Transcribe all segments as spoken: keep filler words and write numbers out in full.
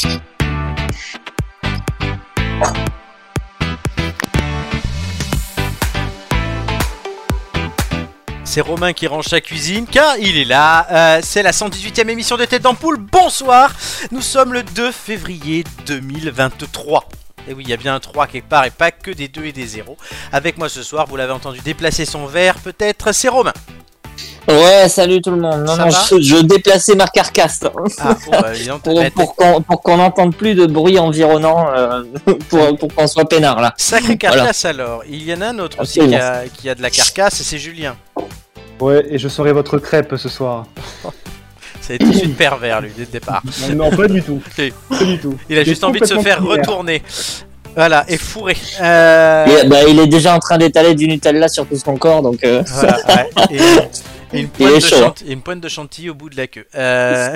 C'est Romain qui range sa cuisine car il est là, euh, c'est la cent dix-huitième émission de Tête d'Ampoule, bonsoir. Nous sommes le deux février deux mille vingt-trois. Et oui, il y a bien un trois quelque part et pas que des deux et des zéros. Avec moi ce soir, vous l'avez entendu déplacer son verre peut-être, c'est Romain. Ouais, salut tout le monde. Non, Ça non, va je, je déplaçais ma carcasse Ah, bon, bah, évidemment, pour, bah, pour qu'on pour qu'on n'entende plus de bruit environnant, euh, pour, pour qu'on soit peinard là. Sacré carcasse alors. Il y en a un autre aussi qui a, qui a de la carcasse et c'est Julien. Ouais, et je serai votre crêpe ce soir. Ça a été tout de suite pervers lui dès le départ. Non, non, pas du tout. Et Pas du tout. il a C'est juste envie de se faire complètement retourner. Voilà, et fourré. Euh... Et, bah, il est déjà en train d'étaler du Nutella sur tout son corps, donc. Euh... Voilà, ouais. Et, et, une pointe de chantilly, et une pointe de chantilly au bout de la queue. Euh...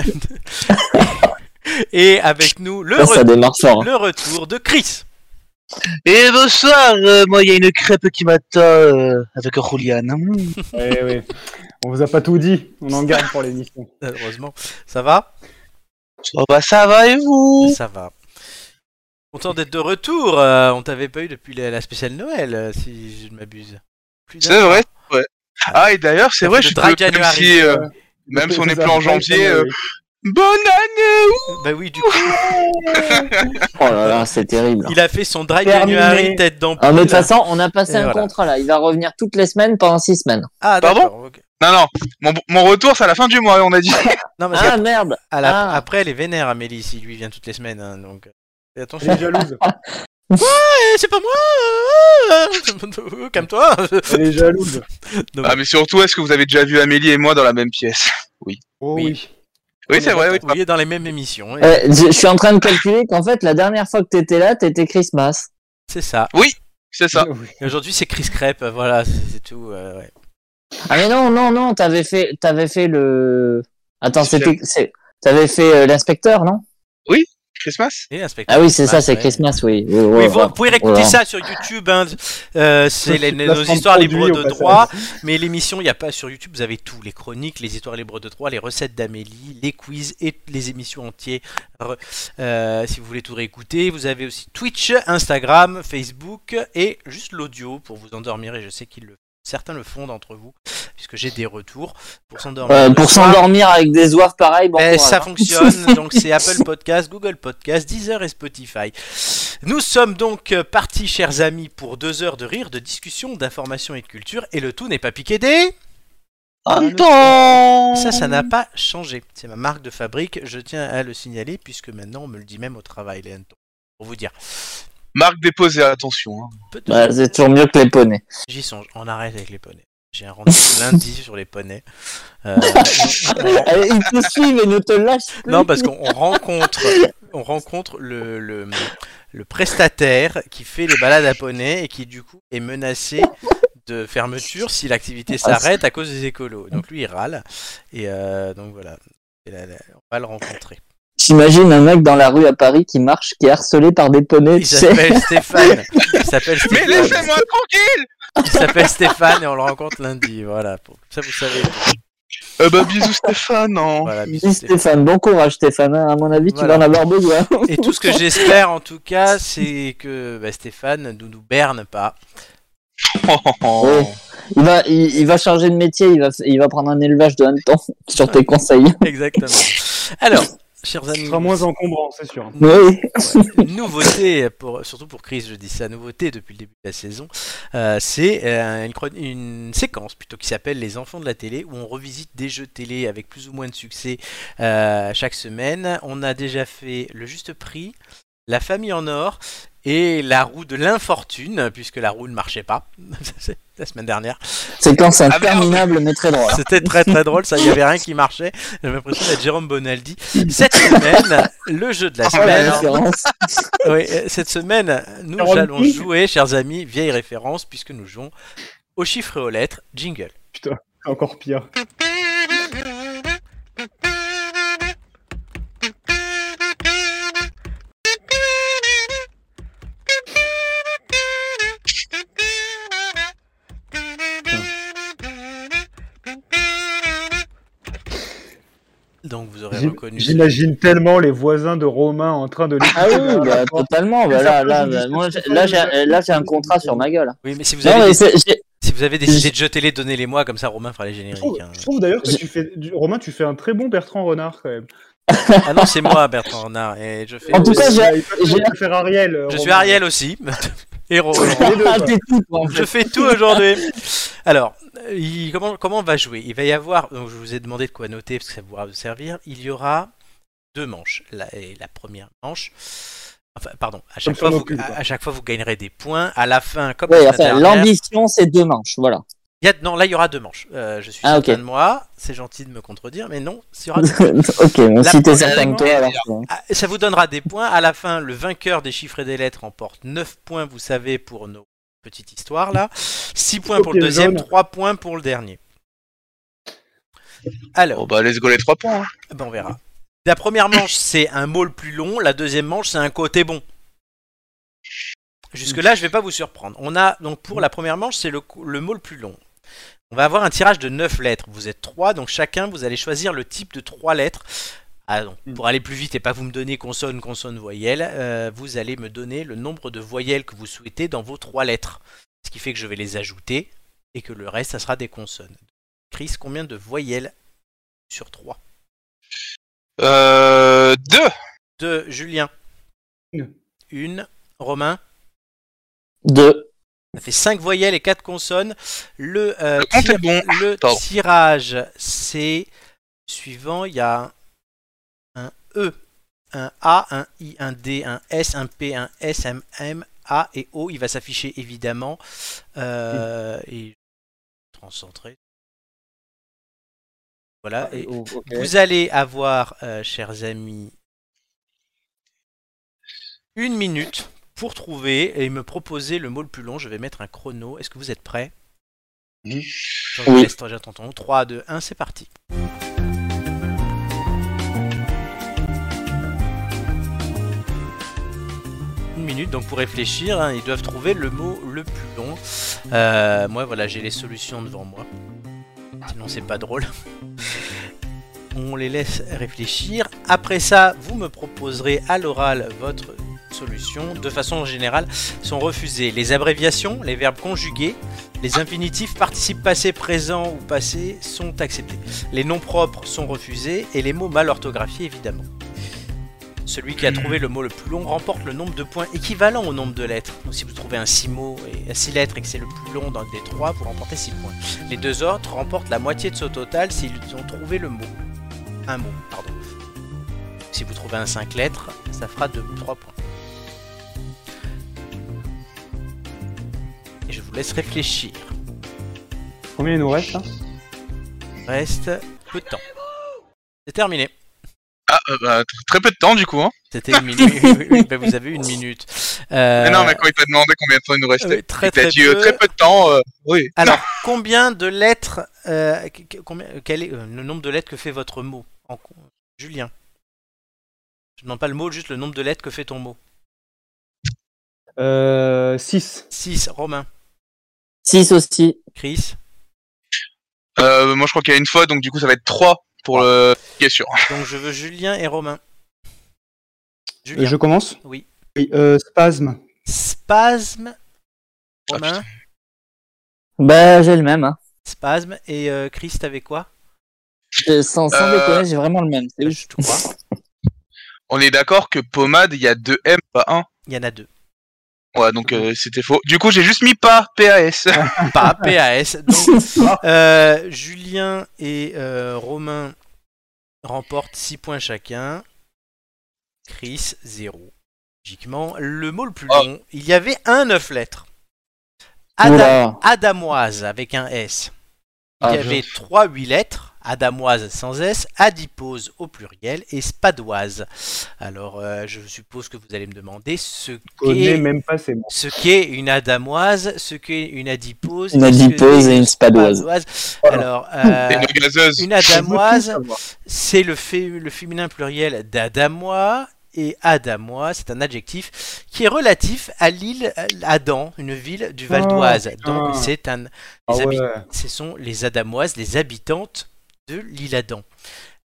et avec nous, le, Ça, ça re- démarre fort. Hein. le retour de Chris. Et bonsoir, euh, moi il y a une crêpe qui m'attend euh, avec Julian. Mmh. Ouais, ouais. On vous a pas tout dit, on en garde pour l'émission. Heureusement. Ça va Oh bah ça va et vous? Ça va. Content d'être de retour. Euh, on t'avait pas eu depuis la, la spéciale Noël, euh, si je ne m'abuse. Plus d'un C'est an. vrai, ouais. Ah et d'ailleurs c'est Ça vrai, fait je le suis dry même January. si, euh, Euh, même si on c'est est ça, plus en c'est pas janvier, le euh, oui. bonne année. Bah oui, du coup, Oh là là, c'est terrible. il a fait son dry Terminé. January tête d'ampoule. Ah, mais de toute façon, on a passé Et un voilà. contrat là. Il va revenir toutes les semaines pendant six semaines. Ah Pardon d'accord. ok. Non non, mon, mon retour c'est à la fin du mois, on a dit. Non, parce Ah qu'après, merde. à la- Ah. après, elle est vénère, Amélie, si lui vient toutes les semaines. Hein, donc, fais attention. Elle est jalouse. Eh, c'est pas moi. euh, Calme-toi. Elle est jalouse. Donc, Ah mais surtout, est-ce que vous avez déjà vu Amélie et moi dans la même pièce? Oui. Oh Oui. oui. Oui c'est vrai, oui. oui, et dans les mêmes émissions. et Euh, je, je suis en train de calculer qu'en fait, la dernière fois que t'étais là, t'étais Christmas. C'est ça. C'est ça. Oui. Et aujourd'hui, c'est Chris Crêpe. Voilà, c'est, c'est tout. euh, ouais. Ah mais non, non, non, t'avais fait, t'avais fait le. Attends, C'est c'était, c'est, t'avais fait euh, l'inspecteur, non? Christmas? Et inspecteur Ah oui, c'est ça, Christmas, c'est ouais. Christmas, oui. Oui, Oui, ouais, vous, ouais. vous pouvez réécouter Ouais. ça sur YouTube. Hein. Euh, c'est les, les- nos Placement de histoires produit libres au de passage. droit. Mais l'émission, il n'y a pas sur YouTube. Vous avez tout les chroniques, les histoires libres de droit, les recettes d'Amélie, les quiz et les émissions entières. Euh, si vous voulez tout réécouter, vous avez aussi Twitch, Instagram, Facebook et juste l'audio pour vous endormir. Et je sais qu'ils le certains le font d'entre vous, puisque j'ai des retours pour s'endormir. Euh, le pour soir. s'endormir avec des oives pareilles, bon Eh, courage, ça hein. fonctionne, donc c'est Apple Podcast, Google Podcast, Deezer et Spotify. Nous sommes donc partis, chers amis, pour deux heures de rire, de discussion, d'information et de culture, et le tout n'est pas piqué des... Attends. Ça, ça n'a pas changé. C'est ma marque de fabrique, je tiens à le signaler, puisque maintenant on me le dit même au travail, les hannetons. Pour vous dire. Marque déposée, attention. Hein. Peu de- Ouais, c'est toujours mieux que les poneys. J'y songe, on arrête avec les poneys. J'ai un rendez-vous lundi sur les poneys. Euh, Allez, ils te suivent et ne te lâchent plus. Non, parce qu'on on rencontre, on rencontre le, le, le prestataire qui fait les balades à poney et qui du coup est menacé de fermeture si l'activité s'arrête à cause des écolos. Donc lui il râle et euh, donc voilà, et là, là, on va le rencontrer. J'imagine un mec dans la rue à Paris qui marche, qui est harcelé par des poneys. Il Tu sais. s'appelle Stéphane. Il s'appelle Mais Stéphane. laissez-moi tranquille. Il s'appelle Stéphane et on le rencontre lundi. Voilà, pour ça vous savez. Euh, bah bisous Stéphane, non. Voilà, bisous, Dis Stéphane. Stéphane, bon courage Stéphane, hein. À mon avis tu Voilà. vas en avoir besoin. Et tout ce que j'espère en tout cas, c'est que bah, Stéphane ne nous berne pas. Oui. Il va, il, il va changer de métier, il va, il va prendre un élevage de hannetons sur tes conseils. Exactement. Alors, chers Ce amis, sera moins encombrant, c'est sûr. Oui. une nouveauté, pour, surtout pour Chris, je dis ça, nouveauté depuis le début de la saison, euh, c'est euh, une, chron- une séquence plutôt qui s'appelle Les Enfants de la télé, où on revisite des jeux télé avec plus ou moins de succès euh, chaque semaine. On a déjà fait Le Juste Prix, La Famille en Or et La Roue de l'Infortune, puisque la roue ne marchait pas la semaine dernière. Séquence merde. interminable mais très drôle. C'était très très drôle, ça, il n'y avait rien qui marchait. J'avais l'impression d'être Jérôme Bonaldi. Cette semaine, le jeu de la Oh, la semaine. référence. Oui, euh, cette semaine, nous Jérôme allons King. jouer, chers amis, vieille référence, puisque nous jouons aux chiffres et aux lettres. Jingle. Putain, encore pire. Donc vous aurez J'ai- reconnu connu. J'imagine tellement les voisins de Romain en train de Ah oui, bah, totalement. Bah, là, là, là, moi, j'ai- là, j'ai, là, j'ai un contrat sur ma gueule. Oui, mais si vous Non, avez, mais des- c'est- j'ai- si vous avez décidé de jeux télé, donnez-les-moi, comme ça Romain fera les Je génériques. trouve, hein. je trouve d'ailleurs que Je- tu fais, du- Romain, tu fais un très bon Bertrand Renard quand même. Ah non, c'est moi, Bertrand Renard, et je fais En tout aussi- cas, j'ai- il peut j'ai- faire- faire Ariel. euh, je Romain. suis Ariel aussi. Et Ro- Les deux, Ah, quoi. t'es tout, toi, en Je fait. fais tout aujourd'hui. Alors, euh, il- comment, comment on va jouer? Il va y avoir, donc je vous ai demandé de quoi noter parce que ça pourra vous servir. Il y aura deux manches. La, et la première manche, enfin, pardon, à chaque, Comme fois, sur vous, nos pubs, à, quoi. à chaque fois vous gagnerez des points. À la fin, comme Ouais, la enfin, semaine dernière, l'ambition, c'est deux manches, voilà. il y a, non, là il y aura deux manches. Euh, je suis Ah, certain ok. de moi. C'est gentil de me contredire, mais non, il y aura deux manches. Ok, bon, La si t'es première- certain de toi, alors. c'est- Ah, ça vous donnera des points. À la fin, le vainqueur des chiffres et des lettres remporte neuf points, vous savez, pour nos petites histoires là. six points pour le Ok, deuxième, jaune. trois points pour le dernier. Alors, Bon bah let's go les trois points. hein. ben, on verra. La première manche, c'est un mot le plus long. La deuxième manche, c'est un côté bon. Jusque-là, je vais pas vous surprendre. On a donc pour la première manche, c'est le, le mot le plus long. On va avoir un tirage de neuf lettres. Vous êtes trois, donc chacun, vous allez choisir le type de trois lettres. Ah, donc, pour aller plus vite et pas vous me donner consonne, consonne, voyelle, euh, vous allez me donner le nombre de voyelles que vous souhaitez dans vos trois lettres. Ce qui fait que je vais les ajouter et que le reste, ça sera des consonnes. Chris, combien de voyelles sur trois? Euh, deux. Deux. Julien. Une. Une. Romain. Deux. Ça fait cinq voyelles et quatre consonnes. Le, euh, Le compte tir- est bon. le Pardon. tirage, c'est suivant. Il y a un E, un A, un I, un D, un S, un P, un S, un M, A et O. Il va s'afficher évidemment. Euh, Et transcentrer. Voilà. Et Oh, ok. vous allez avoir, euh, chers amis, une minute pour trouver et me proposer le mot le plus long. Je vais mettre un chrono. Est-ce que vous êtes prêts? Mhm. Je vous Oui. laisse, j'attends ton nom. trois, deux, un, c'est parti. Une minute donc pour réfléchir, hein, ils doivent trouver le mot le plus long. Euh, moi voilà, j'ai les solutions devant moi. Sinon c'est pas drôle. On les laisse réfléchir. Après ça, vous me proposerez à l'oral votre solution. De façon générale, sont refusées les abréviations, les verbes conjugués, les infinitifs participes passés, présents ou passés sont acceptés. Les noms propres sont refusés et les mots mal orthographiés évidemment. Celui qui a trouvé le mot le plus long remporte le nombre de points équivalent au nombre de lettres. Donc si vous trouvez un six mots et six lettres et que c'est le plus long dans les trois, vous remportez six points. Les deux autres remportent la moitié de ce total s'ils ont trouvé le mot. Un mot, pardon. Si vous trouvez un cinq lettres, ça fera deux, trois points. Et je vous laisse réfléchir. Combien il nous reste hein Reste peu de temps. C'est terminé. Ah euh, bah, t- très peu de temps du coup. Hein. C'était une minute. Oui, oui, oui, bah, vous avez une minute. Euh, Mais non mais quand il t'a demandé combien de temps il nous restait, oui, très, il t'a très dit euh, peu. très peu de temps. euh, oui. Alors, combien de lettres euh, qu- qu- combien, Quel est euh, le nombre de lettres que fait votre mot en, Julien? Je ne demande pas le mot, juste le nombre de lettres que fait ton mot. euh, six. six. Romain. six aussi. Chris. Euh, moi je crois qu'il y a une fois donc du coup ça va être trois pour le question. Donc je veux Julien et Romain. Euh, Julien. je commence Oui. Oui, euh, spasme. Spasme. Ah, Romain. putain. Bah, j'ai le même. Hein. Spasme. Et euh, Chris, t'avais quoi? Euh, Sans, sans Euh, déconner, j'ai vraiment le même. C'est ouf. Je te crois. On est d'accord que pommade il y a deux M pas un. Il y en a deux. Ouais donc euh, c'était faux. Du coup j'ai juste mis pas P A S. Pas P A S. Donc, euh, Julien et euh, Romain remportent six points chacun. Chris, zéro. Logiquement, le mot le plus Oh. long, il y avait un neuf lettres. Adam, Oula. Adamoise avec un S. Il y Ah, avait trois huit lettres. Adamoise sans S, adipose au pluriel et spadoise. Alors, euh, je suppose que vous allez me demander ce Je connais qu'est même pas ces mots. ce qu'est une adamoise, ce qu'est une adipose, Une et ce que adipose qu'est et une spadoise. Voilà. Alors, euh, Et une gazeuse. une Je veux tout adamoise, savoir. c'est le, fé- le féminin pluriel d'adamois, et adamois, c'est un adjectif qui est relatif à l'île Adam, une ville du Val d'Oise. Ah, putain. Donc, c'est un, Ah les habi- ouais. ce sont les adamoises, les habitantes de l'île Adam.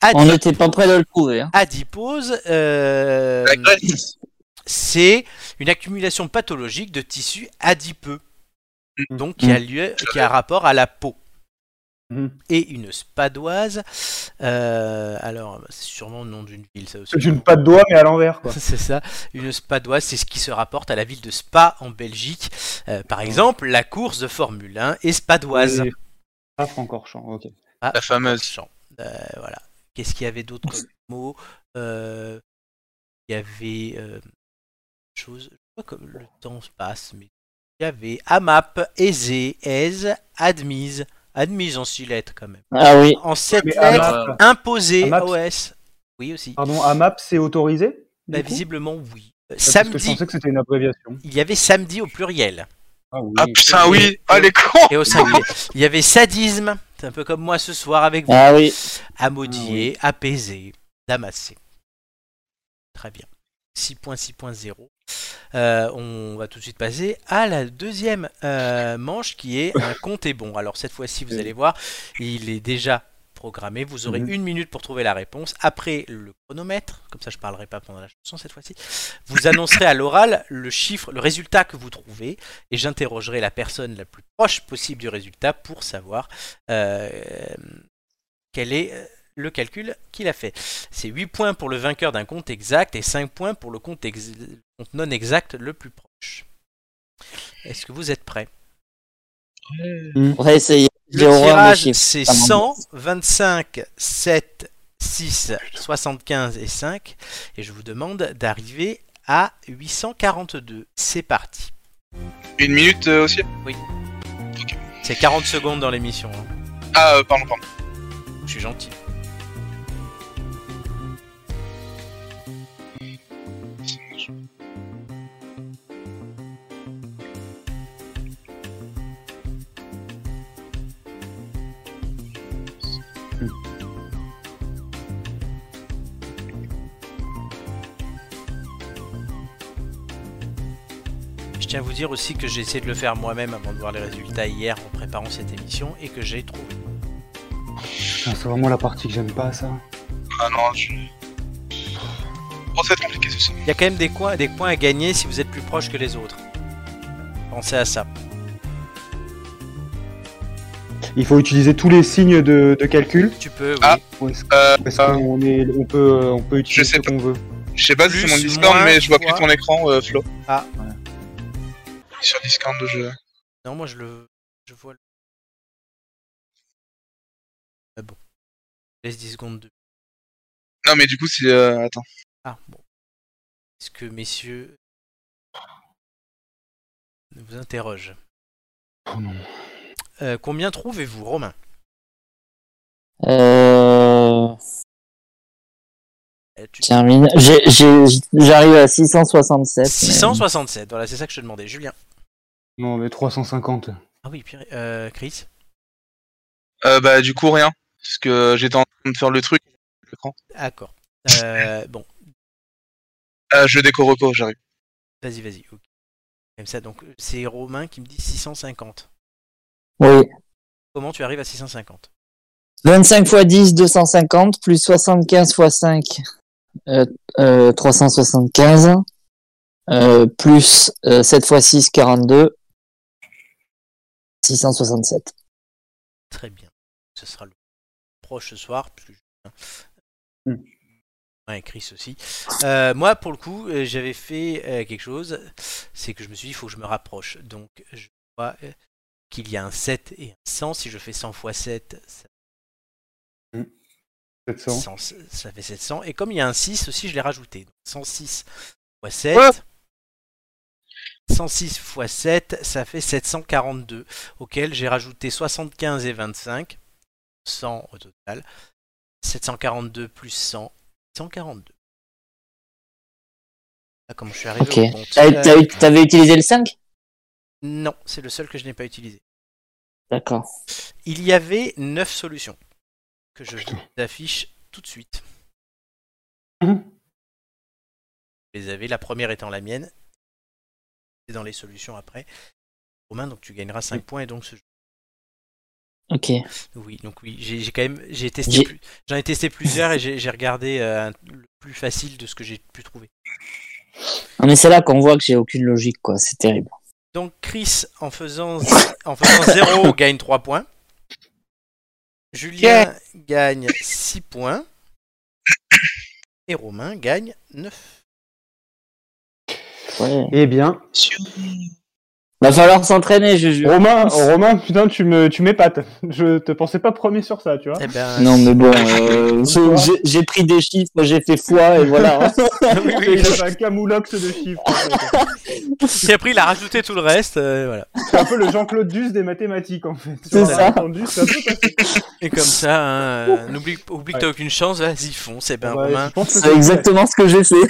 On n'était pas près de le trouver. Hein. Adipose, euh, La graisse. c'est une accumulation pathologique de tissus adipeux, donc qui a lieu, qui a rapport à la peau. Mhm. Et une spadoise, euh, alors c'est sûrement le nom d'une ville, ça aussi. C'est une patte doigt, mais à l'envers, quoi. C'est ça, une spadoise, c'est ce qui se rapporte à la ville de Spa en Belgique. Euh, par exemple, la course de Formule un est spadoise. Et- Ah, Francorchamps, ok. Ah, La fameuse. champ. Euh, voilà. Qu'est-ce qu'il y avait d'autre comme mots Euh, Il y avait euh, chose. Je vois comme le temps se passe, mais il y avait AMAP, aisé, aise, admise, admise en six lettres quand même. Ah oui. En sept Mais lettres, AMAP, imposé, AMAP, O S. Oui aussi. pardon, AMAP, c'est autorisé du Bah, coup visiblement oui. Euh, Parce que je Samedi, pensais que c'était une abréviation. il y avait samedi au pluriel Ah oui. Ah putain, oui. Ah, les cons. et au singulier. Il y avait sadisme, c'est un peu comme moi ce soir avec vous. Ah oui. Amaudiller, apaiser, damasser. Très bien. six point six point zéro. Euh, on va tout de suite passer à la deuxième euh, manche qui est un compte est bon. Alors cette fois-ci, vous allez voir, il est déjà programmé. Vous aurez Mhm. une minute pour trouver la réponse. Après le chronomètre, comme ça je ne parlerai pas pendant la chanson cette fois-ci, vous annoncerez à l'oral le chiffre, le résultat que vous trouvez et j'interrogerai la personne la plus proche possible du résultat pour savoir euh, quel est euh, le calcul qu'il a fait. C'est huit points pour le vainqueur d'un compte exact et cinq points pour le compte, ex- compte non exact le plus proche. Est-ce que vous êtes prêts? On va essayer. J'ai Le horreur des tirage, chiffres. c'est Ça m'embête. cent, vingt-cinq, sept, six, soixante-quinze et cinq. Et je vous demande d'arriver à huit cent quarante-deux. C'est parti. Une minute euh, aussi. C'est quarante secondes dans l'émission. hein. Ah, euh, pardon, pardon. Je suis gentil. Je tiens à vous dire aussi que j'ai essayé de le faire moi-même avant de voir les résultats hier en préparant cette émission et que j'ai trouvé. Putain, c'est vraiment la partie que j'aime pas, ça. Ah non, je. Oh, c'est compliqué tout ça. Il y a quand même des points, des points à gagner si vous êtes plus proche que les autres. Pensez à ça. Il faut utiliser tous les signes de, de calcul. Tu peux, oui. Ah. Ou est-ce Euh, est-ce euh, qu'on est, on peut, euh, on peut utiliser Je sais ce qu'on veut. je sais pas si c'est mon Plus, Discord, moins, mais je vois fois. plus ton écran, euh, Flo. Ah. Sur Discord, je. Non, moi je le. Je vois le. Ah bon. Je laisse dix secondes de. Non, mais du coup, c'est. Euh... Attends. Ah, bon. Est-ce que messieurs. vous interroge. Oh non. Euh, combien trouvez-vous, Romain? Euh... Euh, tu- Termine. J'ai- j'ai- J'arrive à six cent soixante-sept. six cent soixante-sept, voilà, c'est ça que je te demandais. Julien. Non, mais trois cent cinquante. Ah oui, pire. Euh, Chris. Euh, bah, du coup, rien. Parce que j'étais en train de faire le truc. L'écran. D'accord. Euh, bon, Ah, je déco reco, j'arrive. vas-y, vas-y. ok. Comme ça, donc c'est Romain qui me dit six cent cinquante. Oui. Comment tu arrives à six cent cinquante? vingt-cinq fois dix, deux cent cinquante, plus soixante-quinze fois cinq, euh, euh, trois cent soixante-quinze, euh, plus euh, sept fois six, quarante-deux, six cent soixante-sept. Très bien. Ce sera le proche ce soir, puisque Julien Hmm. Ouais, et Chris aussi. Euh, moi, pour le coup, euh, j'avais fait euh, quelque chose, c'est que je me suis dit, il faut que je me rapproche. Donc, je vois euh, qu'il y a un sept et un cent. Si je fais cent fois sept, ça, sept cents. cent, ça fait sept cents. Et comme il y a un six aussi, je l'ai rajouté. Donc, cent six fois sept. Ouais. cent six fois sept, ça fait sept cent quarante-deux, auquel j'ai rajouté soixante-quinze et vingt-cinq, cent au total. sept cent quarante-deux plus cent, cent quarante-deux. Ah, comment je suis arrivé Ok. au compte. T'as- Euh, t'as- T'avais utilisé le cinq? Non, c'est le seul que je n'ai pas utilisé. D'accord. Il y avait neuf solutions que je Putain. vous affiche tout de suite. Mhm. Vous les avez, la première étant la mienne. C'est dans les solutions après. Romain, donc tu gagneras cinq points et donc ce jeu. Ok. Oui, donc oui, j'ai j'ai quand même, j'ai testé, J'ai- plus, j'en ai testé plusieurs et j'ai j'ai regardé euh, un- le plus facile de ce que j'ai pu trouver. Non, mais c'est là qu'on voit que j'ai aucune logique, quoi. C'est terrible. Donc Chris, en faisant, z- en faisant zéro, gagne trois points. Julien gagne six points. Et Romain gagne neuf. Ouais. Eh bien, Va falloir s'entraîner, je jure. Romain, Romain, putain, tu me, tu m'épates. Je te pensais pas premier sur ça, tu vois. Eh ben, Non, mais bon, euh, j'ai- j'ai- j'ai pris des chiffres, j'ai fait foi, et voilà. oui, oui, Il a fait un camoulox de chiffres. en fait. Et après, il a rajouté tout le reste. euh, voilà. C'est un peu le Jean-Claude Duss des mathématiques, en fait. C'est On a ça. entendu, c'est un peu passé. Et comme ça, hein, euh, n'oublie oublie que t'as Ouais. aucune chance, vas-y, fonce. Et ben, Ouais, Romain. je pense que C'est exactement ce que j'ai fait.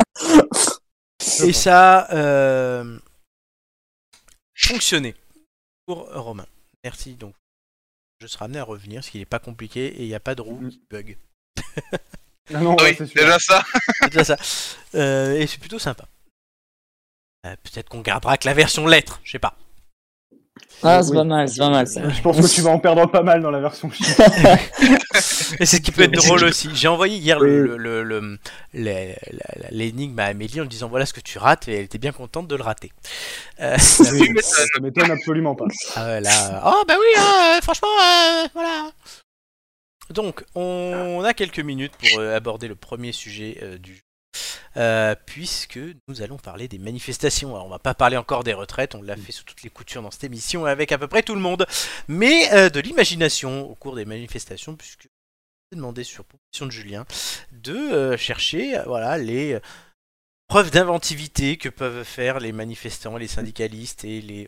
Et ça a euh, fonctionné pour Romain. Merci donc. Je serai amené à revenir parce qu'il n'est pas compliqué et il n'y a pas de roue qui bug. Non, non, Ah ouais, oui, c'est sûr. déjà ça. C'est déjà ça. Euh, et c'est plutôt sympa. Euh, Peut-être qu'on gardera que la version lettre, je sais pas. Ah, c'est Oui. pas mal, c'est pas mal, ça. Je pense que tu vas en perdre pas mal dans la version chiffre. Et c'est ce qui peut être drôle aussi. J'ai envoyé hier le- Oui. le- le- le- les- la- la- l'énigme à Amélie en lui disant voilà ce que tu rates et elle était bien contente de le rater. Euh, Oui, Tu m'étonnes. ça m'étonne absolument pas. ah ouais, là, oh bah oui, hein, euh, franchement, euh, voilà. Donc, on a quelques minutes pour euh, aborder le premier sujet euh, du jeu. Euh, puisque nous allons parler des manifestations. Alors on va pas parler encore des retraites, on l'a fait sous toutes les coutures dans cette émission avec à peu près tout le monde, mais euh, de l'imagination au cours des manifestations, puisque j'ai demandé sur proposition de Julien de euh, chercher euh, voilà, les euh, preuves d'inventivité que peuvent faire les manifestants, les syndicalistes et les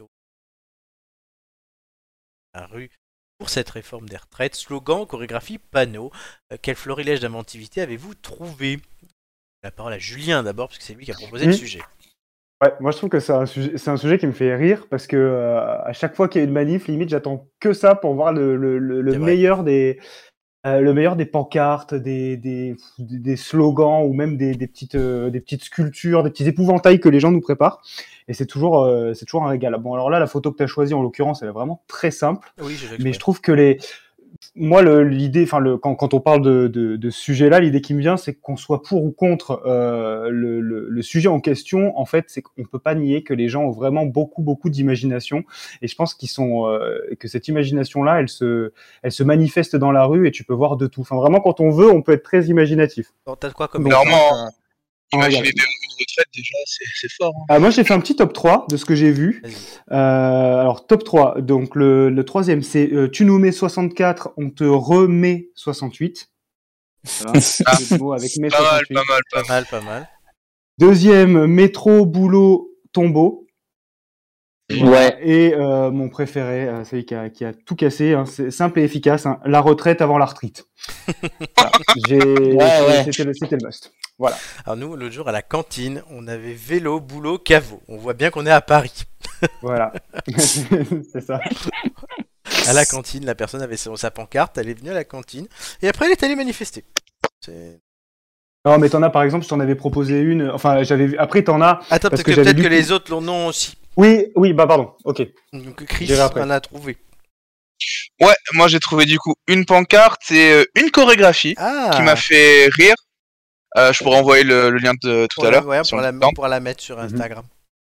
à la rue pour cette réforme des retraites. Slogan, chorégraphie, panneau. Euh, quel florilège d'inventivité avez-vous trouvé? La parole à Julien d'abord, parce que c'est lui qui a proposé le Mmh. sujet. Ouais, moi je trouve que c'est un sujet, c'est un sujet qui me fait rire parce que euh, à chaque fois qu'il y a une manif, limite j'attends que ça pour voir le, le, le, le C'est vrai. meilleur des euh, le meilleur des pancartes, des, des, des, des slogans ou même des, des petites euh, des petites sculptures, des petits épouvantails que les gens nous préparent. Et c'est toujours euh, c'est toujours un régal. Bon alors là la photo que tu as choisie en l'occurrence elle est vraiment très simple, Oui, j'ai mais je trouve que les moi, le, l'idée, enfin, le, quand, quand on parle de, de, de ce sujet-là, l'idée qui me vient, c'est qu'on soit pour ou contre euh, le, le, le sujet en question. En fait, c'est qu'on peut pas nier que les gens ont vraiment beaucoup, beaucoup d'imagination. Et je pense qu'ils sont, euh, que cette imagination-là, elle se, elle se manifeste dans la rue et tu peux voir de tout. Enfin, vraiment, quand on veut, on peut être très imaginatif. Bon, t'as quoi comme Donc, exemple Clairement, euh, imaginer regarde. des- une retraite, déjà, c'est c'est fort. hein. Euh, moi, j'ai fait un petit top trois de ce que j'ai vu. Vas-y. Euh, alors, top trois. Donc, le, le troisième, c'est euh, tu nous mets soixante-quatre, on te remet soixante-huit. Voilà. Ah. Jeu de mots avec mai Pas mal, soixante-huit. pas mal, pas Pas mal. mal, pas mal. Deuxième, métro, boulot, tombeau. Ouais. Et euh, mon préféré, euh, celui qui a, qui a tout cassé, hein, c'est simple et efficace, hein, la retraite avant l'arthrite. Voilà. J'ai, Ouais, c'est- ouais. C'était, le, c'était le must. Voilà. Alors nous, l'autre jour à la cantine, on avait vélo, boulot, caveau. On voit bien qu'on est à Paris. Voilà. C'est ça. À la cantine, la personne avait son- sa pancarte, elle est venue à la cantine, et après elle est allée manifester. C'est- Non, mais t'en as par exemple, je t'en avais proposé une. Enfin, j'avais vu. Après, t'en as. Attends, Parce peut-être que que, j'avais peut-être lu que que- les autres l'ont non aussi. Oui, oui, bah pardon. Ok. Donc Chris J'irai après. en a trouvé. Ouais, moi j'ai trouvé du coup une pancarte et euh, une chorégraphie Ah qui m'a fait rire. Euh, je pourrais envoyer le, le lien de tout Pour à la- l'heure. ouais, sur pour, le la, temps. pour la mettre sur Mhm. Instagram.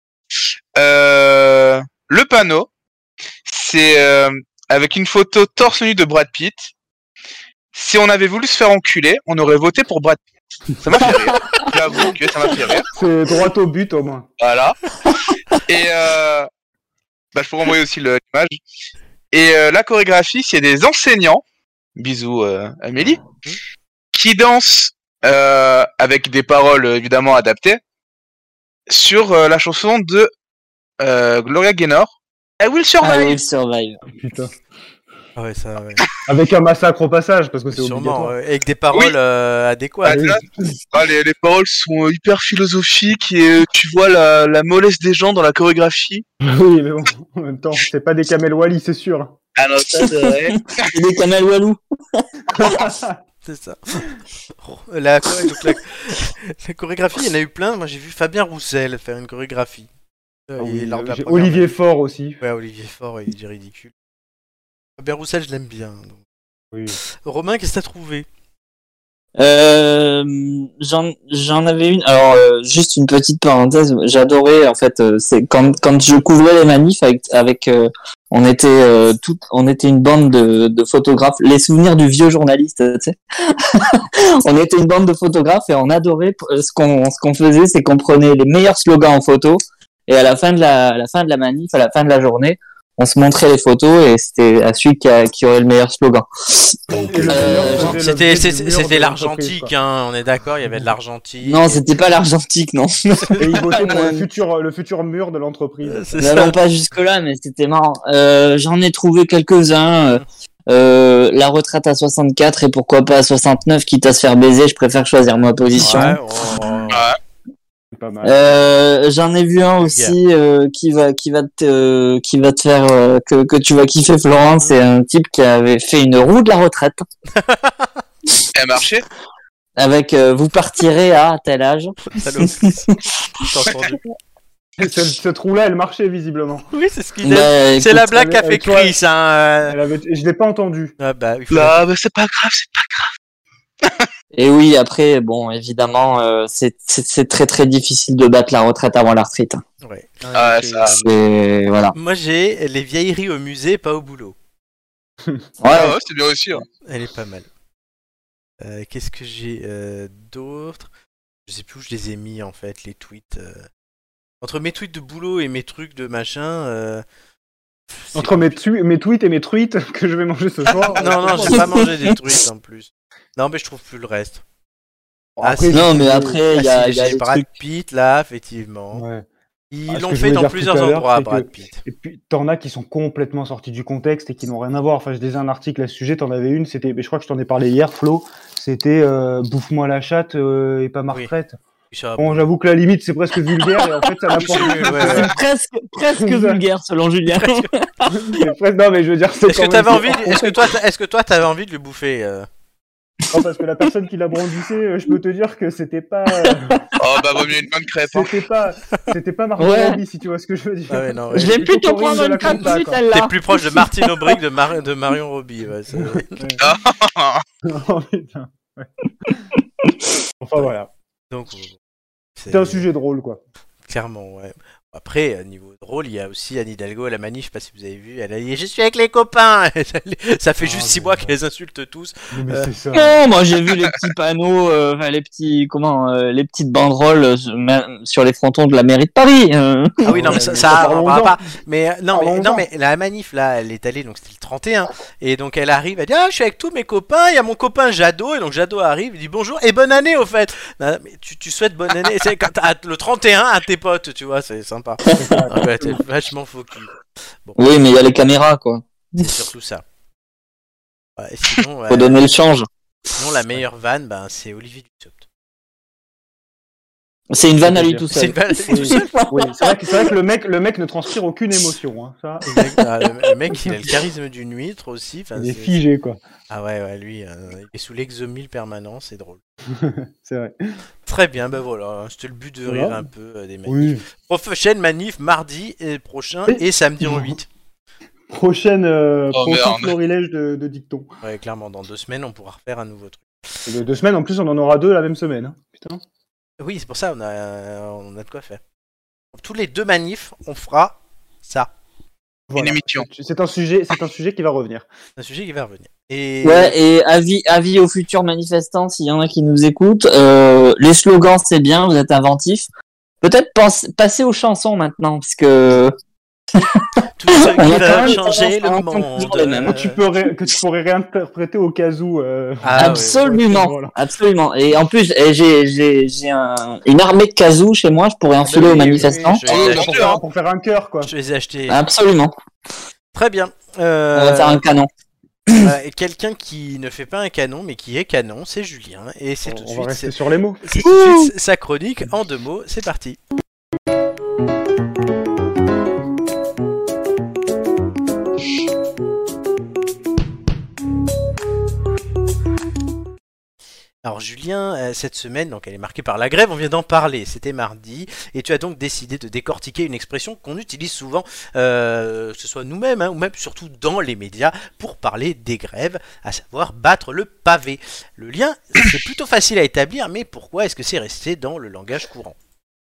Euh, le panneau, c'est euh, avec une photo torse nu de Brad Pitt. Si on avait voulu se faire enculer, on aurait voté pour Brad Pitt. Ça m'a fait rire. J'avoue que ça m'a fait rire. C'est droit au but au moins. Voilà. Et euh, bah, je pourrais envoyer aussi le- l'image. Et euh, la chorégraphie, c'est des enseignants, bisous euh, Amélie, qui dansent euh, avec des paroles euh, évidemment adaptées sur euh, la chanson de euh, Gloria Gaynor. I will I survive. will survive. Putain. Ah ouais, ça, ouais. Avec un massacre au passage, parce que c'est Sûrement, obligatoire. ouais, avec des paroles Oui. euh, adéquates. Ah, là, ah, les, les paroles sont euh, hyper philosophiques et euh, tu vois la, la mollesse des gens dans la chorégraphie. Oui, mais bon, en même temps, c'est pas des Kamel Wally, c'est sûr. Ah non, ça c'est vrai. Et des Kamel Walou. C'est ça. Oh, La, choré- donc la, la chorégraphie, il y en a eu plein. Moi, j'ai vu Fabien Roussel faire une chorégraphie. Euh, Ah et oui, lors de la j'ai première Olivier manif. Faure aussi. Ouais, Olivier Faure, il est ridicule. Fabien Roussel, je l'aime bien. donc. Oui. Romain, qu'est-ce que t'as trouvé? Euh, j'en j'en avais une. Alors euh, juste une petite parenthèse. J'adorais en fait. Euh, c'est quand quand je couvrais les manifs avec avec. Euh, on était euh, tout, on était une bande de de photographes. Les souvenirs du vieux journaliste, tu sais. On était une bande de photographes et on adorait. Ce qu'on ce qu'on faisait, c'est qu'on prenait les meilleurs slogans en photo et à la fin de la à la fin de la manif, à la fin de la journée, on se montrait les photos et c'était à celui qui, a, qui aurait le meilleur slogan. Et le Euh, meilleur, C'était, c'était c'était, l'objet du c'était, mur c'était de l'argentique, l'entreprise, hein, on est d'accord, il y avait de l'argentique. Non, c'était pas l'argentique, non. quoi. Et il votait pour le futur, le futur mur de l'entreprise. C'est Non, ça. non, pas jusque-là, mais c'était marrant. Euh, j'en ai trouvé quelques-uns. Euh, euh, la retraite à soixante-quatre et pourquoi pas à soixante-neuf, quitte à se faire baiser, je préfère choisir ma position. Ouais, oh, oh. Ouais. C'est pas mal. Euh, j'en ai vu un aussi euh, qui va qui va te euh, qui va te faire euh, que que tu vas kiffer, Florent. C'est un type qui avait fait une roue de la retraite Elle a marché. avec euh, vous partirez à tel âge. Saloperie. T'as entendu? Et ce, ce trou-là, elle marchait visiblement. Oui, c'est ce qu'il a. Bah, C'est écoute, la blague qu'a elle- fait tu vois, Chris, hein. euh. Elle avait... Je l'ai pas entendu. Ah bah, il faut... Là, mais c'est pas grave, c'est pas grave. Et oui, après, bon, évidemment, euh, c'est c'est c'est très très difficile de battre la retraite avant la retraite. Ouais. Ah, ça. C'est voilà. Moi, j'ai les vieilleries au musée, pas au boulot. Ouais. Ah ouais, c'est bien aussi. Hein. Elle est pas mal. Euh, qu'est-ce que j'ai euh, d'autre? Je sais plus où je les ai mis en fait, les tweets. euh. Entre mes tweets de boulot et mes trucs de machin. euh, c'est Entre mes, compliqué. tu- mes tweets et mes truites que je vais manger ce soir. Non, non, j'ai pas mangé des trucs en plus. Non, mais je trouve plus le reste. Bon, Ah, après, si. Non, si mais tu- après, il y Ah, a, si, il y a j'ai des Brad trucs. Pitt là, effectivement. Ouais. Ils Ah, ce l'ont que je fait voulais dans dire plusieurs tout à l'heure, endroits, c'est Brad que- Pitt. Et puis, t'en as qui sont complètement sortis du contexte et qui n'ont rien à voir. Enfin, je lisais un article à ce sujet, t'en avais une, c'était, mais je crois que je t'en ai parlé hier, Flo. C'était euh, bouffe-moi la chatte euh, et pas ma Oui. retraite. Ça, Bon, j'avoue que la limite, c'est presque vulgaire et en fait, ça n'a Oui, pas. c'est mieux, ouais, ouais. C'est presque presque vulgaire selon Julien. C'est presque- Non, mais je veux dire, c'est Est-ce que quand t'avais même- envie, de- est-ce que toi, t'a- est-ce que toi, t'avais envie de le bouffer euh Non, parce que la personne qui l'a brandissé, euh, je peux te dire que c'était pas. euh, Oh bah vaut mieux une bonne crêpe. Hein. C'était pas. C'était pas Margot Ouais. Robbie, si tu vois ce que je veux dire. Ah ouais, non, ouais. Je vais plutôt plutôt Corinne prendre de la une crêpe Compta, dessus, quoi. T'es celle-là. plus proche de Martine Aubry que de, Mar- de Marion Robbie. Ouais, c'est- Oh, putain. Ouais. Enfin voilà. Donc, euh, c'est C'est un sujet drôle, quoi. clairement, ouais. Après, euh, niveau drôle, il y a aussi Anne Hidalgo à la manif, je sais pas si vous avez vu, elle a dit « Je suis avec les copains !» Ça fait juste Ah, six mais mois non. qu'elles insultent tous. Mais, mais Euh, c'est ça. Non, moi j'ai vu les petits panneaux, euh, enfin les petits, comment, euh, les petites banderoles euh, même sur les frontons de la mairie de Paris. euh. Ah oui, non, mais Ouais, ça, mais ça parlons-en. on parlera pas. Mais euh, non, mais, Parlons-en. non, mais la manif, là, elle est allée, donc c'était le trente et un. Et donc elle arrive, elle dit « Ah, je suis avec tous mes copains, il y a mon copain Jadot. » Et donc Jadot arrive, il dit « Bonjour et bonne année, au fait. » Non, mais tu, tu souhaites bonne année, c'est quand t'as le trente et un à tes potes, tu vois, c'est sympa. Ah ouais, t'es vachement faux cul. Oui, mais il y a les caméras, quoi. C'est surtout ça. Ouais, et sinon, Faut ouais, donner le change. sinon, la meilleure vanne, ben, c'est Olivier Dussopt. C'est une vanne à lui tout C'est seul. une vanne à lui tout seul. Oui, c'est vrai que, c'est vrai que le, mec, le mec ne transpire aucune émotion. Hein. Ça, Ah, le, le mec, il a le charisme d'une huître aussi. Enfin, il est c'est- figé, quoi. Ah ouais, ouais, lui, euh, il est sous l'exomile permanent, c'est drôle. C'est vrai. Très bien, ben voilà, c'était le but de Voilà. rire un peu euh, des manifs. Oui. Prochaine manif mardi et prochain Oui. et samedi en huit. Prochaine, euh, Oh, prochain merde. florilège de, de dictons. Ouais, clairement, dans deux semaines, on pourra refaire un nouveau truc. Et de deux semaines, en plus, on en aura deux la même semaine. Hein. Putain. Oui, c'est pour ça, on a, euh, on a de quoi faire. Tous les deux manifs, on fera ça. Voilà. émission. C'est- C'est un sujet, c'est un sujet qui va revenir. C'est un sujet qui va revenir. Et... Ouais, et avis, avis aux futurs manifestants, s'il y en a qui nous écoutent, euh, les slogans c'est bien, vous êtes inventifs. Peut-être pense, passer aux chansons maintenant, parce que Tous ceux On qui a quand veulent même changer tendance à le entendre monde. toujours les mêmes. Que tu, peux ré- que tu pourrais réinterpréter au cas où. euh, Ah, ouais. absolument, voilà. absolument. Et en plus, eh, j'ai, j'ai, j'ai un, une armée de kazoo chez moi, je pourrais enfiler oui, aux oui, manifestants. oui, je- Oh, les ai pour, achetés, faire, hein. pour faire un cœur, quoi. Je les ai achetés. Absolument. Très bien. On Euh, va faire un canon. euh, et quelqu'un qui ne fait pas un canon, mais qui est canon, c'est Julien. Et c'est On, tout de on va suite, rester c'est, sur les mots. c'est tout de suite sa chronique en deux mots. C'est parti. Alors Julien, euh, cette semaine, donc elle est marquée par la grève, on vient d'en parler, c'était mardi, et tu as donc décidé de décortiquer une expression qu'on utilise souvent, euh, que ce soit nous-mêmes, hein, ou même surtout dans les médias, pour parler des grèves, à savoir battre le pavé. Le lien, c'est plutôt facile à établir, mais pourquoi est-ce que c'est resté dans le langage courant ?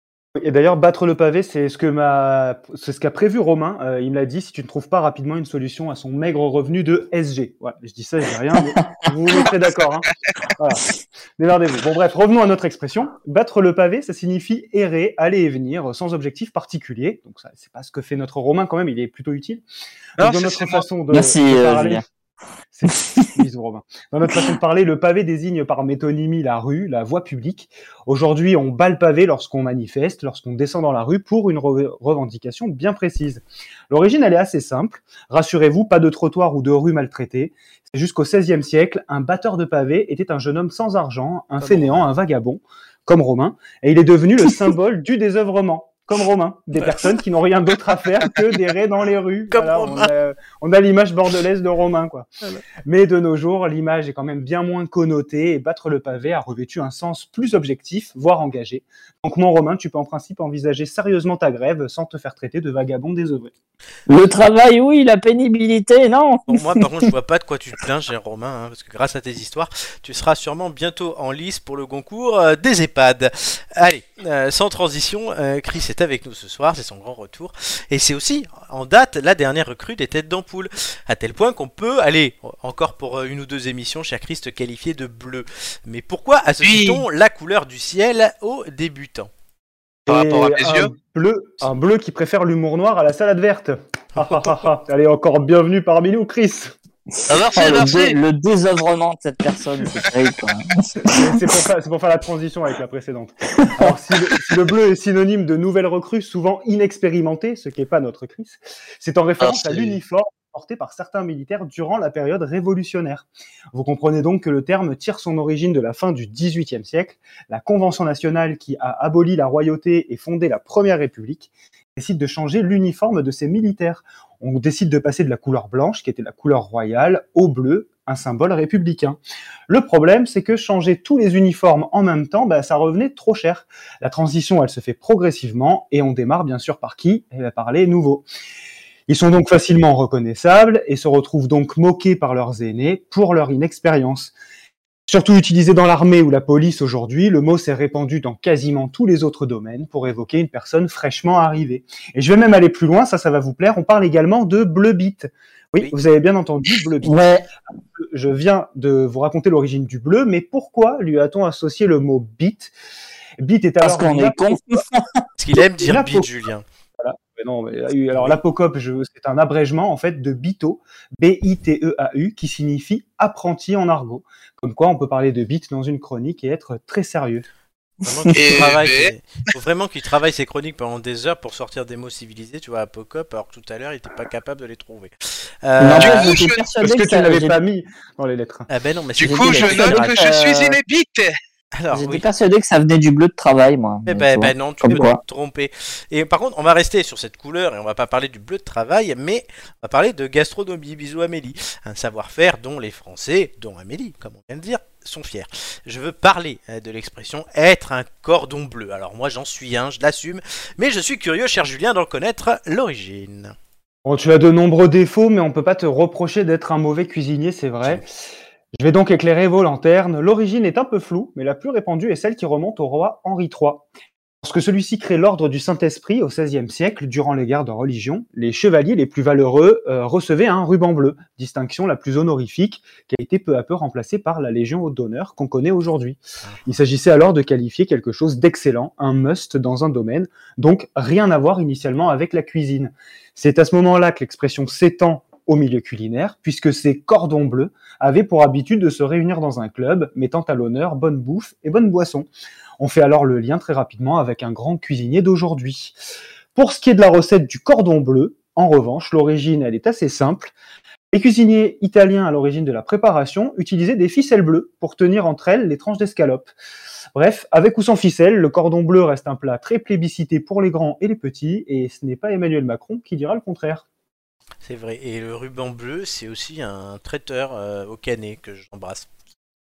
Et d'ailleurs, battre le pavé, c'est ce que m'a, c'est ce qu'a prévu Romain. Euh, il me l'a dit, si tu ne trouves pas rapidement une solution à son maigre revenu de S G. Voilà, je dis ça, je dis rien, mais vous vous mettrez d'accord. Hein. Voilà. Démerdez-vous. Bon, bref, revenons à notre expression. Battre le pavé, ça signifie errer, aller et venir, sans objectif particulier. Donc, ça, c'est pas ce que fait notre Romain quand même, il est plutôt utile. Non, Donc, dans c'est- notre c'est moi. façon de, Merci, de euh, parler, Julien. c'est- Bisous, Romain. Dans notre façon de parler, le pavé désigne par métonymie la rue, la voie publique. Aujourd'hui, on bat le pavé lorsqu'on manifeste, lorsqu'on descend dans la rue pour une re- revendication bien précise. L'origine, elle est assez simple. Rassurez-vous, pas de trottoir ou de rue maltraitée. C'est jusqu'au seizième siècle, un batteur de pavé était un jeune homme sans argent, un Comme fainéant, Romain. un vagabond, comme Romain, et il est devenu le symbole du désœuvrement. Comme Romain, des personnes qui n'ont rien d'autre à faire que d'errer dans les rues. Comme Voilà, Romain. On a, on a l'image bordelaise de Romain, quoi. Voilà. Mais de nos jours, l'image est quand même bien moins connotée et battre le pavé a revêtu un sens plus objectif, voire engagé. Donc mon Romain, tu peux en principe envisager sérieusement ta grève sans te faire traiter de vagabond désœuvré. Le travail, oui, la pénibilité, non. Bon, moi, par contre, je vois pas de quoi tu te plains, cher Romain, hein, parce que grâce à tes histoires, tu seras sûrement bientôt en lice pour le concours euh, des EHPAD. Allez, euh, sans transition, euh, Chris est avec nous ce soir, c'est son grand retour, et c'est aussi, en date, la dernière recrue des têtes d'ampoule, à tel point qu'on peut, allez, encore pour euh, une ou deux émissions, cher Chris, te qualifier de bleu. Mais pourquoi associe-t-on la couleur du ciel aux débutants ? Par Et rapport à mes un yeux bleu, un bleu qui préfère l'humour noir à la salade verte. Ah, ah, ah, ah. Allez, encore bienvenue parmi nous, Chris. Ah, merci, Oh, le, merci. dé- le désœuvrement de cette personne, c'est terrible, quoi. C'est c'est pour, faire- c'est pour faire la transition avec la précédente. Alors, si le, si le bleu est synonyme de nouvelle recrue, souvent inexpérimentée, ce qui n'est pas notre Chris, c'est en référence Ah, à c'est- l'uniforme porté par certains militaires durant la période révolutionnaire. Vous comprenez donc que le terme tire son origine de la fin du dix-huitième siècle. La Convention nationale qui a aboli la royauté et fondé la Première République décide de changer l'uniforme de ses militaires. On décide de passer de la couleur blanche, qui était la couleur royale, au bleu, un symbole républicain. Le problème, c'est que changer tous les uniformes en même temps, bah, ça revenait trop cher. La transition, elle se fait progressivement, et on démarre bien sûr par qui ? Eh bien, par les nouveaux. Ils sont donc facilement reconnaissables, et se retrouvent donc moqués par leurs aînés pour leur inexpérience. Surtout utilisé dans l'armée ou la police aujourd'hui, le mot s'est répandu dans quasiment tous les autres domaines pour évoquer une personne fraîchement arrivée. Et je vais même aller plus loin, ça, ça va vous plaire, on parle également de bleu-bite. Oui, Oui. vous avez bien entendu, bleu-bite. Ouais, Je viens de vous raconter l'origine du bleu, mais pourquoi lui a-t-on associé le mot bite ? Bite est parce alors... qu'on est con. Parce qu'il aime dire La bite, peau. Julien. Mais non, mais, alors l'apocope, je- c'est un abrégement en fait de bito, B I T E A U, qui signifie apprenti en argot. Comme quoi, on peut parler de bite dans une chronique et être très sérieux. Vraiment qu'il Et travaille, mais- ses- faut vraiment qu'il travaille ses chroniques pendant des heures pour sortir des mots civilisés, tu vois, Apocope, alors que tout à l'heure, il était pas capable de les trouver. Euh, Non, Du mais coup, j'étais je- persuadé Parce que que tu ça- ne l'avais j'ai- pas mis dans les lettres. ah ben non, mais Du c'est- coup, dit je la note couleur. que je suis Euh, une bite. Alors, J'étais oui. persuadé que ça venait du bleu de travail, moi. Eh Mais ben, tu vois. ben non, tu Comme peux quoi. te tromper. Et par contre, on va rester sur cette couleur et on va pas parler du bleu de travail, mais on va parler de gastronomie. Bisous Amélie. Un savoir-faire dont les Français, dont Amélie, comme on vient de dire, sont fiers. Je veux parler euh, de l'expression être un cordon bleu. Alors moi, j'en suis un, je l'assume, mais je suis curieux, cher Julien, d'en connaître l'origine. Bon, tu as de nombreux défauts, mais on peut pas te reprocher d'être un mauvais cuisinier, c'est vrai. Je vais donc éclairer vos lanternes. L'origine est un peu floue, mais la plus répandue est celle qui remonte au roi Henri trois. Lorsque celui-ci crée l'ordre du Saint-Esprit au seizième siècle, durant les guerres de religion, les chevaliers les plus valeureux euh, recevaient un ruban bleu, distinction la plus honorifique, qui a été peu à peu remplacée par la Légion d'honneur qu'on connaît aujourd'hui. Il s'agissait alors de qualifier quelque chose d'excellent, un must dans un domaine, donc rien à voir initialement avec la cuisine. C'est à ce moment-là que l'expression s'étend au milieu culinaire, puisque ces cordons bleus avaient pour habitude de se réunir dans un club, mettant à l'honneur bonne bouffe et bonne boisson. On fait alors le lien très rapidement avec un grand cuisinier d'aujourd'hui. Pour ce qui est de la recette du cordon bleu, en revanche, l'origine, elle est assez simple. Les cuisiniers italiens à l'origine de la préparation utilisaient des ficelles bleues pour tenir entre elles les tranches d'escalope. Bref, avec ou sans ficelle, le cordon bleu reste un plat très plébiscité pour les grands et les petits, et ce n'est pas Emmanuel Macron qui dira le contraire. C'est vrai. Et le ruban bleu, c'est aussi un traiteur euh, au Canet que j'embrasse.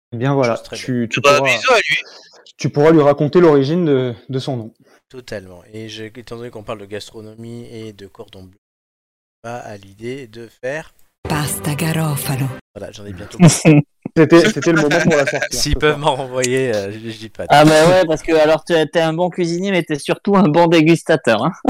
Eh bien voilà, Chose très tu, tu, Bah, pourras, bisous à lui. tu pourras lui raconter l'origine de, de son nom. Totalement. Et je, étant donné qu'on parle de gastronomie et de cordon bleu, pas à l'idée de faire. Pasta garofalo. Voilà, j'en ai bientôt. C'était, c'était le moment pour la sortir. S'ils ce peuvent soir. m'en renvoyer, euh, je, je dis pas. Ah bah ouais, parce que alors tu es un bon cuisinier, mais t'es surtout un bon dégustateur. Hein.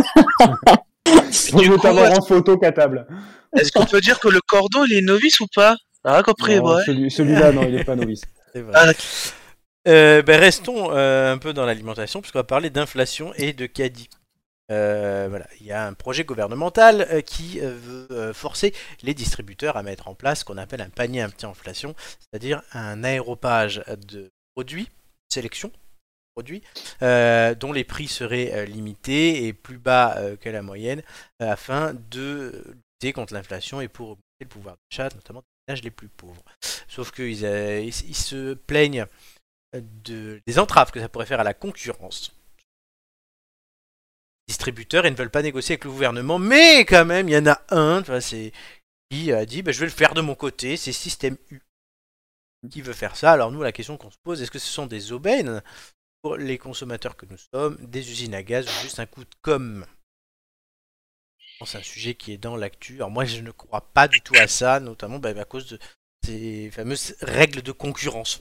Faut Du mieux coup, t'avoir est-ce- en photo qu'à table. Est-ce qu'on peut dire que le cordon, il est novice ou pas? Ah, compris, Non, ouais. celui, celui-là, non, il est pas novice. C'est vrai. Ah, d'accord. Euh, ben restons euh, un peu dans l'alimentation, puisqu'on va parler d'inflation et de caddie. Euh, voilà, il y a un projet gouvernemental euh, qui euh, veut euh, forcer les distributeurs à mettre en place ce qu'on appelle un panier anti-inflation, c'est-à-dire un aéropage de produits, sélection de produits, euh, dont les prix seraient euh, limités et plus bas euh, que la moyenne, euh, afin de lutter contre l'inflation et pour augmenter le pouvoir d'achat, notamment des ménages les plus pauvres. Sauf qu'ils euh, ils, ils se plaignent de, des entraves que ça pourrait faire à la concurrence. Distributeurs, ils ne veulent pas négocier avec le gouvernement, mais quand même, il y en a un tu vois, c'est, qui a dit bah, je vais le faire de mon côté, c'est Système U qui veut faire ça. Alors nous, la question qu'on se pose, est-ce que ce sont des aubaines pour les consommateurs que nous sommes, des usines à gaz ou juste un coup de com'? C'est un sujet qui est dans l'actu. Alors moi, je ne crois pas du tout à ça, notamment bah, à cause de ces fameuses règles de concurrence.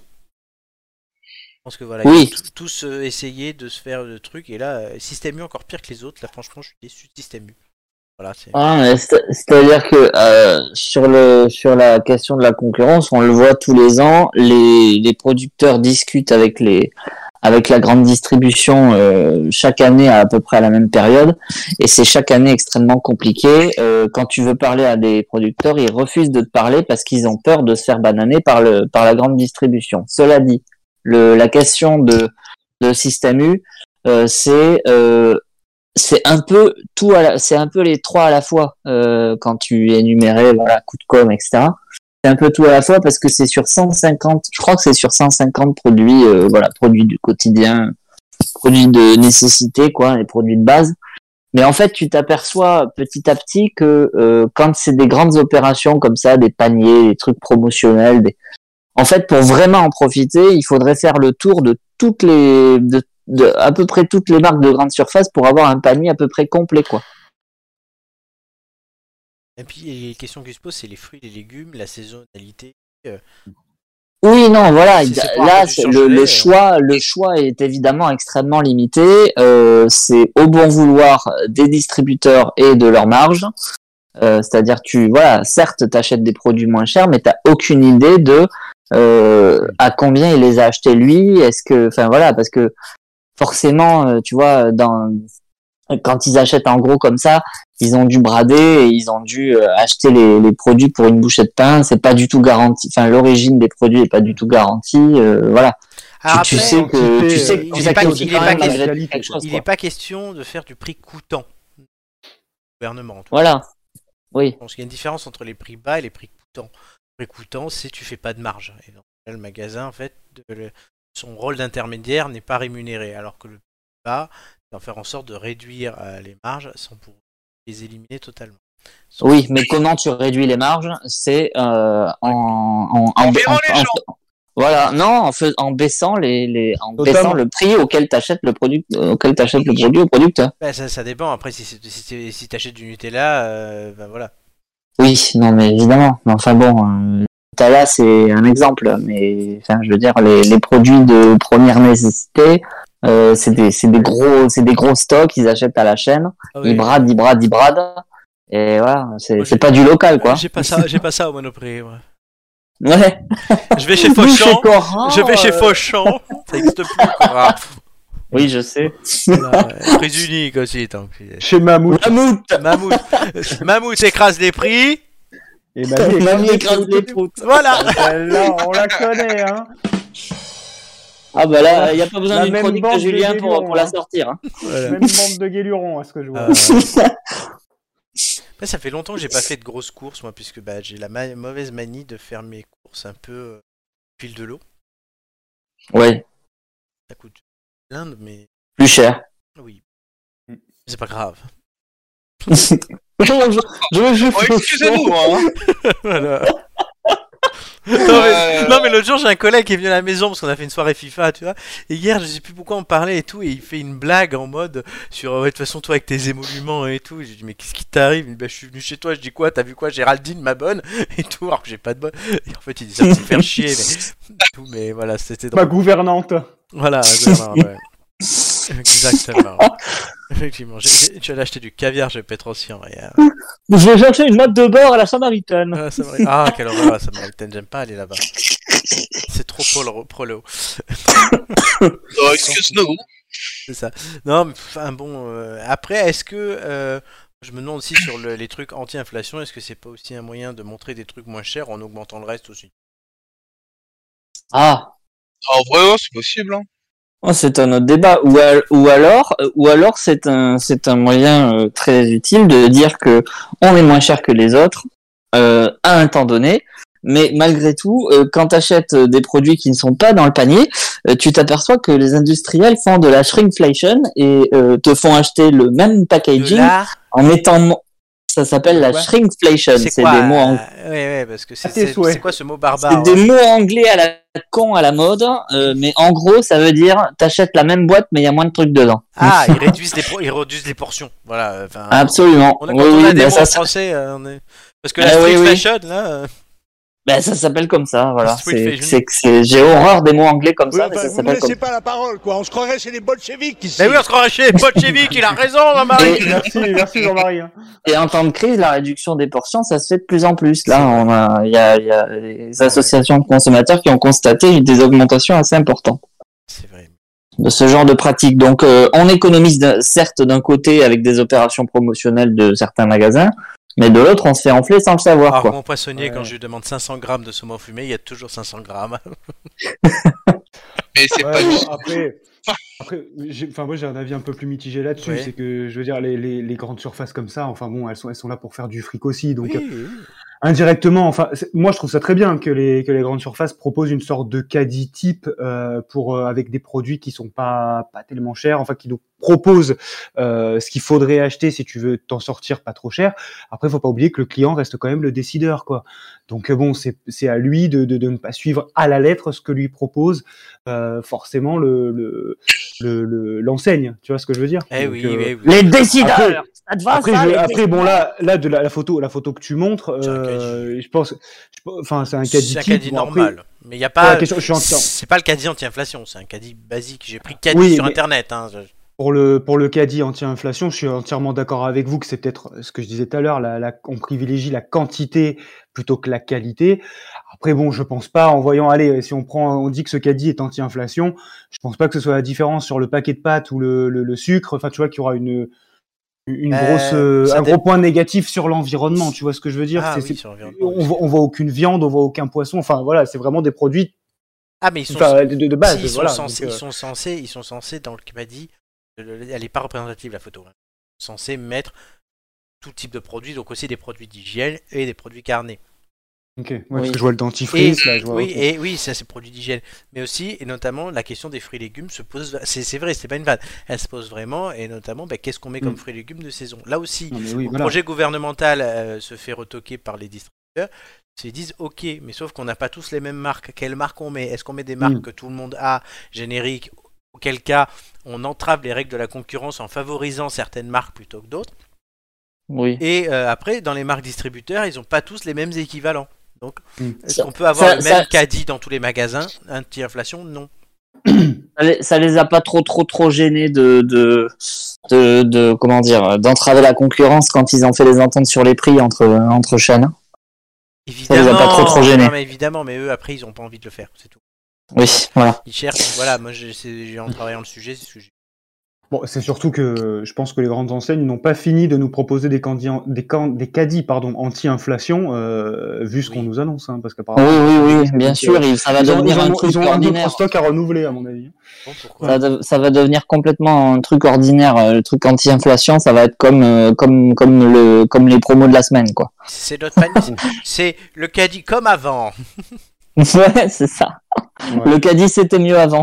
Je pense que voilà, Oui. ils ont tous, tous euh, essayé de se faire le truc, et là, euh, Système U encore pire que les autres. Là, franchement, je suis déçu de Système U. Voilà, c'est. Ah, mais c'est- c'est-à-dire que euh, sur le sur la question de la concurrence, on le voit tous les ans, les les producteurs discutent avec les avec la grande distribution euh, chaque année à à peu près à la même période, et c'est chaque année extrêmement compliqué. Euh, quand tu veux parler à des producteurs, ils refusent de te parler parce qu'ils ont peur de se faire bananer par le par la grande distribution. Cela dit, le la question de de Système U, euh, c'est euh, c'est un peu tout à la, c'est un peu les trois à la fois euh, quand tu énumérais voilà coup de com etc. C'est un peu tout à la fois parce que c'est sur cent cinquante, je crois que c'est sur cent cinquante produits euh, voilà produits du quotidien, produits de nécessité quoi, les produits de base. Mais en fait tu t'aperçois petit à petit que euh, quand c'est des grandes opérations comme ça, des paniers, des trucs promotionnels, des... en fait pour vraiment en profiter, il faudrait faire le tour de toutes les de de à peu près toutes les marques de grande surface pour avoir un panier à peu près complet quoi. Et puis les questions qui se posent, c'est les fruits, les légumes, la saisonnalité. euh, Oui, non, voilà, C'est- c'est pour un là produit c'est le, surgelé, le euh. choix le choix est évidemment extrêmement limité, euh, c'est au bon vouloir des distributeurs et de leur marge. Euh, c'est-à-dire tu voilà, certes t'achètes des produits moins chers mais t'as aucune idée de euh, à combien il les a achetés lui, est-ce que enfin voilà, parce que forcément, euh, tu vois, dans quand ils achètent en gros comme ça, ils ont dû brader et ils ont dû euh, acheter les, les produits pour une bouchée de pain. C'est pas du tout garanti. Enfin, l'origine des produits est pas du tout garantie. Euh, voilà. Alors tu, tu après, sais que tu euh, sais il que est ça pas- coûte il est quand pas même question- malgré tout quelque chose, il quoi. n'est pas question de faire du prix coûtant. Gouvernement. En tout cas. Voilà. Oui. Je pense qu'il y a une différence entre les prix bas et les prix coûtants. Les prix coûtants, c'est tu fais pas de marge. Et donc, là, le magasin, en fait, de- le- son rôle d'intermédiaire n'est pas rémunéré, alors que le prix bas, c'est en faire en sorte de réduire euh, les marges sans pour les éliminer totalement. Sauf- Oui, mais comment tu réduis les marges? C'est euh, en, en, en, En virant les en- gens. voilà, non, en, fais- en baissant les, les en Notamment. baissant le prix auquel t'achètes le produit, euh, auquel t'achètes le produit au producteur. Bah, ça, ça dépend. Après, si, c'est- si, c'est- si t'achètes du Nutella, euh, ben voilà. Oui, non, mais évidemment. Mais enfin bon, euh, Nutella, c'est un exemple. Mais enfin, je veux dire, les, les produits de première nécessité, euh, c'est des, c'est des gros, c'est des gros stocks. Ils achètent à la chaîne, Ah oui. ils bradent, ils bradent, ils bradent. Et voilà, c'est, Moi, c'est j'ai- pas du local, quoi. J'ai pas ça, j'ai pas ça au Monoprix. Ouais. Ouais. Je vais chez Nous, Fauchon. Cora, Je vais chez euh, Fauchon. Ça existe plus. Cora. Oui, je sais. Voilà, ouais. Prix unique aussi, tant pis. Chez Mammouth. Mammouth. Mammouth, Mammouth écrase les prix. Et Mamie Mamie écrase écrase les proutes. Voilà. Celle-là, on la connaît, hein. Ah bah là, il y a pas besoin La d'une même chronique bande de de Julien pour, Guélurons, pour la hein. sortir. Hein. Voilà. Même bande de guélurons, à ce que je vois. Euh, Après, ça fait longtemps que j'ai pas fait de grosses courses, moi, puisque bah, j'ai la ma- mauvaise manie de faire mes courses un peu euh, au fil de l'eau. Ouais, Ça coûte l'Inde, mais plus cher. oui. C'est pas grave. je, je, je, Oh, excusez-nous, hein. Voilà. non, mais, non mais l'autre jour j'ai un collègue qui est venu à la maison parce qu'on a fait une soirée FIFA, tu vois. Et hier je sais plus pourquoi on parlait et tout, et il fait une blague en mode sur ouais, de toute façon toi avec tes émoluments et tout. Et je lui dis mais qu'est-ce qui t'arrive? Il me dit, bah, je suis venu chez toi, je dis quoi? T'as vu quoi? Géraldine ma bonne et tout, alors que j'ai pas de bonne. Et en fait il dit ça pour me faire chier, mais tout, mais voilà c'était drôle. Ma gouvernante. Voilà, voilà, ouais. Exactement. Effectivement, j'ai, j'ai, tu allais acheter du caviar chez Petrosian. Et, euh... Je vais chercher une note de beurre à la Samaritaine. Ah, Samari- ah quelle horreur la Samaritaine, j'aime pas aller là-bas. C'est trop prolo. prolo. Oh, excuse-nous. C'est ça. Non, mais enfin bon. Euh, après, est-ce que euh, je me demande aussi sur le, les trucs anti-inflation, est-ce que c'est pas aussi un moyen de montrer des trucs moins chers en augmentant le reste aussi? Ah, En vrai, ouais, c'est possible. Hein. oh, c'est un autre débat. Ou, al- ou alors, ou alors c'est un, c'est un moyen euh, très utile de dire que on est moins cher que les autres euh, à un temps donné. Mais malgré tout, euh, quand tu achètes des produits qui ne sont pas dans le panier, euh, tu t'aperçois que les industriels font de la shrinkflation et euh, te font acheter le même De packaging là, en mettant... mo- Ça s'appelle la Ouais. shrinkflation. c'est C'est quoi des mots en... euh, Ouais, ouais, parce que c'est, À tes c'est, souhaits. c'est quoi ce mot C'est barbare? des hein mots anglais à la con à la mode, euh, mais en gros, ça veut dire t'achètes la même boîte, mais il y a moins de trucs dedans. Ah, ils réduisent les, pro- ils réduisent les portions. Voilà. Enfin, Absolument. On a, Oui, quand on oui, a des bah, mots ça, en ça- français, euh, on est... parce que Ah, la street oui, oui. fashion, là. euh, bah, ça s'appelle comme ça, voilà. Street C'est, fashion. c'est, c'est, j'ai horreur des mots anglais comme Oui, ça, mais enfin, ça vous ne s'appelle laissez comme pas la parole, quoi. On se croirait chez les bolcheviks ici. Mais oui, on se croirait chez Bolchevique, il a raison, Jean-Marie. Et- Merci, merci Jean-Marie. hein. Et en temps de crise, la réduction des portions, ça se fait de plus en plus. Là, on a, il y a, il y a des associations de consommateurs qui ont constaté des augmentations assez importantes C'est vrai. de ce genre de pratique. Donc, euh, on économise d'un- certes d'un côté avec des opérations promotionnelles de certains magasins, mais de l'autre, on se fait enfler sans le savoir, Alors, quoi. mon poissonnier, Ouais. quand je lui demande cinq cents grammes de saumon fumé, il y a toujours cinq cents grammes. Mais c'est Ouais, pas bon, du... après, après j'ai, enfin, moi j'ai un avis un peu plus mitigé là-dessus. Ouais. C'est que, je veux dire, les, les, les grandes surfaces comme ça, enfin bon, elles sont, elles sont là pour faire du fric aussi. Donc, Oui, oui. indirectement, enfin, c'est- moi je trouve ça très bien que les, que les grandes surfaces proposent une sorte de caddie type euh, pour, euh, avec des produits qui sont pas, pas tellement chers, enfin, qui nous proposent euh, ce qu'il faudrait acheter si tu veux t'en sortir pas trop cher. Après, faut pas oublier que le client reste quand même le décideur, quoi. Donc, euh, bon, c'est, c'est à lui de, de, de ne pas suivre à la lettre ce que lui propose euh, forcément le, le, le, le- l'enseigne. Tu vois ce que je veux dire? Eh Donc, oui, euh, eh oui. Les décideurs! Après- Ça te va, après, ça, je- les après bon décideurs là, là de la, la photo, la photo que tu montres, C'est un euh, je pense, je pense- enfin c'est un caddie C'est un type. caddie Bon, après, normal. Mais il n'y a pour la pas. question, je suis entière- C'est pas le caddie anti-inflation, c'est un caddie basique. J'ai pris caddie Oui, sur mais- internet. Hein. je- Pour le pour le caddie anti-inflation, je suis entièrement d'accord avec vous que c'est peut-être ce que je disais tout à l'heure, la, la, on privilégie la quantité plutôt que la qualité. Après bon, je pense pas en voyant, allez, si on prend, on dit que ce caddie est anti-inflation, je pense pas que ce soit la différence sur le paquet de pâtes ou le, le, le sucre. Enfin, tu vois qu'il y aura une une Euh, grosse, euh, ça un dé- gros point négatif sur l'environnement. Tu vois ce que je veux dire? Ah C'est- oui, c'est- sur l'environnement, on, voit, on voit aucune viande, on voit aucun poisson. Enfin voilà, c'est vraiment des produits Ah, mais ils sont. enfin, de, de base. si, ils, sont voilà, censés, donc, ils euh, sont censés, ils sont censés, dans le caddie, le- elle est pas représentative la photo. Hein. Ils sont censés mettre tout type de produits, donc aussi des produits d'hygiène et des produits carnés. Ok, ouais, Oui. parce que je vois le dentifrice, là, je vois. oui, ok. et oui, ça c'est produits d'hygiène, mais aussi et notamment la question des fruits et légumes se pose. C'est, c'est vrai, c'est pas une vanne. Elle se pose vraiment, et notamment, bah, qu'est-ce qu'on met comme Mm. fruits et légumes de saison. Là aussi, Non, mais oui, le voilà. projet gouvernemental euh, se fait retoquer par les distributeurs. Ils disent ok, mais sauf qu'on n'a pas tous les mêmes marques. Quelles marques on met? Est-ce qu'on met des marques Mm. que tout le monde a, génériques? Auquel cas, on entrave les règles de la concurrence en favorisant certaines marques plutôt que d'autres. Oui. Et euh, après, dans les marques distributeurs, ils n'ont pas tous les mêmes équivalents. Donc, Mm. est-ce Ça- qu'on peut avoir ça- le même ça- caddie dans tous les magasins? Anti-inflation, non. Ça les, ça les a pas trop trop trop gênés de de de, de comment dire d'entraver la concurrence quand ils ont fait les ententes sur les prix entre entre chaînes. Évidemment, les a pas trop, trop gênés. non, mais évidemment, mais eux après ils ont pas envie de le faire, c'est tout. Oui, voilà. Ils cherchent, voilà, moi j'ai, c'est- j'ai en travaillant le sujet, c'est ce que j'ai. Bon, c'est surtout que je pense que les grandes enseignes n'ont pas fini de nous proposer des, candis, des, can- des caddies pardon, anti-inflation, euh, vu ce Oui. qu'on nous annonce. Hein, parce Oui, qu'apparemment, oui, oui, bien sûr, il- ça va ils ont, devenir ils ont- un truc ils ont un ordinaire. autre stock à renouveler, à mon avis. Bon, pourquoi? Ça, de- ça va devenir complètement un truc ordinaire. euh, Le truc anti-inflation, ça va être comme euh, comme comme le comme les promos de la semaine, quoi. C'est notre panier, c'est- c'est le caddie comme avant. Ouais, c'est ça. Ouais. Le caddie, c'était mieux avant.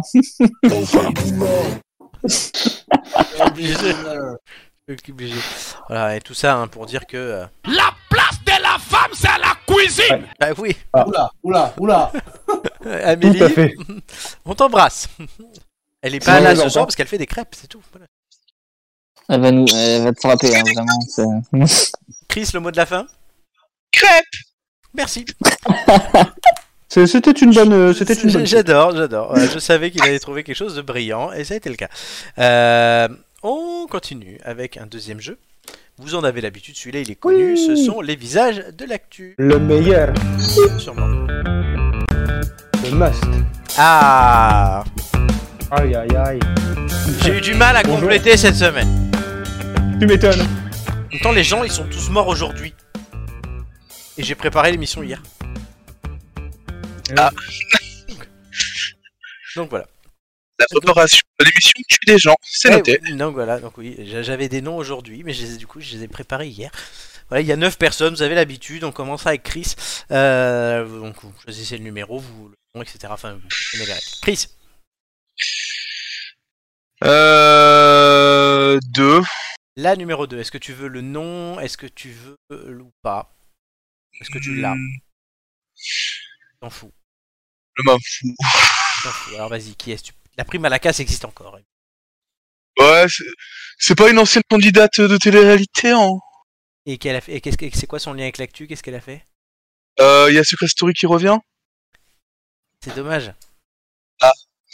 obligé. Obligé. Voilà, et tout ça hein, pour dire que. euh, La place de la La femme, c'est à la cuisine. Bah oui. Oula, oula, oula. Euh, Amélie, Tout à fait. on t'embrasse. Elle est pas Ouais, là ce j'entends. soir parce qu'elle fait des crêpes, c'est tout. Voilà. Elle va nous, elle va te frapper, hein, vraiment. c'est- Chris, le mot de la fin. Crêpe. Merci. C'est- C'était une bonne. euh, C'était une bonne. J'adore, j'adore. Euh, je savais qu'il allait trouver quelque chose de brillant et ça a été le cas. Euh, on continue avec un deuxième jeu. Vous en avez l'habitude, celui-là il est connu. Oui. Ce sont les visages de l'actu. Le meilleur. Sûrement. Le must. Ah, Aïe aïe aïe. j'ai eu du mal à Bonjour. compléter cette semaine. Tu m'étonnes. Pourtant les gens ils sont tous morts aujourd'hui. Et j'ai préparé l'émission hier. Ah. Donc voilà. La préparation de l'émission tue des gens, c'est Ouais, noté. oui, donc voilà, donc oui, j'a- j'avais des noms aujourd'hui, mais je les ai- du coup je les ai préparés hier. Voilà, il y a neuf personnes, vous avez l'habitude, on commence avec Chris. Euh, donc vous choisissez le numéro, vous le nom, et cetera. Enfin, vous connaissez les règles. Chris, Euh... Deux. la numéro deux, est-ce que tu veux le nom? Est-ce que tu veux euh, ou pas? Est-ce que tu l'as? T'en fous. Je m'en fous. T'en fous. Alors vas-y, qui est-ce? Tu- La prime à la casse existe encore. Ouais, c'est- c'est pas une ancienne candidate de télé-réalité, hein. Et, qu'elle a fait... et qu'est-ce que- c'est quoi son lien avec l'actu? Qu'est-ce qu'elle a fait? Euh, y a Secret Story qui revient. C'est dommage. Ah.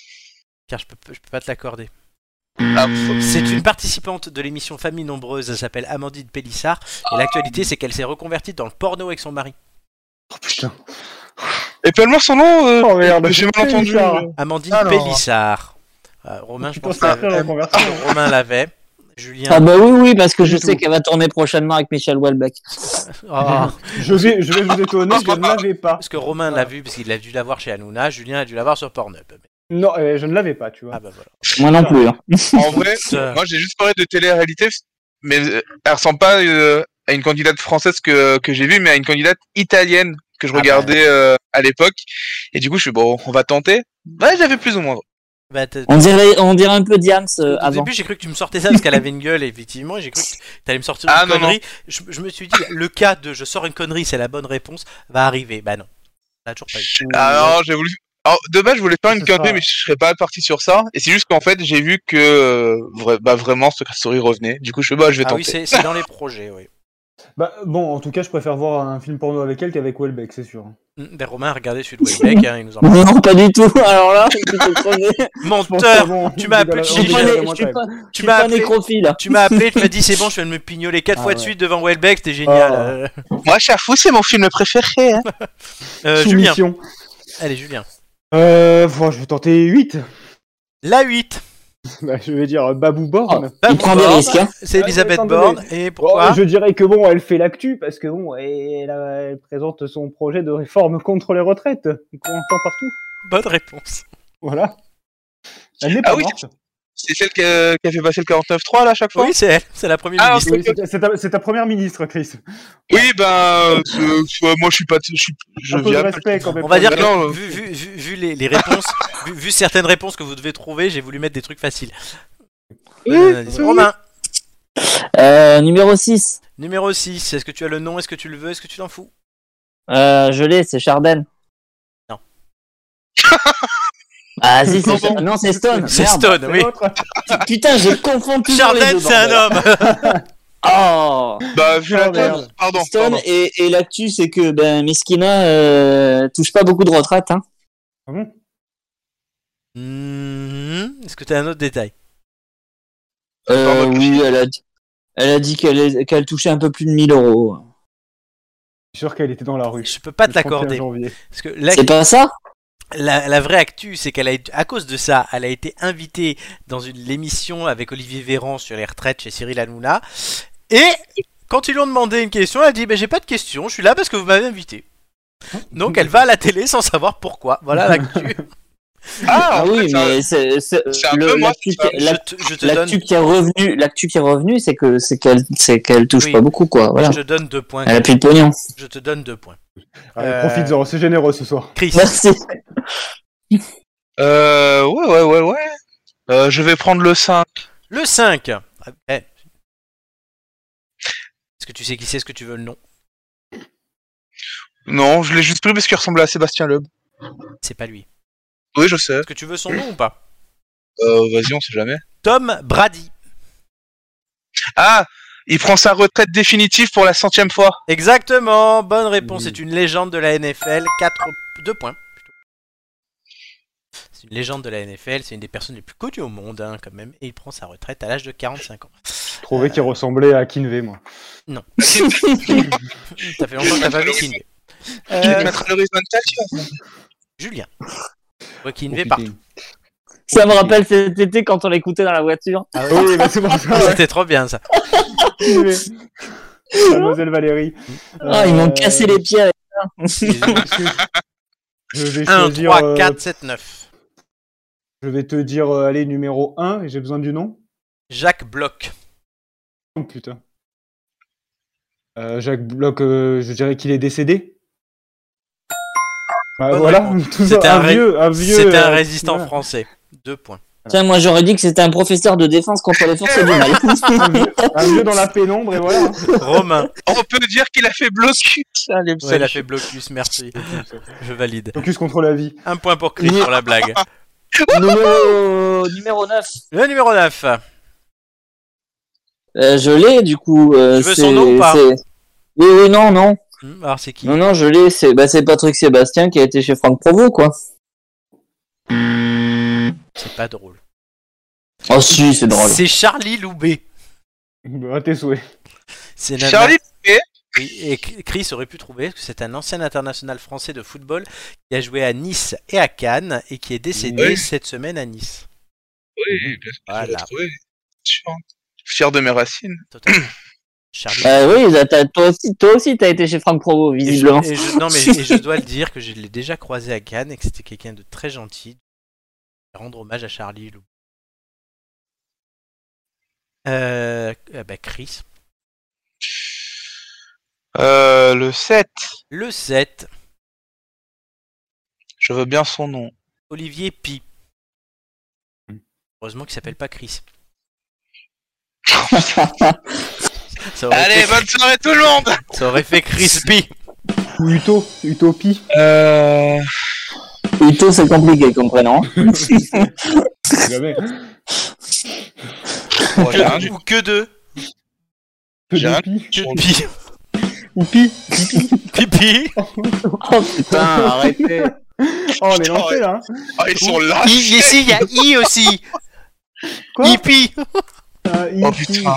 Car je peux, je peux pas te l'accorder. Ah, C'est une participante de l'émission Famille Nombreuse, elle s'appelle Amandine Pélissard, et l'actualité c'est qu'elle s'est reconvertie dans le porno avec son mari. Oh putain. Épelle-moi son nom, euh, Oh merde. j'ai mal entendu. Pélissard. Amandine Alors. Pélissard. Euh, Romain, je Putain, pense c'est que très reconverti. Romain l'avait. Julien. Ah bah oui, oui, parce que je Du sais tout. qu'elle va tourner prochainement avec Michel Houellebecq. Oh, Je vais, je vais vous étonner, je ne l'avais pas. parce que Romain l'a vu, parce qu'il a dû l'avoir chez Hanouna. Julien a dû l'avoir sur Pornhub. Non, euh, je ne l'avais pas, tu vois. Ah bah voilà. Moi non plus. Hein. En vrai, Euh, moi j'ai juste parlé de télé-réalité, mais euh, elle ressemble pas euh, à une candidate française que, que j'ai vue, mais à une candidate italienne que je Ah regardais euh, à l'époque. Et du coup, je suis bon, on va tenter. Ouais, j'avais plus ou moins. bah, t'as- On dirait, on dirait un peu Diams euh, Au avant. début, j'ai cru que tu me sortais ça parce qu'elle avait une gueule, effectivement, et j'ai cru que t'allais me sortir une Ah, non, connerie. Je, je me suis dit, le cas de je sors une connerie, c'est la bonne réponse, va arriver. Bah non. Ça a toujours pas eu. Ah non, j'ai voulu. Alors, de base, je voulais faire une Ce quintée, sera- mais je serais pas parti sur ça. Et c'est juste qu'en fait, j'ai vu que euh, vra- bah, vraiment, Secret Story revenait. Du coup, je fais bah, je vais Ah oui, tenter. c'est c'est dans les projets, oui. Bah, bon, en tout cas, je préfère voir un film porno avec elle qu'avec Welbeck, c'est sûr. Mm, Ben Romain a regardé celui de Welbeck, hein, il nous en Non, non, pas du tout. Alors là, je suis plutôt crevé. Je pense que Menteur. bon, tu m'as appelé, dans tu la- Je suis dis- pas, dans la- né- je suis quand pas, même. je suis m'as pas appelé- nécrophile. Tu m'as appelé, tu m'as dit c'est bon, je viens de me pignoler quatre Ah fois de ouais. suite devant Welbeck, c'était génial. Oh. Euh, Moi, Chafou, c'est mon film préféré. Hein. euh, Julien, Soumission. allez Julien. Euh, bon, je vais tenter huit. La huit, Bah, je vais dire Babou Borne. Il prend des risques. Hein. c'est Ah, Elisabeth attendez. Borne, et Bon, pourquoi? je dirais que bon, elle fait l'actu parce que bon, elle, a- elle présente son projet de réforme contre les retraites qu'on entend partout. Bonne réponse. Voilà. Elle n'est Ah pas oui, morte. C'est celle qui a, qui a fait passer le quarante-neuf trois là à chaque fois. Oui, c'est elle, c'est la première Ah, ministre. Oui, c'est ta- c'est ta, c'est ta première ministre, Chris. Oui, ben, euh, euh, moi, je suis pas, je suis, je Un peu de viens. respect quand même. On va dire Mais que, non, euh, vu, vu, vu, vu les, les réponses, vu, vu certaines réponses que vous devez trouver, j'ai voulu mettre des trucs faciles. Bonne analyse. Romain, Euh, numéro six. numéro six, est-ce que tu as le nom, est-ce que tu le veux, est-ce que tu t'en fous? Euh, je l'ai, c'est Chardin. Non. Ah si, c'est Pardon. non, c'est Stone. C'est Merde. Stone, C'est oui. l'autre. Putain, je confonds toujours les Chardin, deux. c'est un bordel. homme. Oh. Bah, vu la Oh, merde. tête, pardon, Stone pardon. et, et l'actu, c'est que ben Miskina euh, touche pas beaucoup de retraite. Hein. Ah bon Mhm. Est-ce que tu as un autre détail? Euh, Attends, oui, elle a, dit- elle a dit qu'elle est- qu'elle touchait un peu plus de mille euros. Je suis sûr qu'elle était dans la rue. Je peux pas te le trente et un l'accorder. janvier. Parce que la, C'est pas ça? la, la vraie actu, c'est qu'elle a été, à cause de ça, elle a été invitée dans une l'émission avec Olivier Véran sur les retraites chez Cyril Hanouna. Et quand ils lui ont demandé une question, elle a dit ben, j'ai pas de question, je suis là parce que vous m'avez invité. Donc elle va à la télé sans savoir pourquoi. Voilà l'actu. Ah, Ah en fait, oui, ça- mais c'est c'est- c'est un le- peu moi, l'actu ça. qui- Je l'ac- te, je te donne, l'actu qui est revenu, l'actu qui est revenu, c'est que c'est qu'elle c'est qu'elle touche Oui. pas beaucoup quoi. Voilà. je te donne deux points. Elle a plus de pognon. Je te donne deux points. Allez, Euh, profites-en, c'est généreux ce soir. Chris, Merci. Euh, ouais, ouais, ouais, ouais. Euh, je vais prendre le cinq. le cinq. Ah, eh. Est-ce que tu sais qui c'est? Est-ce que tu veux le nom? Non, je l'ai juste pris parce qu'il ressemblait à Sébastien Loeb. C'est pas lui. Oui, je sais. Est-ce que tu veux son nom ou pas? Euh, vas-y, on sait jamais. Tom Brady. Ah, il prend sa retraite définitive pour la centième fois. Exactement, bonne réponse. Mmh. C'est une légende de la N F L. quatre, deux points. Plutôt. C'est une légende de la N F L. C'est une des personnes les plus connues au monde, hein, quand même. Et il prend sa retraite à l'âge de quarante-cinq ans. Je trouvais qu'il ressemblait à Kinvey, moi. Non. Ça fait longtemps que t'as pas vu Kinvey. Je vais te mettre à l'horizon de Julien. Ouais, Kinvey Oh, partout. Ça me rappelle cet été quand on l'écoutait dans la voiture. Ah Oh, oui, bah c'est pour ça. C'était trop bien ça. Kinvey. Mademoiselle Valérie. Ah, ils m'ont Euh, cassé les pieds avec Je vais un, choisir. trois, euh, quatre, sept, neuf. Je vais te dire, euh, allez, numéro un, et j'ai besoin du nom. Jacques Bloch. Oh putain. Euh, Jacques Bloch, euh, je dirais qu'il est décédé. Bah, Bonne voilà, réponse. tout ça, C'était un, un ré- vieux, un vieux. C'était un euh, résistant voilà. français. Deux points. Tiens, moi j'aurais dit que c'était un professeur de défense contre les forces du mal. Un vieux, un vieux dans la pénombre, et voilà. Romain. On peut dire qu'il a fait blocus. Allez, Ouais, il a fait blocus, merci. Je valide. Focus contre la vie. Un point pour Chris pour la blague. numéro... numéro neuf. Le numéro neuf. Euh, je l'ai du coup. Euh, Tu veux c'est- son nom ou pas? c'est- Oui, oui, non, non. Hmm, alors c'est qui? Non, non, je l'ai. C'est bah, c'est Patrick Sébastien qui a été chez Franck Provost, quoi. C'est pas drôle. Oh si, c'est drôle. C'est Charlie Loubet. Bah, à tes souhaits. C'est nana- Charlie Loubet. Oui, et Chris aurait pu trouver que c'est un ancien international français de football qui a joué à Nice et à Cannes et qui est décédé Oui. cette semaine à Nice. Oui, bien sûr. Voilà. Je l'ai trouvé. Sûr. Fier de mes racines. Totalement. Charlie. Euh, oui, t'as- t'as- toi aussi, toi aussi, t'as été chez Franck Provost, Et je, visiblement. et je- non mais et je dois le dire que je l'ai déjà croisé à Cannes et que c'était quelqu'un de très gentil. Rendre hommage à Charlie Loubet. Euh, euh, bah Chris. Euh, le sept. Le sept. Je veux bien son nom. Olivier Pi. Heureusement qu'il s'appelle pas Chris. Ça aurait, Allez, fait, bonne soirée tout le monde. ça aurait fait Crispy. Ou Uto, Utopie. Euh... Plutôt, c'est compliqué comme prénom. Jamais. bon, j'ai rien Que- du- ou que deux. J'ai un- Utopie. Que Pi. Oupi. Pipi. Oh putain, arrêtez. Oh, on est lancé là. hein. Oh, ils sont Ou- là. I, ici, il y a I aussi. Quoi Hippie. Ah, Oh Ipi. putain.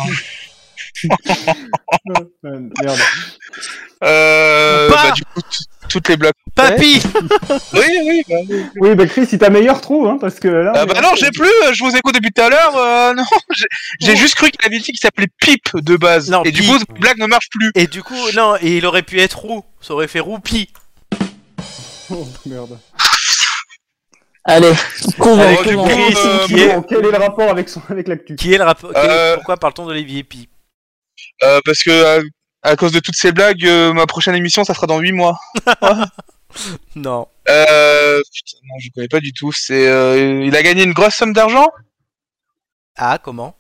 Euh, Merde. Euh... Pas. Bah, du coup, t- toutes les blocs. Papy. Oui, oui, bah, oui. Oui, bah Chris, si t'as meilleur, trouve, hein, parce que là. Ah on est bah lancé. non, j'ai plus, euh, je vous écoute depuis tout à l'heure, euh, non, j'ai j'ai Oh. juste cru qu'il avait dit qu'il s'appelait Pipe de base, Non, et du Pi. coup, cette blague ne marche plus. Et du coup, non, et il aurait pu être roux. Ça aurait fait roupi. Oh, merde. Allez, couvre, Avec couvre. le coup, Chris, euh, qui, est, Bon, quel est le rapport avec, son... avec l'actu? qui est le rapport. quel- Euh. Pourquoi parle-t-on d'Olivier Pi? Euh, parce que, euh, à cause de toutes ces blagues, euh, ma prochaine émission, ça sera dans huit mois. Non. Euh, putain, non, je connais pas du tout, c'est, euh, il a gagné une grosse somme d'argent? Ah, comment?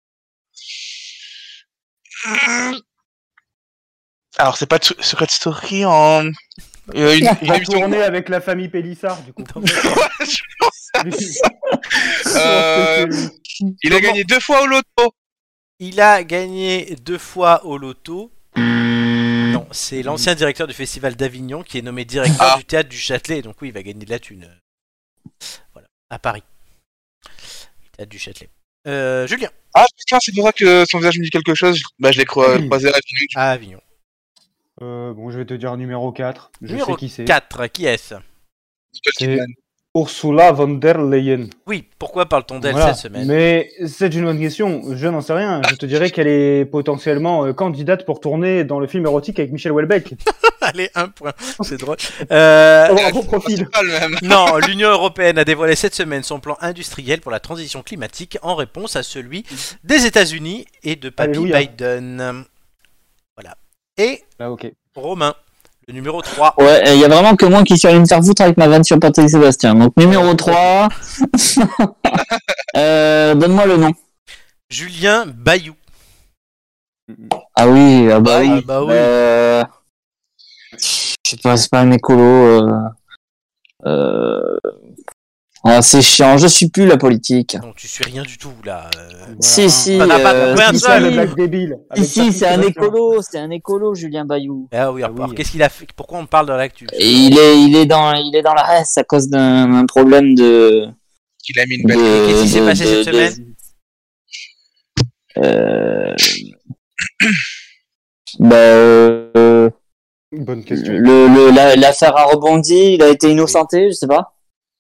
Alors, c'est pas t- Secret Story en, euh, une, Il une va émission. tourner avec la famille Pélissard, du coup. Ouais, je pense à ça. Euh, Euh... Il a gagné deux fois au loto. Il a gagné deux fois au loto. Non, c'est l'ancien directeur du festival d'Avignon qui est nommé directeur Ah. du théâtre du Châtelet. Donc oui, il va gagner de la thune. Voilà, à Paris. Théâtre du Châtelet. Euh, Julien. Ah putain, c'est pour ça que son visage me dit quelque chose. Bah, je l'ai cro- croisé à Avignon. À Avignon. Euh, bon, je vais te dire numéro quatre. Je Numéro sais qui c'est. quatre, qui est-ce? Nicole C'est- Kidman. Ursula von der Leyen. Oui, pourquoi parle-t-on d'elle Voilà. cette semaine? Mais c'est une bonne question. Je n'en sais rien. Je te dirais qu'elle est potentiellement euh, candidate pour tourner dans le film érotique avec Michel Houellebecq. Allez, un point, c'est drôle. Euh, Avoir un beau profil. C'est pas le même. non, l'Union Européenne a dévoilé cette semaine son plan industriel pour la transition climatique en réponse à celui des États-Unis et de Papy Alléluia. Biden. Voilà. Et Ah, ok. Romain, le numéro trois. Ouais, il y a vraiment que moi qui suis allé me faire foutre avec ma vanne sur Patrick Sébastien. Donc numéro trois. euh, donne-moi le nom. Julien Bayou. Ah oui, ah bah oui. Ah bah oui. Euh... je sais pas, c'est pas un écolo. Euh... Euh... Ah, c'est chiant, je suis plus la politique. Non, tu suis rien du tout là. Euh... Voilà. Si, si, T'en as pas euh, trouvé un si, C'est ça, seul. le si. black débile. Si, Avec si, Patrick c'est un Sébastien. écolo, c'est un écolo, Julien Bayou. Ah oui, Ah alors oui. qu'est-ce qu'il a fait? Pourquoi on parle de l'actu? Et il est, il est dans, il est dans la reste à cause d'un un problème de. Qu'il a mis une de belle. Qu'est-ce qui s'est de- passé de- cette de- semaine? Euh... bah, euh, Bonne question. le, le, la- l'affaire a rebondi, il a été innocenté, je sais pas.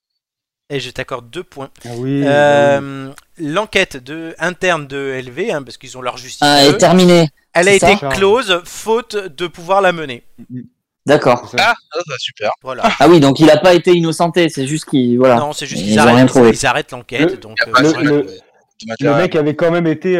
Et je t'accorde deux points. Ah oui. bah oui. Euh, L'enquête de, interne de L V, hein, parce qu'ils ont leur justice, Ah, eux, est terminé. elle a c'est été ça close, faute de pouvoir la mener. D'accord. C'est ça. Ah, ah, bah, super. Voilà. Ah oui, donc il a pas été innocenté, c'est juste qu'il, voilà. Non, c'est juste Ils qu'ils ont rien arrêtent, trouvé. ils arrêtent l'enquête. Le- Donc, Y a euh, pas le- de- le- de Le matériel. mec avait quand même été,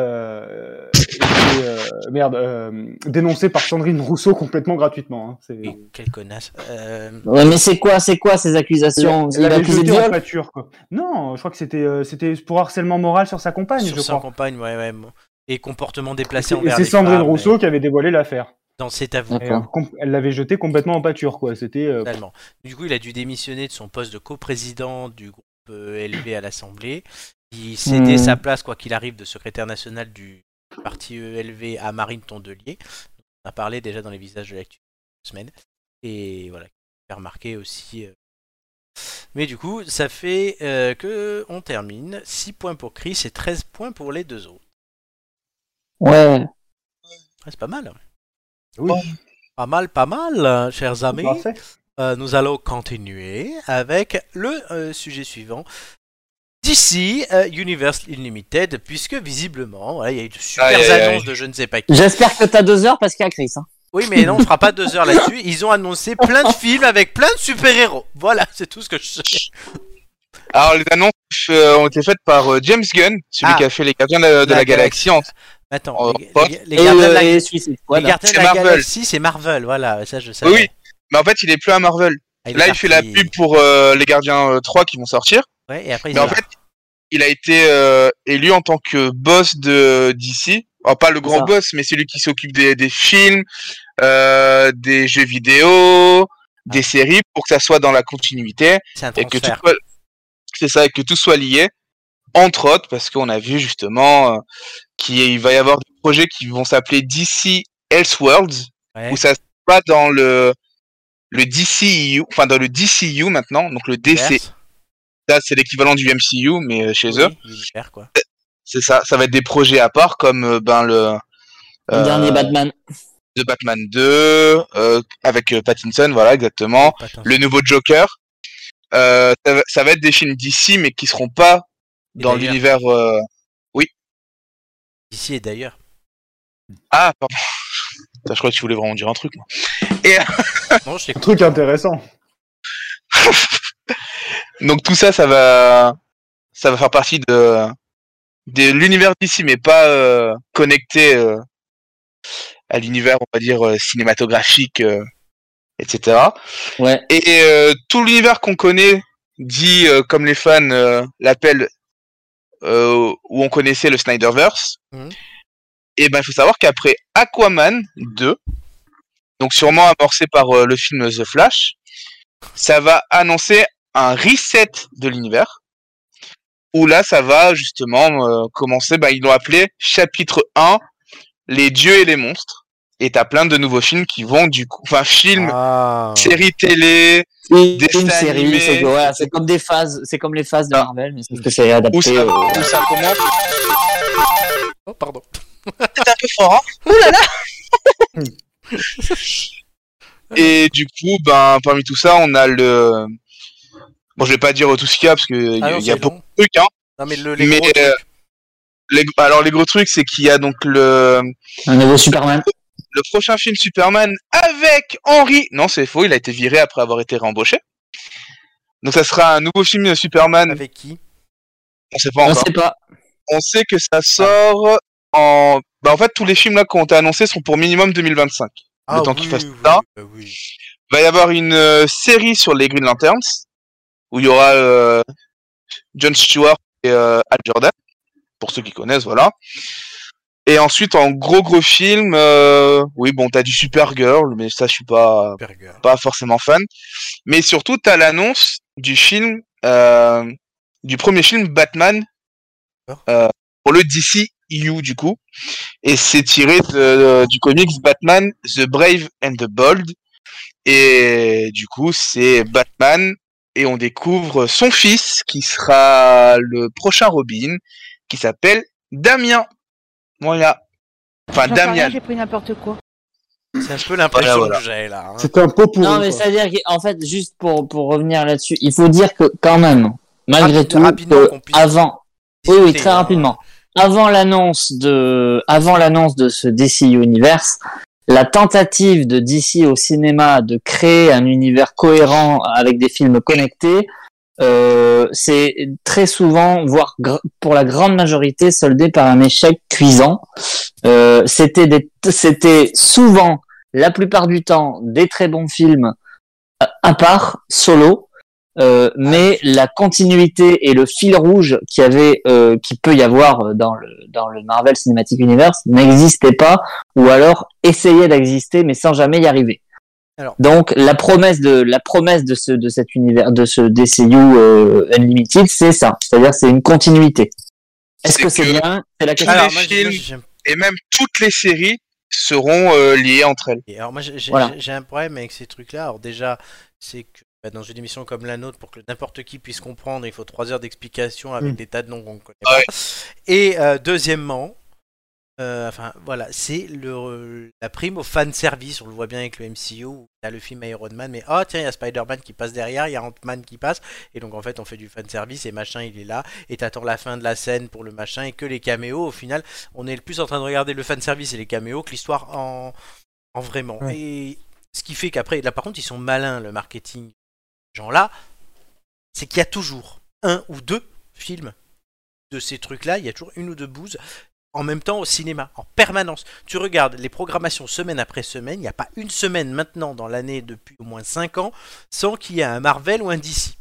euh, été, euh, merde, euh, dénoncé par Sandrine Rousseau complètement gratuitement. Hein. C'est... et quelle connasse. Euh, Ouais, mais c'est quoi, c'est quoi ces accusations? Elle Il a avait accusé de jeté en viol? pâture, quoi. Non, je crois que c'était, euh, c'était pour harcèlement moral sur sa compagne, sur je sa crois. compagne, ouais, ouais. bon. Et comportement Et déplacé c'est, et envers c'est les Sandrine femmes, Rousseau mais- qui avait dévoilé l'affaire. Non, c'est avoué. Et, euh, com- elle l'avait jeté complètement en pâture, quoi. C'était. euh, Totalement. Du coup, il a dû démissionner de son poste de coprésident du groupe euh, L V à l'Assemblée. Il cédait Hmm. sa place, quoi qu'il arrive, de secrétaire national du parti E L V à Marine Tondelier. On a parlé déjà dans les visages de l'actu de la semaine. Et voilà, fait remarquer aussi. euh. Mais du coup, ça fait euh, que on termine. six points pour Chris et treize points pour les deux autres. Ouais. Ouais, c'est pas mal. oui, Pas mal, pas mal, euh, chers amis. parfait. Euh, nous allons continuer avec le euh, sujet suivant. D C euh, Universe Unlimited, puisque visiblement, voilà, il y a eu de super Aïe, aïe, aïe. annonces de je ne sais pas qui. J'espère que t'as deux heures parce qu'il y a Chris. Hein. Oui, mais non, on fera pas deux heures là-dessus. Ils ont annoncé plein de films avec plein de super-héros. Voilà, c'est tout ce que je sais. Alors, les annonces euh, ont été faites par euh, James Gunn, celui Ah. qui a fait les Gardiens de la, de La la Galaxie. En... Attends, Oh, les, pote. les- les Et, Gardiens de euh, la, et Suicide les Squad. Gardiens de C'est la Marvel. Galaxie, c'est Marvel. Voilà, ça je savais. Oui, oui. Mais en fait, il est plus à Marvel. Ah, il est Là, il fait la parti. pub pour euh, les Gardiens euh, trois qui vont sortir. Ouais, et après, ils Mais en ont- fait, il a été euh, élu en tant que boss de D C. Alors, pas le grand ça. boss, mais celui qui s'occupe des, des films, euh, des jeux vidéo, des séries, pour que ça soit dans la continuité. c'est un Et que tout transfert. soit... C'est ça, et que tout soit lié. Entre autres, parce qu'on a vu justement euh, qu'il va y avoir des projets qui vont s'appeler D C Elseworlds, Ouais. où ça se passe dans le, le D C U, enfin dans le D C U maintenant, donc le D C. Univers. Ça, c'est l'équivalent du M C U, mais euh, chez Oui, eux. l'univers, quoi. C'est ça, ça va être des projets à part comme euh, ben le Le euh, dernier Batman. de Batman deux euh, avec euh, Pattinson, voilà exactement. Pas tant- Le nouveau Joker. Euh, ça, va, ça va être des films D C mais qui seront pas Et dans d'ailleurs. l'univers. Euh... Ici et d'ailleurs. Ah pardon. Putain, je crois que tu voulais vraiment dire un truc. Moi. Non, je Un t'écoute. truc intéressant. Donc tout ça, ça va, ça va faire partie de, de l'univers D C mais pas euh, connecté euh, à l'univers, on va dire euh, cinématographique, euh, et cetera. Ouais. Et euh, tout l'univers qu'on connaît, dit euh, comme les fans euh, l'appellent, euh, où on connaissait le Snyderverse, Mhm. et ben il faut savoir qu'après Aquaman deux, donc sûrement amorcé par euh, le film The Flash, ça va annoncer un reset de l'univers, où là ça va justement euh, commencer, ben, ils l'ont appelé chapitre un, les dieux et les monstres, et t'as plein de nouveaux films qui vont du coup, enfin films, Ah. séries télé, Oui, Dessin une série, animé. c'est ouais, c'est comme des phases, c'est comme les phases de Ah. Marvel, mais sauf que c'est où adapté. ça, euh, où ça commence. Oh, pardon. C'est un peu fort, hein. Et du coup, ben, parmi tout ça, on a le. Bon, je vais pas dire tout ce qu'il y a parce que Ah non, il y a c'est beaucoup long. de trucs, hein. Non, mais le, les Mais, gros trucs. euh, Les... Alors, les gros trucs, c'est qu'il y a donc le Un nouveau Superman. le prochain film Superman avec Henry. Non, c'est faux. Il a été viré après avoir été réembauché. Donc, ça sera un nouveau film Superman. Avec qui? On sait pas On encore. sait pas. On sait que ça sort en. Bah, en fait, tous les films là qui ont été annoncés sont pour minimum deux mille vingt-cinq. Le temps qu'ils fassent oui, ça. bah oui. Il va y avoir une euh, série sur les Green Lanterns où il y aura euh, Jon Stewart et euh, Hal Jordan, pour ceux qui connaissent, voilà. Et ensuite, en gros gros film, euh, oui, bon, t'as du Supergirl, mais ça, je suis pas, Supergirl. pas forcément fan. Mais surtout, t'as l'annonce du film, euh, du premier film Batman, euh, pour le D C E U, du coup. Et c'est tiré de, de- du comics Batman, The Brave and the Bold. Et du coup, c'est Batman, et on découvre son fils, qui sera le prochain Robin, qui s'appelle Damien. Voilà. Enfin, J'en sais rien, Damien. j'ai pris n'importe quoi. C'est un peu l'impression Voilà, voilà. que j'ai là. hein. C'est un pot pourri. Non, mais quoi. c'est-à-dire qu'en fait, juste pour, pour revenir là-dessus, il faut dire que quand même, malgré Rapide- tout, rapidement que qu'on puisse avant, oui, oui, discuter, très hein. rapidement, avant l'annonce de, avant l'annonce de ce D C Universe, la tentative de D C au cinéma de créer un univers cohérent avec des films connectés, euh, c'est très souvent, voire gr- pour la grande majorité, soldé par un échec cuisant. Euh, c'était des, c'était souvent, la plupart du temps, des très bons films à- à part, solo, euh, mais la continuité et le fil rouge qu'il y avait, euh, qui peut y avoir dans le dans le Marvel Cinematic Universe n'existait pas, ou alors essayait d'exister, mais sans jamais y arriver. Alors. Donc la promesse de la promesse de ce de cet univers, de ce D C U euh, Unlimited, c'est ça, c'est-à-dire c'est une continuité. Est-ce C'est que c'est que- bien? C'est la question. Alors, Alors, moi, les j'ai- moi, films- j'aime- Et même toutes les séries seront euh, liées entre elles. et alors moi j'ai j'ai- Voilà. j'ai un problème avec ces trucs-là. Alors déjà, c'est que bah, dans une émission comme la nôtre, pour que n'importe qui puisse comprendre, il faut trois heures d'explication avec Mm. des tas de noms qu'on ne connaît Ouais. pas. Et euh, deuxièmement, euh, enfin voilà, c'est le la prime au fan service. On le voit bien avec le M C U. Où t'as le film Iron Man, mais oh tiens, il y a Spider-Man qui passe derrière, il y a Ant-Man qui passe, et donc en fait on fait du fan service et machin il est là, et t'attends la fin de la scène pour le machin et que les caméos. Au final, on est le plus en train de regarder le fan service et les caméos que l'histoire en en vraiment. Ouais. Et ce qui fait qu'après, là par contre, ils sont malins le marketing. Ces gens-là, c'est qu'il y a toujours un ou deux films de ces trucs-là. Il y a toujours une ou deux bouses en même temps au cinéma, en permanence. Tu regardes les programmations semaine après semaine, il n'y a pas une semaine maintenant dans l'année depuis au moins cinq ans sans qu'il y ait un Marvel ou un D C.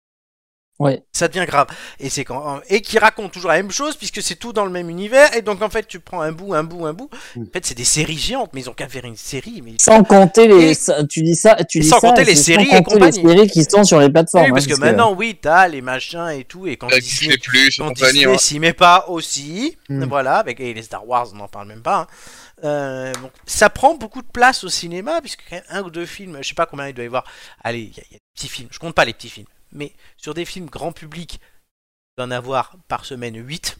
Ouais. Ça devient grave. Et c'est quand et qui raconte toujours la même chose puisque c'est tout dans le même univers et donc en fait tu prends un bout, un bout, un bout. En fait c'est des séries géantes, mais ils ont qu'à faire une série. Mais Sans compter les, Et- ça- tu dis ça, tu et dis sans ça, compter les c'est séries sans et compter les compagnie. séries qui sont sur les plateformes. oui, parce hein, que maintenant oui t'as les machins et tout et quand Avec Disney Disney Plus, Quand compagnie. Disney hein. s'y met pas aussi, Mm. voilà, avec et les Star Wars, on n'en parle même pas. hein. Euh, donc, ça prend beaucoup de place au cinéma, puisque quand même un ou deux films, je sais pas combien il doit y avoir. Allez, il y, a- il y a des petits films, je compte pas les petits films, mais sur des films grand public, il doit en avoir par semaine huit.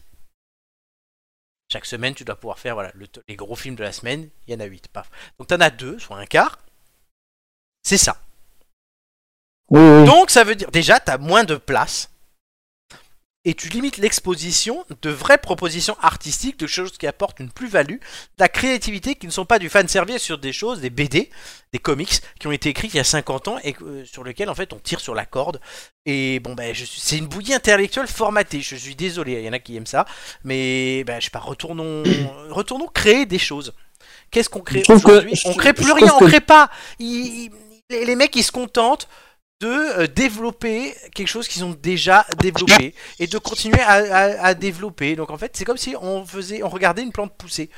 Chaque semaine, tu dois pouvoir faire voilà, le t- les gros films de la semaine, il y en a huit, paf. Donc t'en as deux, soit un quart. C'est ça. Oui, oui. Donc ça veut dire déjà tu as moins de place et tu limites l'exposition de vraies propositions artistiques, de choses qui apportent une plus-value, de la créativité qui ne sont pas du fanservice sur des choses, des B D, des comics qui ont été écrits il y a cinquante ans et euh, sur lesquels en fait on tire sur la corde. Et bon ben je suis... c'est une bouillie intellectuelle formatée, je suis désolé, il y en a qui aiment ça, mais ben je sais pas, retournons retournons créer des choses. Qu'est-ce qu'on crée Je trouve que- aujourd'hui? je- On crée plus je rien, trouve on que- crée pas. Ils- ils- les les mecs ils se contentent de euh, développer quelque chose qu'ils ont déjà développé et de continuer à, à- à développer. Donc en fait, c'est comme si on faisait, on regardait une plante pousser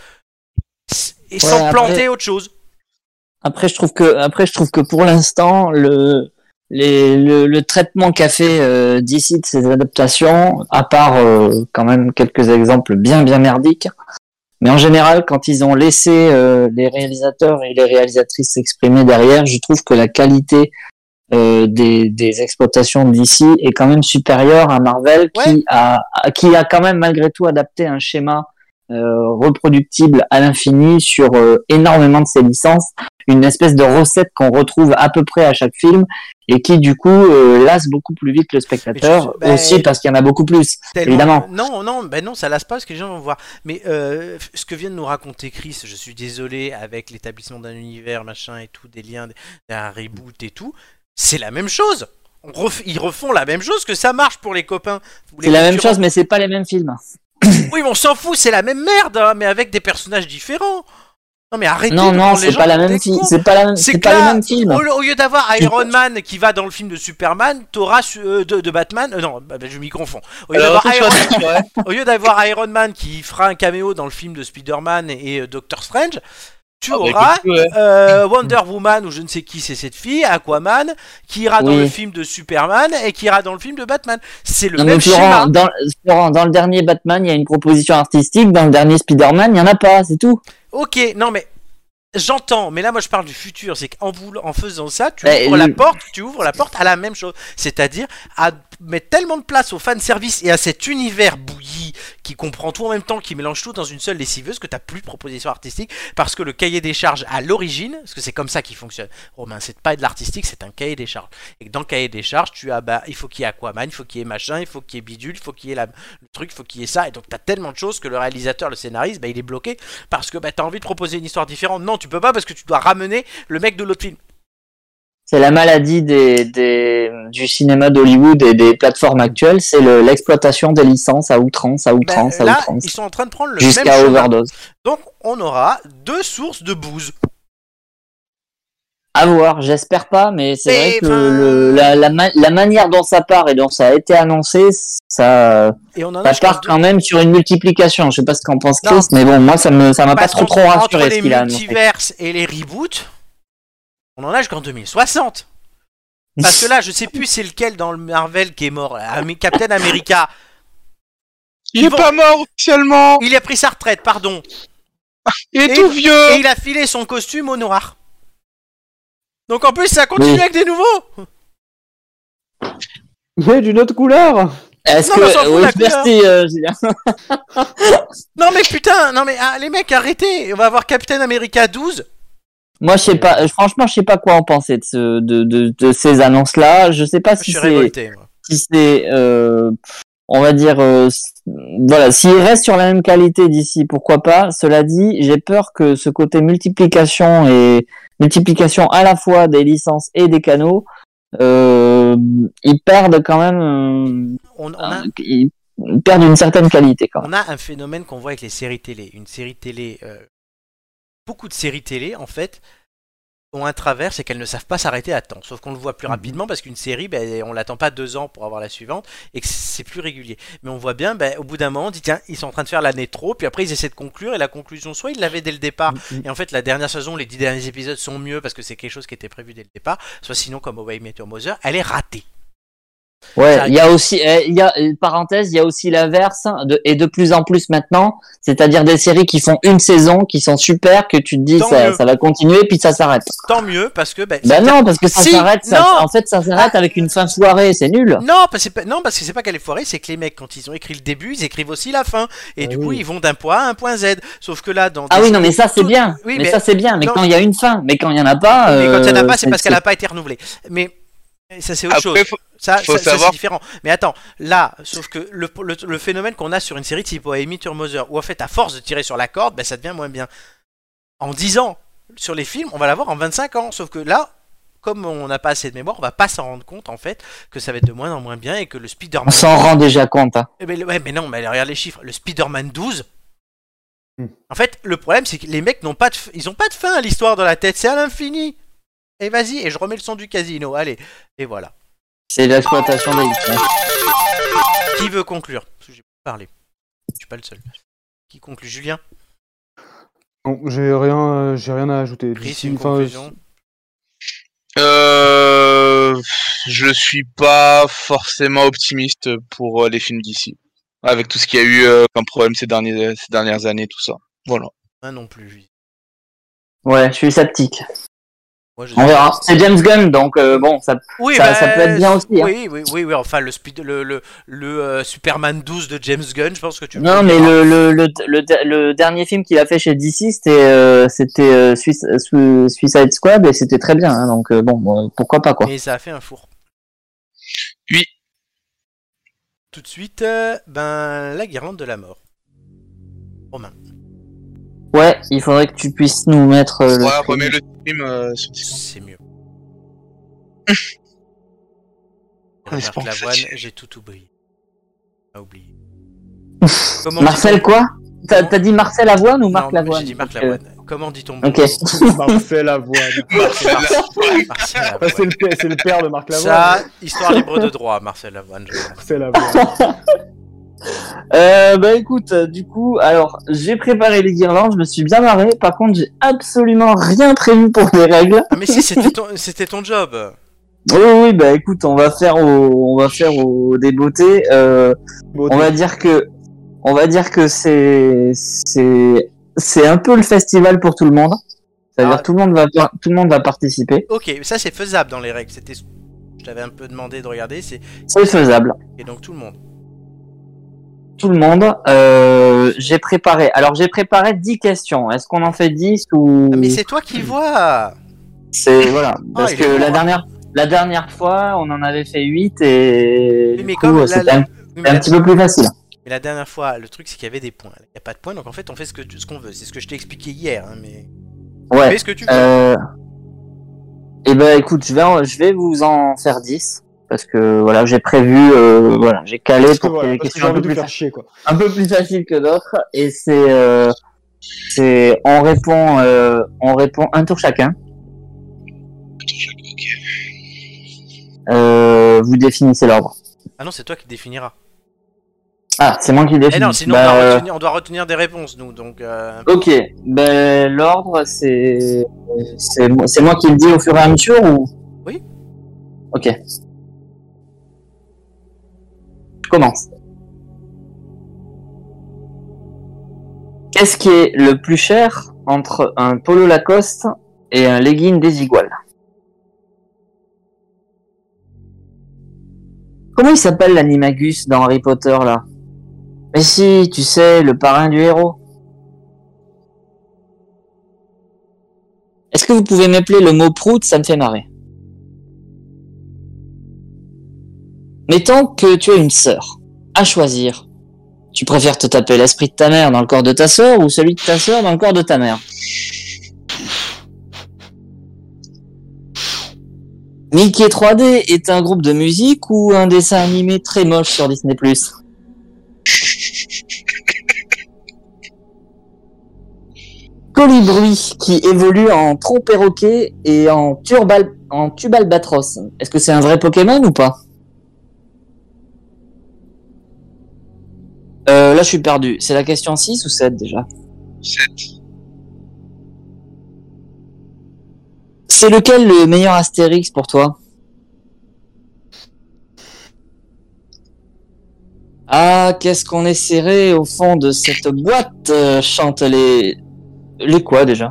et sans après- planter autre chose. Après, je trouve que, après, je trouve que pour l'instant, le, les, le, le traitement qu'a fait euh, D C de ces adaptations, à part euh, quand même quelques exemples bien bien merdiques, mais en général, quand ils ont laissé euh, les réalisateurs et les réalisatrices s'exprimer derrière, je trouve que la qualité euh, des, des exploitations de D C est quand même supérieure à Marvel, Ouais. qui a a- qui a quand même malgré tout adapté un schéma euh, reproductible à l'infini sur euh, énormément de ses licences, une espèce de recette qu'on retrouve à peu près à chaque film et qui du coup euh, lasse beaucoup plus vite le spectateur, Mais je- bah, aussi parce qu'il y en a beaucoup plus. Tellement- Évidemment. Non, non, ben non, ça lasse pas parce que les gens vont voir. Mais euh, ce que vient de nous raconter Chris, je suis désolé, avec l'établissement d'un univers, machin et tout, des liens, un reboot et tout, c'est la même chose. On ref- Ils refont la même chose, que ça marche pour les copains. ou les C'est la même concurrents. chose, mais c'est pas les mêmes films. Oui, mais on s'en fout, c'est la même merde, hein, mais avec des personnages différents. Non mais arrêtez Non, de non, prendre les c'est gens pas la pour même des film. cons. C'est pas la même. C'est C'est que pas là, le même film. Au, au lieu d'avoir Iron Man qui va dans le film de Superman, t'auras euh, de, de Batman. Euh, non, bah, bah, je m'y confonds. Au lieu, Alors, d'avoir attention, Iron... attention, ouais. au lieu d'avoir Iron Man qui fera un caméo dans le film de Spider-Man et, et euh, Doctor Strange, tu Ah, bah, auras écoute, ouais. euh, Wonder Woman ou je ne sais qui c'est cette fille, Aquaman, qui ira dans Oui. le film de Superman et qui ira dans le film de Batman. C'est le Non, même mais Florent, schéma. dans, Florent, dans le dernier Batman, il y a une proposition artistique. Dans le dernier Spider-Man, il y en a pas, c'est tout. Ok, non mais j'entends, mais là moi je parle du futur, c'est qu'en voulant- en faisant ça, tu Bah, ouvres la le- porte, tu ouvres la porte à la même chose, c'est-à-dire à mettre tellement de place au fanservice et à cet univers bouilli qui comprend tout en même temps, qui mélange tout dans une seule lessiveuse, que t'as plus de proposition artistique parce que le cahier des charges à l'origine, parce que c'est comme ça qu'il fonctionne. Romain, c'est pas de l'artistique, c'est un cahier des charges. Et que dans le cahier des charges, tu as bah il faut qu'il y ait Aquaman, il faut qu'il y ait machin, il faut qu'il y ait bidule, il faut qu'il y ait la, le truc, il faut qu'il y ait ça, et donc t'as tellement de choses que le réalisateur, le scénariste, bah il est bloqué parce que bah t'as envie de proposer une histoire différente. Non, tu peux pas parce que tu dois ramener le mec de l'autre film. C'est la maladie des, des, du cinéma d'Hollywood et des plateformes actuelles, c'est le- l'exploitation des licences à outrance, à Ben, outrance, à là, outrance, ils sont en train de prendre le même jusqu'à chemin. overdose. Donc, on aura deux sources de bouse. À voir, j'espère pas, mais c'est Mais, vrai que ben- le, la, la, ma- la manière dont ça part et dont ça a été annoncé, ça, Et on en a, ça je part pense, quand même sur une multiplication. Je sais pas ce qu'en pense Non. Chris, mais bon, moi ça me ça m'a pas parce trop qu'entre- trop entre rassuré ce les qu'il a annoncé. multiverses et les reboots, on en a jusqu'en deux mille soixante. Parce que là, je sais plus c'est lequel dans le Marvel qui est mort. là. Ami- Captain America. Il est vont- pas mort officiellement. Il a pris sa retraite, pardon. Il est Et- tout vieux. Et il a filé son costume au noir. Donc en plus, ça continue Oui. avec des nouveaux. Mais d'une autre couleur. Est-ce Non, mais on s'en que fout de oui, la couleur. merci euh, Julien. Non mais putain, non mais ah, les mecs, arrêtez. On va avoir Captain America douze. Moi je sais pas, euh, franchement je sais pas quoi en penser de ce de de, de ces annonces là. Je sais pas Je si suis c'est révolté. Moi. si c'est euh, on va dire euh, s- voilà, s'il reste sur la même qualité d'ici, pourquoi pas. Cela dit, j'ai peur que ce côté multiplication et multiplication à la fois des licences et des canaux, euh, ils perdent quand même, euh, On, on a, ils perdent une certaine qualité quand même. on a un phénomène qu'on voit avec les séries télé. Une série télé, euh, beaucoup de séries télé en fait ont un travers, c'est qu'elles ne savent pas s'arrêter à temps. Sauf qu'on le voit plus rapidement parce qu'une série, ben, on l'attend pas deux ans pour avoir la suivante et que c'est plus régulier. Mais on voit bien, ben, au bout d'un moment, on dit tiens, ils sont en train de faire l'année trop, puis après ils essaient de conclure et la conclusion, soit ils l'avaient dès le départ et en fait la dernière saison, les dix derniers épisodes sont mieux parce que c'est quelque chose qui était prévu dès le départ, soit sinon comme How I Met Your Mother, elle est ratée. Ouais, il y a aussi, eh, il y a euh, parenthèse, il y a aussi l'inverse de, et de plus en plus maintenant, c'est-à-dire des séries qui font une saison, qui sont super, que tu te dis Tant ça, mieux. ça va continuer, puis ça s'arrête. Tant mieux parce que ben, Ben c'est- non, parce que ça Si, s'arrête, ça, non. en fait, ça s'arrête avec une fin soirée, c'est nul. Non, parce que c'est pas, non, parce que c'est pas qu'elle est foirée, c'est que les mecs, quand ils ont écrit le début, ils écrivent aussi la fin. Et Ah du oui. coup, ils vont d'un point A à un point Z. Sauf que là, dans. Ah des oui, non, séries, mais ça c'est tout- bien. Oui, mais, mais, ça c'est bien. Mais non. quand il y a une fin, mais quand il y en a pas, mais quand il n'y en a euh, pas, c'est parce qu'elle n'a pas été renouvelée. Mais ça, c'est autre chose. Après, faut... Ça, faut ça, ça, savoir- c'est différent. Mais attends, là, sauf que le, le, le phénomène qu'on a sur une série type How I Met Your Mother, où en fait, à force de tirer sur la corde, ben, ça devient moins bien. En dix ans, sur les films, on va l'avoir en vingt-cinq ans. Sauf que là, comme on n'a pas assez de mémoire, on va pas s'en rendre compte, en fait, que ça va être de moins en moins bien et que le Spider-Man. on s'en rend déjà compte. Hein. Eh ben, ouais, mais non, mais regarde les chiffres. Le Spider-Man douze. Hmm. En fait, le problème, c'est que les mecs n'ont pas de, f- ils ont pas de fin à l'histoire dans la tête. C'est à l'infini. Et vas-y, et je remets le son du casino. Allez, et voilà. C'est l'exploitation des licences. Qui veut conclure? Parce que j'ai pas parlé. Je suis pas le seul. Qui conclut? Julien? Non, j'ai rien, euh, j'ai rien à ajouter. Chris, D'ici- une enfin, conclusion? Euh... Je suis pas forcément optimiste pour euh, les films d'ici. Avec tout ce qu'il y a eu euh, comme problème ces, derniers, ces dernières années, tout ça. Voilà. Moi non plus. Julien. Ouais, je suis sceptique. Moi, je On verra. C'est James Gunn, donc euh, bon, ça. Oui, Ça- bah, ça peut être bien aussi, hein. Oui, oui, oui, oui. Enfin, le, speed, le, le, le euh, Superman douze de James Gunn, je pense que tu. Non, peux mais dire, le, le, le, le, le dernier film qu'il a fait chez D C, c'était euh, c'était euh, Swiss- Sui- Suicide Squad et c'était très bien. Hein, donc euh, bon, euh, pourquoi pas quoi. Et ça a fait un four. Oui. Tout de suite, euh, ben la guirlande de la mort. Romain. Ouais, il faudrait que tu puisses nous mettre euh, le. Ouais, stream. remets le stream euh, sur Discord. C'est mieux. Ouais, c'est Marc pas Lavoine, fatigué. j'ai tout oublié. Ah, oublié. Comment Marcel dit-on- quoi T'as Comment- t'as dit Marcel Avoine ou Marc Non, Lavoine j'ai dit Marc Parce que- Lavoine. Comment dit-on Ok. Marcel Lavoine. Marcel Marcel Lavoine. Ah, c'est le, père- c'est le père de Marc Lavoine. Ça, histoire libre de droit, Marcel Lavoine. je pense. Marcel Lavoine. Euh, bah écoute, euh, du coup, alors j'ai préparé les guirlandes, je me suis bien marré. Par contre, j'ai absolument rien prévu pour les règles. Ah mais si, c'était ton, c'était ton job. Oui, oui, bah écoute, on va faire au, on va faire au débeauté. Euh, Bon, on va dire que, on va dire que c'est, c'est, c'est un peu le festival pour tout le monde. C'est-à-dire Ah. tout le monde va, par- tout le monde va participer. Ok, ça c'est faisable dans les règles. C'était, je t'avais un peu demandé de regarder. C'est C'est faisable. et donc tout le monde. Tout le monde. Euh, j'ai préparé. Alors j'ai préparé dix questions. Est-ce qu'on en fait dix ou Ah, mais c'est toi qui vois. c'est voilà parce il que est la bon. dernière la dernière fois on en avait fait huit et Oui, du mais coup, comme la, c'était la- un, oui, mais un la- petit peu plus facile. mais la dernière fois, le truc c'est qu'il y avait des points. Il n'y a pas de points, donc en fait on fait ce que tu- ce qu'on veut. C'est ce que je t'ai expliqué hier, hein, mais Ouais. fais ce que tu veux. Euh... Et ben écoute, je vais en- je vais vous en faire dix parce que voilà, j'ai prévu euh, voilà, j'ai calé Parce que, pour qu'il y ait voilà, des parce que j'ai questions un peu, envie de vous plus, faire chier, quoi. un peu plus faciles que d'autres et c'est euh, c'est on répond euh, on répond un tour chacun. Euh, vous définissez l'ordre. Ah non, c'est toi qui définiras. Ah, c'est moi qui Eh définis. non, sinon Bah, on, doit euh, retenir, on doit retenir des réponses nous, donc. Euh... Ok, ben l'ordre c'est c'est moi- c'est moi qui le dis au fur et à mesure ou Oui. Ok. Je commence. Qu'est-ce qui est le plus cher entre un polo Lacoste et un legging Desigual? Comment il s'appelle l'animagus dans Harry Potter là? Mais si, tu sais, le parrain du héros. Est-ce que vous pouvez m'appeler le mot prout? Ça me fait marrer. Mettons que tu as une sœur. À choisir. Tu préfères te taper l'esprit de ta mère dans le corps de ta sœur ou celui de ta sœur dans le corps de ta mère? Mickey trois D est un groupe de musique ou un dessin animé très moche sur Disney plus? Colibri qui évolue en tronc-perroquet et en, turbal, en tubalbatros. Est-ce que c'est un vrai Pokémon ou pas? euh, Là je suis perdu. C'est la question six ou sept déjà? sept. C'est lequel le meilleur Astérix pour toi? Ah, qu'est-ce qu'on est serré au fond de cette boîte, euh, chantent les... Les quoi déjà?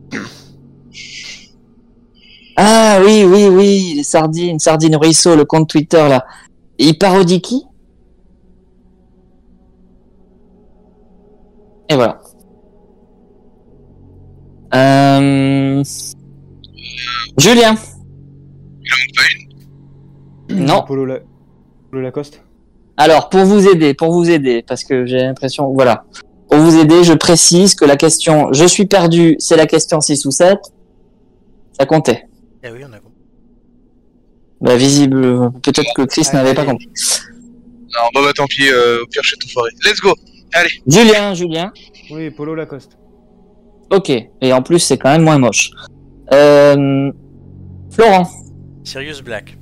Ah oui, oui, oui, les sardines, Sardine Ruisseau, le compte Twitter là. Il parodie qui? Et voilà. Euh... Julien. Il en manque pas une. Non. Polo, La- Polo Lacoste. Alors, pour vous aider, pour vous aider, parce que j'ai l'impression, voilà. Pour vous aider, je précise que la question « Je suis perdu », c'est la question six ou sept. Ça comptait. Eh oui, on a compris. Bah, visible, peut-être que Chris Ouais, n'avait pas ouais. compris. Non, bah, bah tant pis, euh, au pire, je suis tout foiré. Let's go. Allez. Julien, Julien. Oui, Polo Lacoste. Ok. Et en plus, c'est quand même moins moche. Euh... Florent. Sirius Black.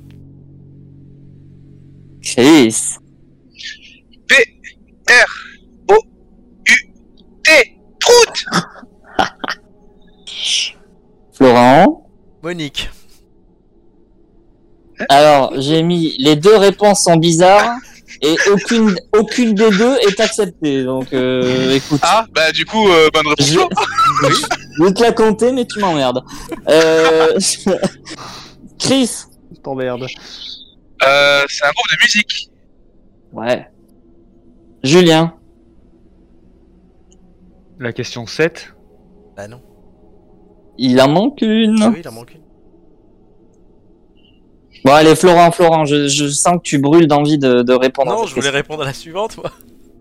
Chris. P R O U T. Prout. Florent. Monique. Alors, j'ai mis les deux réponses sont bizarres et aucune aucune des deux est acceptée. Donc, euh, écoute, Ah, bah du coup, euh, bonne réponse. je... je vais te la compter, mais tu m'emmerdes. Euh... Chris. T'emmerdes. Euh, c'est un groupe de musique. Ouais. Julien. La question sept. Bah non. Il en manque une. Ah oui, il en manque une. Bon, allez, Florent, Florent, je, je sens que tu brûles d'envie de, de répondre à Non, cette je voulais question. répondre à la suivante, moi.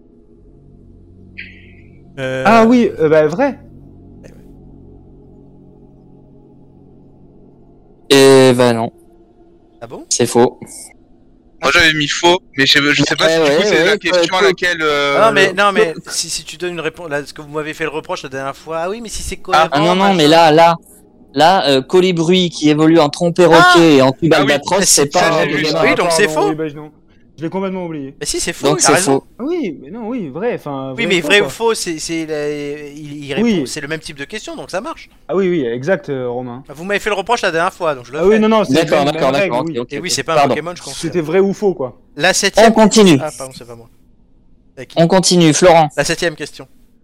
Euh... Ah oui, euh, bah vrai. Et bah non, Ah bon? c'est faux. Moi, Moi j'avais mis faux, mais je, je sais pas Ouais, si du coup ouais, c'est ouais, la question à ouais. laquelle. euh, non mais le- non mais si, si tu donnes une réponse là, ce que vous m'avez fait le reproche la dernière fois, ah oui mais si c'est cohérent. Ah non, non, machin. mais là, là, là, euh, colibri qui évolue en trompe-perroquet Ah et en tube Ah oui, albatros, mais c'est c'est- pas ça, un j'ai vu gamin. ça. Oui, donc c'est pardon, faux. oui, bah, je- non. Je l'ai complètement oublié. Mais si c'est faux, Donc il a c'est raison. faux. Ah oui, mais non, oui, vrai, enfin. Oui mais vrai quoi. ou faux, c'est c'est la- il, il répond, Oui. c'est le même type de question donc ça marche. Ah oui, oui, exact, euh, Romain. Vous m'avez fait le reproche la dernière fois donc je le Ah fais. oui, non, non, c'est D'accord, la même d'accord, règle, d'accord. oui. ok, ok, Et oui ok. c'est pas un Pardon. Pokémon je considère. C'était vrai ou faux, quoi. La septième. On continue. Ah pardon c'est pas moi. C'est qui On continue, Florent. La septième question.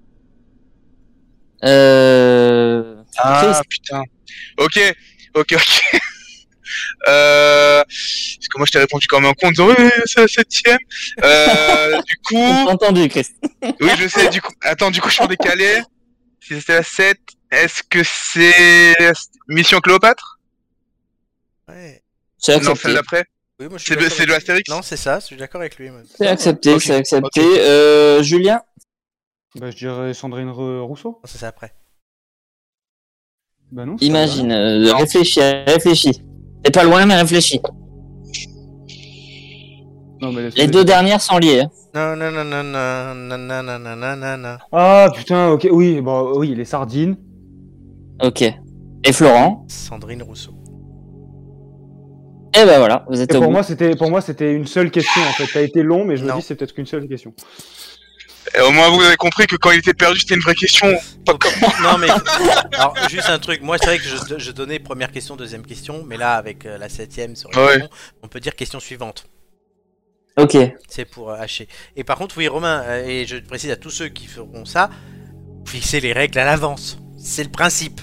Euh... Ah Chris. putain. Ok, ok, ok. euh... Parce que moi je t'ai répondu comme un con en disant oui, c'est la septième. Euh, du J'ai coup, entendu, Chris. oui je sais. Du coup, attends, du coup je suis en décalé. Si c'était la sept, est-ce que c'est Mission Cléopâtre? Ouais. C'est Non, accepté. celle d'après. Oui, moi, je suis C'est de, d'accord c'est de avec- Astérix. Non c'est ça, je suis d'accord avec lui. moi. C'est accepté, Ok, c'est accepté. ok. Euh, Julien. Bah, je dirais Sandrine Re- Rousseau. Non, c'est ça après. Bah non. c'est pas Imagine, euh, Non. réfléchis, réfléchis. C'est pas loin, mais réfléchis. vrai. Non, mais laisse Les tomber. deux dernières sont liées. hein. Non non non non non non non non non non non non. Ah putain, ok, oui, bah oui, les sardines. Ok. Et Florent. Sandrine Rousseau. Et ben voilà, vous êtes Et au pour bout. moi, c'était pour moi, c'était une seule question en fait. Ça a été long, mais je me Non. dis c'est peut-être qu'une seule question. Et au moins vous avez compris que quand il était perdu c'était une vraie question. Pas comme. Non mais alors juste un truc, moi c'est vrai que je, je donnais première question, deuxième question, mais là avec euh, la septième sur Ouais. bon, on peut dire question suivante. Ok. C'est pour euh, hacher. Et par contre oui Romain, euh, et je précise à tous ceux qui feront ça, fixez les règles à l'avance. C'est le principe.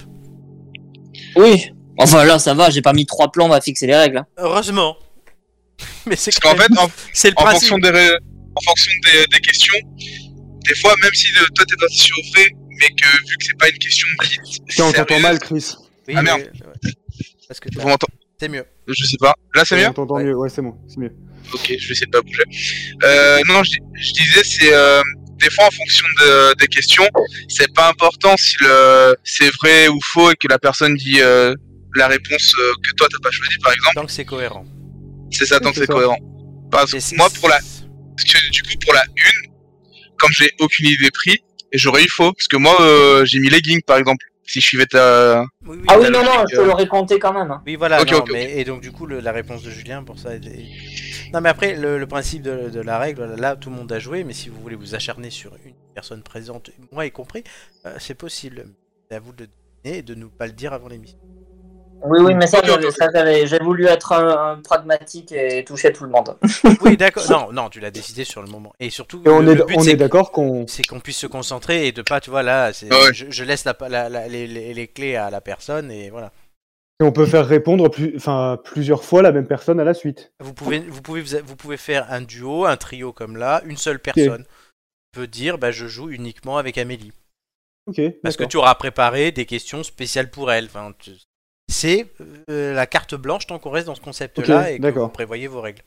Oui. Enfin là, ça va, j'ai pas mis trois plombs à fixer les règles. hein. Heureusement. Mais c'est Parce quand qu'en fait, même- en, c'est le en principe. fonction des ré- en fonction des, des questions, des fois même si euh, toi t'es parti sur vrai, mais que vu que c'est pas une question dite Tiens, on t'entend sérieuse, mal, Chris. Oui, Ah, merde. oui, ouais. Parce que vous t'as- m'entendez? c'est mieux. Je sais pas. Là c'est mieux. On t'entend Ouais. mieux. Ouais, c'est bon, c'est mieux. Ok, je vais essayer de pas bouger. Euh, non, je, je disais, c'est euh, des fois en fonction de, des questions, c'est pas important si le c'est vrai ou faux et que la personne dit euh, la réponse euh, que toi t'as pas choisi, par exemple. Donc c'est cohérent. C'est ça, tant que c'est c'est ça. cohérent. Parce Et que c'est- moi, pour la, parce que du coup, pour la une, comme j'ai aucune idée des prix, et j'aurais eu faux, parce que moi, euh, j'ai mis legging, par exemple. Si je suivais ta, Oui, oui, Ah oui, la non, non, logique, je te euh, l'aurais compté quand même. hein. Oui, voilà. Ok, non, ok, mais, Et donc, du coup, le- la réponse de Julien pour ça. est- est- Non, mais après, le, le principe de, de la règle, là, tout le monde a joué, mais si vous voulez vous acharner sur une personne présente, moi y compris, euh, c'est possible. C'est à vous de le donner et de nous pas le dire avant l'émission. Oui, oui, mais ça, Ok, ok, j'avais- ok. ça, j'avais- j'ai voulu être un, un pragmatique et toucher tout le monde. Oui, d'accord. Non, non, tu l'as décidé sur le moment. Et surtout, Et on le, est, le but, on c'est est d'accord qu'on. c'est qu'on puisse se concentrer et de pas, tu vois, là, c'est- Ouais. je, je laisse la, la- la- les, les- les clés à la personne et voilà. Et on peut faire répondre plus, enfin, plusieurs fois la même personne à la suite. Vous pouvez, vous pouvez, vous pouvez faire un duo, un trio comme là, une seule personne peut dire, bah, je joue uniquement avec Amélie. Ok. Parce que d'accord. tu auras préparé des questions spéciales pour elle. Enfin, tu- c'est euh, la carte blanche tant qu'on reste dans ce concept-là Ok, et que d'accord. vous prévoyez vos règles.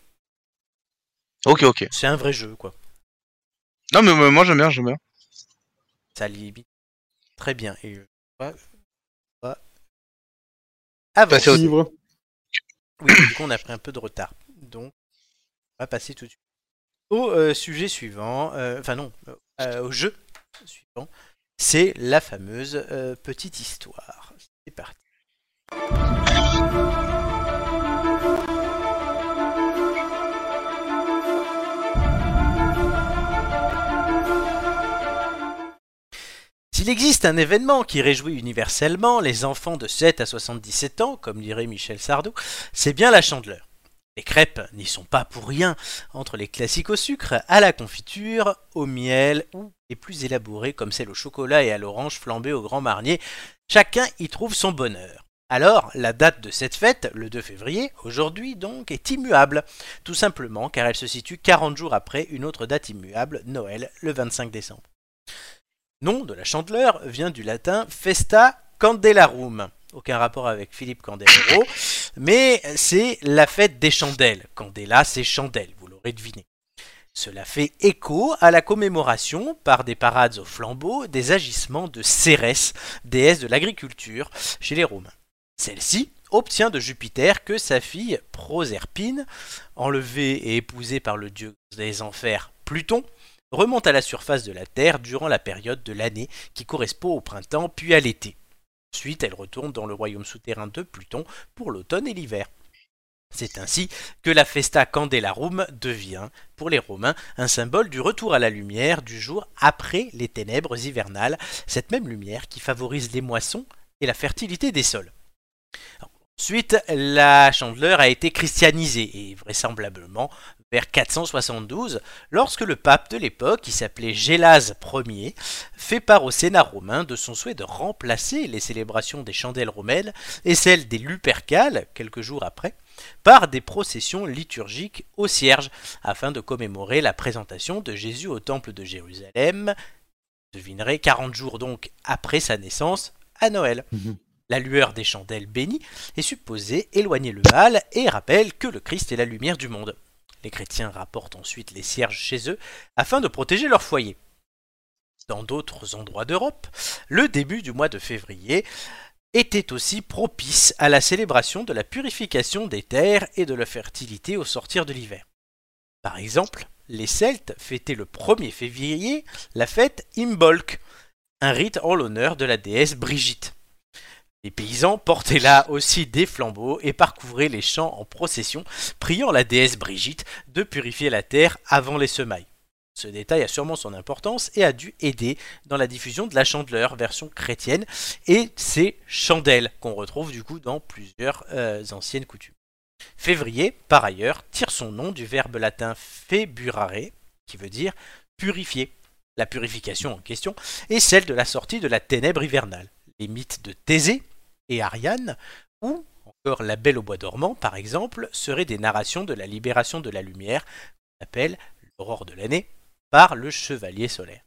Ok, ok. C'est un vrai jeu, quoi. Non, mais euh, moi, j'aime bien, j'aime bien. Ça limite très bien. Et euh, ouais, ouais. Avant. Passer au- Suivre. Oui, du coup, on a pris un peu de retard. Donc, on va passer tout de suite au euh, sujet suivant. euh, Enfin, non, euh, euh, au jeu suivant. C'est la fameuse euh, petite histoire. C'est parti. S'il existe un événement qui réjouit universellement les enfants de sept à soixante-dix-sept ans, comme dirait Michel Sardou, c'est bien la Chandeleur. Les crêpes n'y sont pas pour rien, entre les classiques au sucre, à la confiture, au miel ou les plus élaborées comme celles au chocolat et à l'orange flambées au Grand Marnier, chacun y trouve son bonheur. Alors, la date de cette fête, le deux février, aujourd'hui donc, est immuable, tout simplement car elle se situe quarante jours après une autre date immuable, Noël, le vingt-cinq décembre. Nom de la Chandeleur vient du latin Festa Candelarum, aucun rapport avec Philippe Candeloro, mais c'est la fête des chandelles. Candela, c'est chandelle, vous l'aurez deviné. Cela fait écho à la commémoration, par des parades au flambeau, des agissements de Cérès, déesse de l'agriculture, chez les Romains. Celle-ci, obtient de Jupiter que sa fille Proserpine, enlevée et épousée par le dieu des enfers Pluton, remonte à la surface de la Terre durant la période de l'année qui correspond au printemps puis à l'été. Ensuite, elle retourne dans le royaume souterrain de Pluton pour l'automne et l'hiver. C'est ainsi que la Festa Candelarum devient, pour les Romains, un symbole du retour à la lumière du jour après les ténèbres hivernales, cette même lumière qui favorise les moissons et la fertilité des sols. Ensuite, la chandeleur a été christianisée, et vraisemblablement vers quatre cent soixante-douze, lorsque le pape de l'époque, qui s'appelait Gélase Ier, fait part au Sénat romain de son souhait de remplacer les célébrations des chandelles romaines et celles des Lupercales, quelques jours après, par des processions liturgiques au cierge, afin de commémorer la présentation de Jésus au temple de Jérusalem, devinerez, quarante jours donc après sa naissance, à Noël. Mmh. La lueur des chandelles bénies est supposée éloigner le mal et rappelle que le Christ est la lumière du monde. Les chrétiens rapportent ensuite les cierges chez eux afin de protéger leur foyer. Dans d'autres endroits d'Europe, le début du mois de février était aussi propice à la célébration de la purification des terres et de la fertilité au sortir de l'hiver. Par exemple, les Celtes fêtaient le premier février la fête Imbolc, un rite en l'honneur de la déesse Brigitte. Les paysans portaient là aussi des flambeaux et parcouraient les champs en procession, priant la déesse Brigitte de purifier la terre avant les semailles. Ce détail a sûrement son importance et a dû aider dans la diffusion de la chandeleur version chrétienne et ces chandelles qu'on retrouve du coup dans plusieurs euh, anciennes coutumes. Février, par ailleurs, tire son nom du verbe latin feburare, qui veut dire purifier. La purification en question est celle de la sortie de la ténèbre hivernale. Les mythes de Thésée et Ariane, ou encore La Belle au bois dormant, par exemple, seraient des narrations de la libération de la lumière, qu'on appelle l'aurore de l'année, par le chevalier solaire.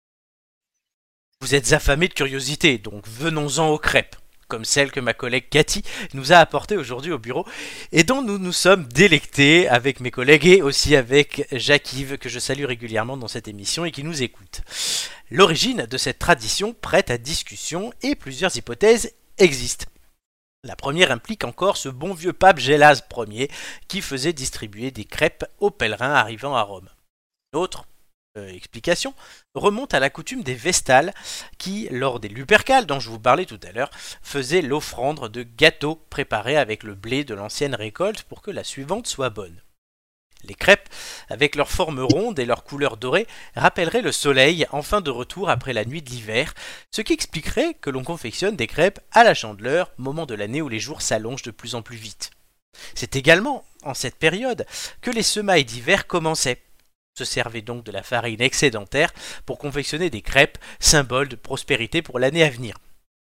Vous êtes affamés de curiosité, donc venons-en aux crêpes, comme celle que ma collègue Cathy nous a apportée aujourd'hui au bureau, et dont nous nous sommes délectés avec mes collègues et aussi avec Jacques-Yves, que je salue régulièrement dans cette émission et qui nous écoute. L'origine de cette tradition prête à discussion et plusieurs hypothèses existent. La première implique encore ce bon vieux pape Gélase Ier qui faisait distribuer des crêpes aux pèlerins arrivant à Rome. L'autre euh, explication remonte à la coutume des Vestales qui, lors des Lupercales dont je vous parlais tout à l'heure, faisaient l'offrande de gâteaux préparés avec le blé de l'ancienne récolte pour que la suivante soit bonne. Les crêpes, avec leur forme ronde et leur couleur dorée, rappelleraient le soleil en fin de retour après la nuit de l'hiver, ce qui expliquerait que l'on confectionne des crêpes à la chandeleur, moment de l'année où les jours s'allongent de plus en plus vite. C'est également en cette période que les semailles d'hiver commençaient. On se servait donc de la farine excédentaire pour confectionner des crêpes, symbole de prospérité pour l'année à venir.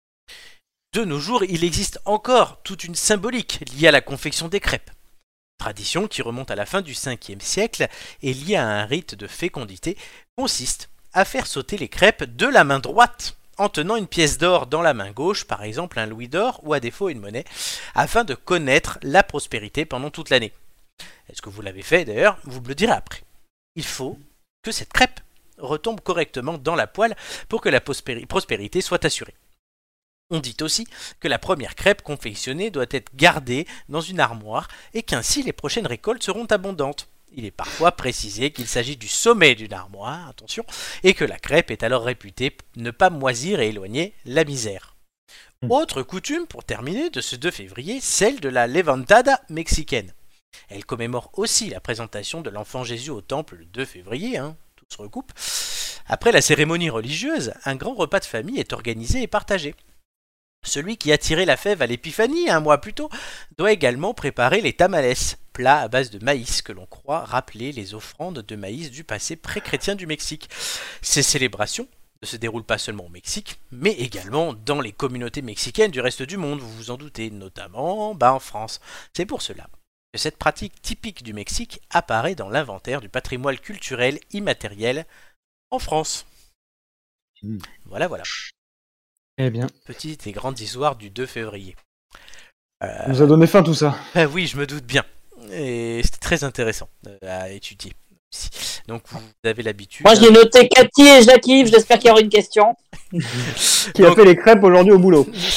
De nos jours, il existe encore toute une symbolique liée à la confection des crêpes. Tradition qui remonte à la fin du cinquième siècle et liée à un rite de fécondité, consiste à faire sauter les crêpes de la main droite en tenant une pièce d'or dans la main gauche, par exemple un louis d'or ou à défaut une monnaie, afin de connaître la prospérité pendant toute l'année. Est-ce que vous l'avez fait d'ailleurs? Vous me le direz après. Il faut que cette crêpe retombe correctement dans la poêle pour que la prospérité soit assurée. On dit aussi que la première crêpe confectionnée doit être gardée dans une armoire et qu'ainsi les prochaines récoltes seront abondantes. Il est parfois précisé qu'il s'agit du sommet d'une armoire, attention, et que la crêpe est alors réputée ne pas moisir et éloigner la misère. Mmh. Autre coutume, pour terminer, de ce deux février, celle de la levantada mexicaine. Elle commémore aussi la présentation de l'enfant Jésus au temple le deux février, hein, tout se recoupe. Après la cérémonie religieuse, un grand repas de famille est organisé et partagé. Celui qui a tiré la fève à l'épiphanie un mois plus tôt doit également préparer les tamales, plats à base de maïs que l'on croit rappeler les offrandes de maïs du passé pré-chrétien du Mexique. Ces célébrations ne se déroulent pas seulement au Mexique, mais également dans les communautés mexicaines du reste du monde, vous vous en doutez, notamment bah, en France. C'est pour cela que cette pratique typique du Mexique apparaît dans l'inventaire du patrimoine culturel immatériel en France. Mmh. Voilà, voilà. Eh bien. Petite et grande histoire du deux février. Euh... Ça nous a donné faim tout ça. Ben oui, je me doute bien. Et c'était très intéressant à étudier. Donc vous avez l'habitude. Moi j'ai noté Cathy et Jacques-Yves, j'espère qu'il y aura une question. Qui Donc... a fait les crêpes aujourd'hui au boulot.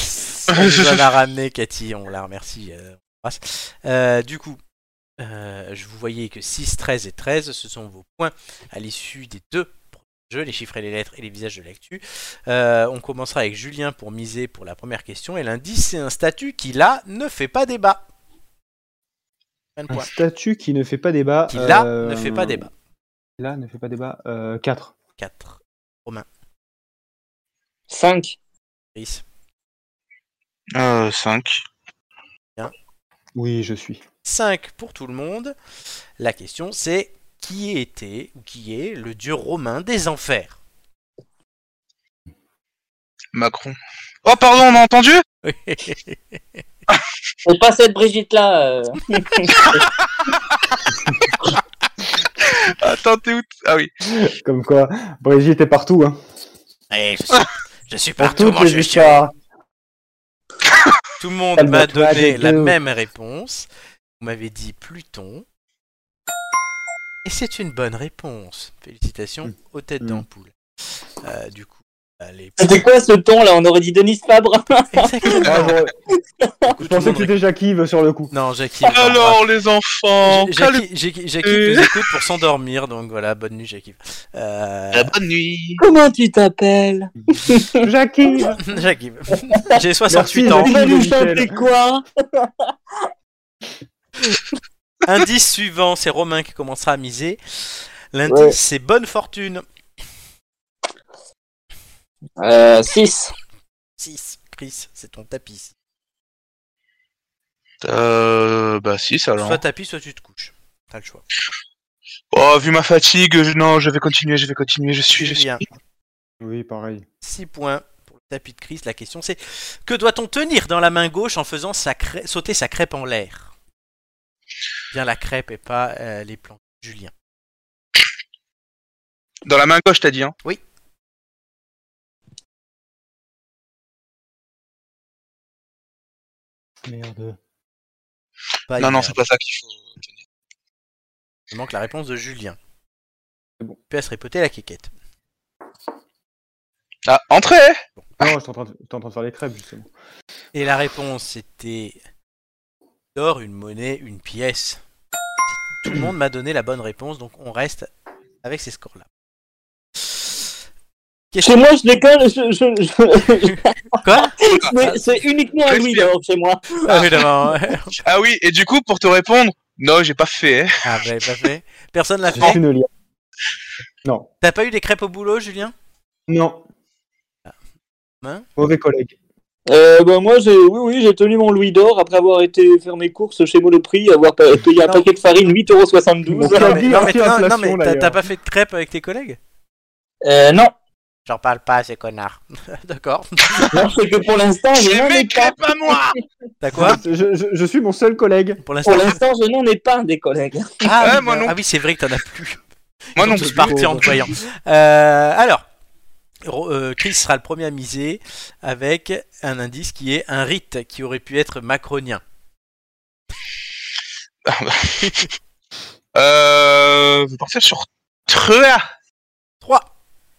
Elle nous en a ramené, Cathy, on la remercie. Euh, on l'embrasse. Euh, du coup, euh, je vous voyais que six, treize et treize, ce sont vos points à l'issue des deux jeux, les chiffres et les lettres et les visages de l'actu. Euh, on commencera avec Julien pour miser pour la première question. Et l'indice, c'est un statut qui, là, ne fait pas débat. Un Un point. statut qui ne fait pas débat. Qui, là, euh, ne fait pas débat. Là, ne fait pas débat. Euh, quatre. quatre. Romain, cinq. Chris, Euh, cinq. Oui, je suis. cinq pour tout le monde. La question, c'est qui était ou qui est le dieu romain des enfers? Macron. Oh, pardon, on a entendu? C'est pas cette Brigitte-là. euh. Attends, t'es où? t- Ah oui. Comme quoi, Brigitte est partout. Hein. Eh, je suis, je suis Pour partout, toutes mon les chouchou. histoires. Tout le monde Calme-toi, m'a donné j'ai la deux. même réponse. Vous m'avez dit Pluton. Et c'est une bonne réponse. Félicitations Mm. aux têtes Mm. d'ampoule. Euh, du coup, allez. C'était quoi ce ton là? On aurait dit Denis Fabre. Exactement. Ah, j'aurais- Du coup, je tout le pensais monde que c'était Jacques-Yves sur le coup. Non, Jackie. Alors, les enfants, Jackie, calme- Jackie, Jackie vous écoute pour s'endormir, donc voilà, bonne nuit Jackie. Euh... Euh, bonne nuit. Comment tu t'appelles? Jacques-Yves. Jackie, j'ai soixante-huit Merci, ans. Jackie. Tu vas nous Michel. chanter quoi? Indice suivant, c'est Romain qui commencera à miser. L'indice, Ouais. c'est bonne fortune. Euh, six. six. Chris, c'est ton tapis. Euh, bah si, ça alors. Soit tapis, soit tu te couches. T'as le choix. Oh, vu ma fatigue, je- non, je vais continuer, je vais continuer, je suis, je suis. Julien, Oui, pareil. six points pour le tapis de Chris. La question c'est, que doit-on tenir dans la main gauche en faisant sa crê- sauter sa crêpe en l'air? Bien la crêpe et pas euh, les plans. Julien. Dans la main gauche, t'as dit, hein? Merde. Pas Non, non, hier. c'est pas ça qu'il faut. Il manque la réponse de Julien. C'est bon. Puis à se répéter la quéquette. Ah, entrée! Non, j'étais en, train de- j'étais en train de faire les crêpes, justement. Et la réponse c'était d'or, une monnaie, une pièce. Tout le monde m'a donné la bonne réponse, donc on reste avec ces scores-là. Chez moi, je déconne. Je, je, je- Quoi? c'est- C'est uniquement un Louis d'or chez moi. Ah, évidemment. Ah oui, et du coup, pour te répondre, non, j'ai pas fait, hein. Ah, vous l'avez pas fait? Personne l'a Je fait? suis une liane. Non. T'as pas eu des crêpes au boulot, Julien? Non. Hein? Mauvais collègue. Euh, bah, moi, j'ai, oui, oui, j'ai tenu mon Louis d'or après avoir été faire mes courses chez Monoprix, avoir pa- payé un Non. paquet de farine huit euros soixante-douze. Bon, Non, mais, dit non, mais, non, non, anti-inflation, mais t'as- d'ailleurs. t'as pas fait de crêpes avec tes collègues? Euh, non. J'en parle pas à ces connards. D'accord. Non, c'est que pour l'instant, je J'ai n'en ai mes pas. crêpes à moi! T'as quoi? je, je, je suis mon seul collègue. Pour l'instant. Pour l'instant, je n'en ai pas des collègues. Ah, Ouais, oui, moi bah- non. ah oui, c'est vrai que t'en as plus. Moi Ils non sont tous plus. partis en te voyant. Euh, alors, Ro- euh, Chris sera le premier à miser avec un indice qui est un rite qui aurait pu être macronien. Euh, je vais partir sur trois. trois,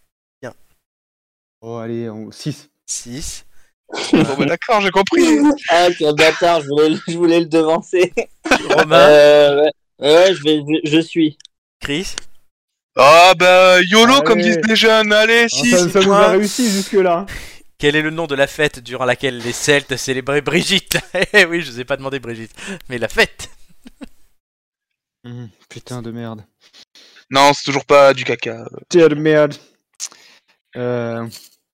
Oh, allez, six. six. Bon, bah d'accord, j'ai compris. Ah, quel bâtard, je voulais, je voulais le devancer. Romain, Euh, ouais, ouais, je, vais, je, je suis. Chris, Ah bah YOLO Allez. comme disent les jeunes, allez, Ah, si, ça, si. ça nous a points. réussi jusque-là. quel est le nom de la fête durant laquelle les Celtes célébraient Brigitte? Eh oui, je vous ai pas demandé Brigitte, mais la fête. Mmh, putain de merde. Non, c'est toujours pas du caca. Putain de merde. Euh...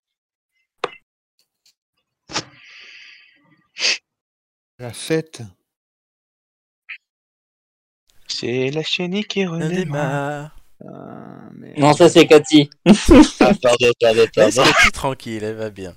La fête. C'est la chenille qui Un redémarre. démarre. Ah, merde. Non, ça c'est Cathy. Ah, pardon, pardon, Laisse pardon. Cathy tranquille, elle va bien.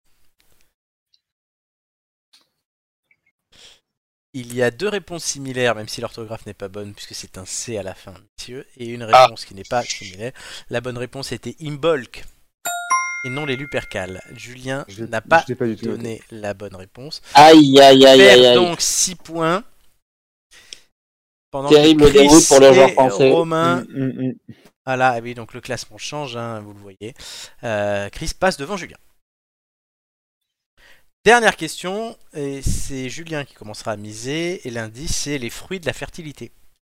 Il y a deux réponses similaires, même si l'orthographe n'est pas bonne, puisque c'est un C à la fin, messieurs, et une réponse qui n'est pas similaire. La bonne réponse était Imbolc, et non les Lupercales. Julien Je- n'a pas je l'ai pas du tout donné la bonne réponse. Aïe, aïe, aïe, Perd aïe, aïe. donc six points. Pendant Terrible que Chris déroute pour le joueur et français. Romain. Mmh, mmh, mmh. Ah là, ah oui, donc le classement change, hein, vous le voyez. Euh, Chris passe devant Julien. Dernière question, et c'est Julien qui commencera à miser, et l'indice c'est les fruits de la fertilité.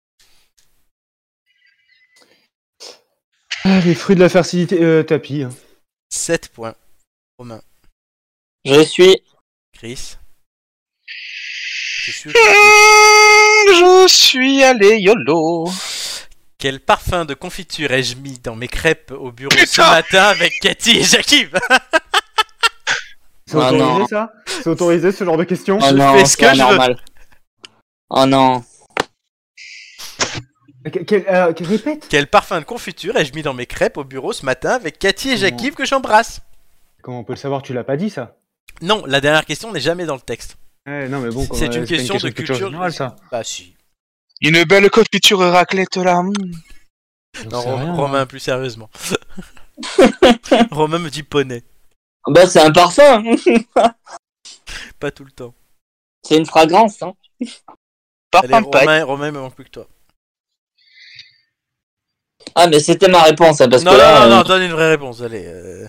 Ah, les fruits de la fertilité, euh, tapis. Hein. sept points. Romain. Je suis. Chris. Je suis. Je suis allé YOLO. Quel parfum de confiture ai-je mis dans mes crêpes au bureau Putain ce matin avec Cathy et Jacques? C'est Ah, autorisé non. ça? C'est autorisé ce genre de questions? Oh Je non, fais ce que c'est je veux. anormal. Oh non. Que- quel- euh, que- Répète. Quel parfum de confiture ai-je mis dans mes crêpes au bureau ce matin avec Cathy et Jacques que j'embrasse? Comment on peut le savoir? Tu l'as pas dit ça? Non, la dernière question n'est jamais dans le texte. Ouais, non mais bon. C'est comment- une pas question de culture générale ça. Bah si. Une belle confiture raclette là. mm. Non, sais Ro- rien, Romain, plus sérieusement. Romain me dit poney. Bah, c'est un parfum. Pas tout le temps. C'est une fragrance. Hein. Allez, Parfum de Pâques. Romain, Romain, il me manque plus que toi. Ah, mais c'était ma réponse. Hein, parce Non, que non, là, non, euh, non, donne une vraie réponse, allez. euh.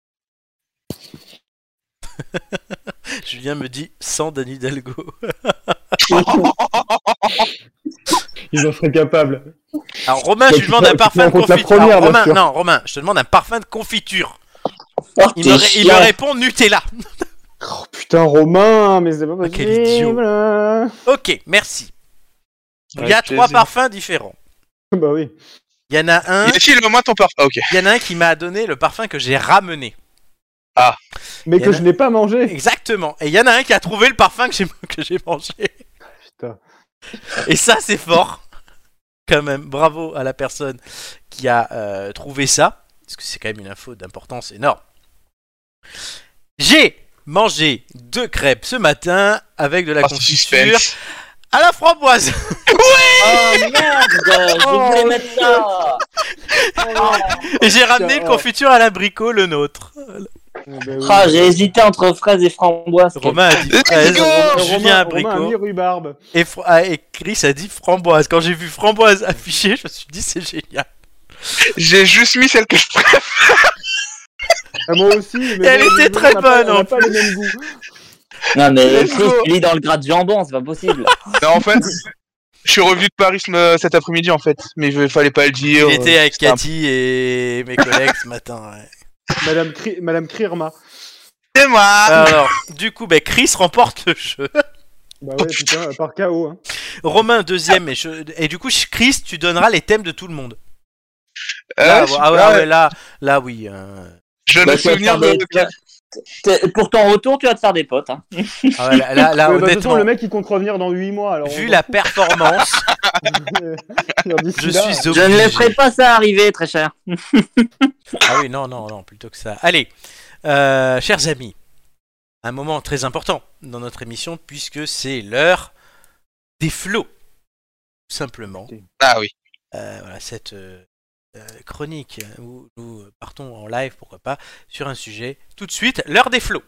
Julien me dit sans Danny Hidalgo. Ils en seraient capables. Alors Romain, Donc, je lui demande tu un prends- parfum tu de prends en compte la confiture. première, Alors, bien Romain, sûr. non, Romain, je te demande un parfum de confiture. oh, Il t'es me, ré- il me chiant. répond Nutella. Oh putain, Romain, mais c'est pas possible. quel idiot. Ok, merci. Il y a Ouais, trois plaisir. parfums différents. Bah oui. Il y en a un, Y a-t-il au moins ton parfum? Ah, ok. il y en a un qui m'a donné le parfum que j'ai ramené. Mais Y en que a- je n'ai pas mangé. Exactement. Et il y en a un qui a trouvé le parfum que j'ai que j'ai mangé. Putain. Et ça, c'est fort. Quand même, bravo à la personne qui a euh, trouvé ça. Parce que c'est quand même une info d'importance énorme. J'ai mangé deux crêpes ce matin avec de la Oh, ce confiture suspense. à la framboise. Oh merde, je Oh, voulais mettre ça. Et j'ai ramené une oh. confiture à l'abricot, le nôtre. Eh ben oui. Ah, j'ai hésité entre fraises et framboises. Romain a dit Let's fraise, go Romain- Julien Romain a mis abricot rhubarbe. et, Fr- ah, et Chris a dit framboise. Quand j'ai vu framboise affichée, je me suis dit c'est génial. J'ai juste mis celle que je préfère. Ah, moi aussi. Mais elle bon, était mais très on a pas- bonne, On en n'a pas les mêmes goûts. Non, mais Let's Chris, go. tu lis dans le gras de jambon, c'est pas possible. Non, en fait, je suis revenu de Paris ce- cet après-midi en fait, mais il fallait pas le dire. Il était avec c'était un- Cathy et mes collègues ce matin. Ouais. Madame, Cri- Madame Krirma. C'est moi. Alors, du coup, ben, Chris remporte le jeu. Bah ouais, putain, par K O. Hein. Romain deuxième et, je- et du coup, Chris, tu donneras les thèmes de tout le monde. Euh, Là, super, ah ouais, ah ouais, là, là, oui. euh. Je viens de Bah, me tu vas te souvenir faire de. des- tu vas- t'es- Pour ton retour, tu vas te faire des potes. Hein. Ah ouais, là, là, là, Ouais, bah, de toute façon, honnêtement, le mec il compte revenir dans huit mois. Alors vu on- la performance, Alors, d'ici je là, suis Je obligé. ne laisserai pas ça arriver, très cher. Ah oui, non, non, non, plutôt que ça. Allez, euh, chers amis, un moment très important dans notre émission puisque c'est l'heure des flots, tout simplement. Ah oui. Euh, voilà, cette euh, euh, chronique où nous partons en live, pourquoi pas, sur un sujet. Tout de suite, l'heure des flots.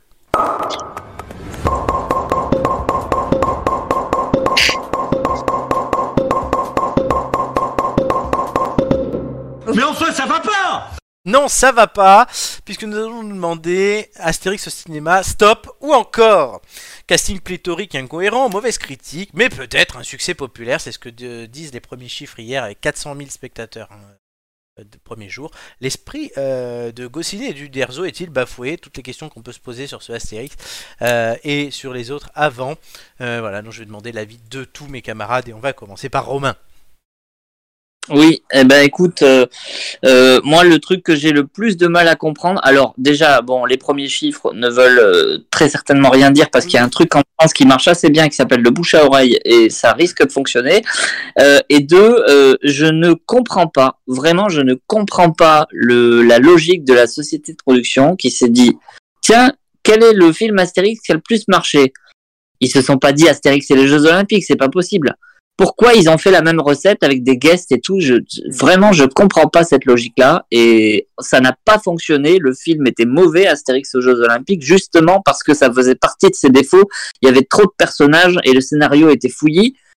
Mais enfin, ça va pas! Non, ça va pas, puisque nous allons nous demander Astérix au cinéma, stop, ou encore casting pléthorique incohérent, mauvaise critique, mais peut-être un succès populaire, c'est ce que de- disent les premiers chiffres hier avec quatre cent mille spectateurs hein, de premier jour. L'esprit euh, de Goscinny et du Derzo est-il bafoué? Toutes les questions qu'on peut se poser sur ce Astérix euh, et sur les autres avant. Euh, voilà, donc je vais demander l'avis de tous mes camarades et on va commencer par Romain. Oui, eh ben écoute, euh, euh, moi le truc que j'ai le plus de mal à comprendre, alors déjà, bon, les premiers chiffres ne veulent euh, très certainement rien dire parce qu'il y a un truc en France qui marche assez bien qui s'appelle le bouche à oreille et ça risque de fonctionner. Euh, et deux, euh, je ne comprends pas, vraiment, je ne comprends pas le, la logique de la société de production qui s'est dit, tiens, quel est le film Astérix qui a le plus marché? Ils se sont pas dit Astérix et les Jeux Olympiques, c'est pas possible. Pourquoi ils ont fait la même recette avec des guests et tout? Je, vraiment, je comprends pas cette logique-là et ça n'a pas fonctionné. Le film était mauvais, Astérix aux Jeux Olympiques, justement parce que ça faisait partie de ses défauts. Il y avait trop de personnages et le scénario était fouillis.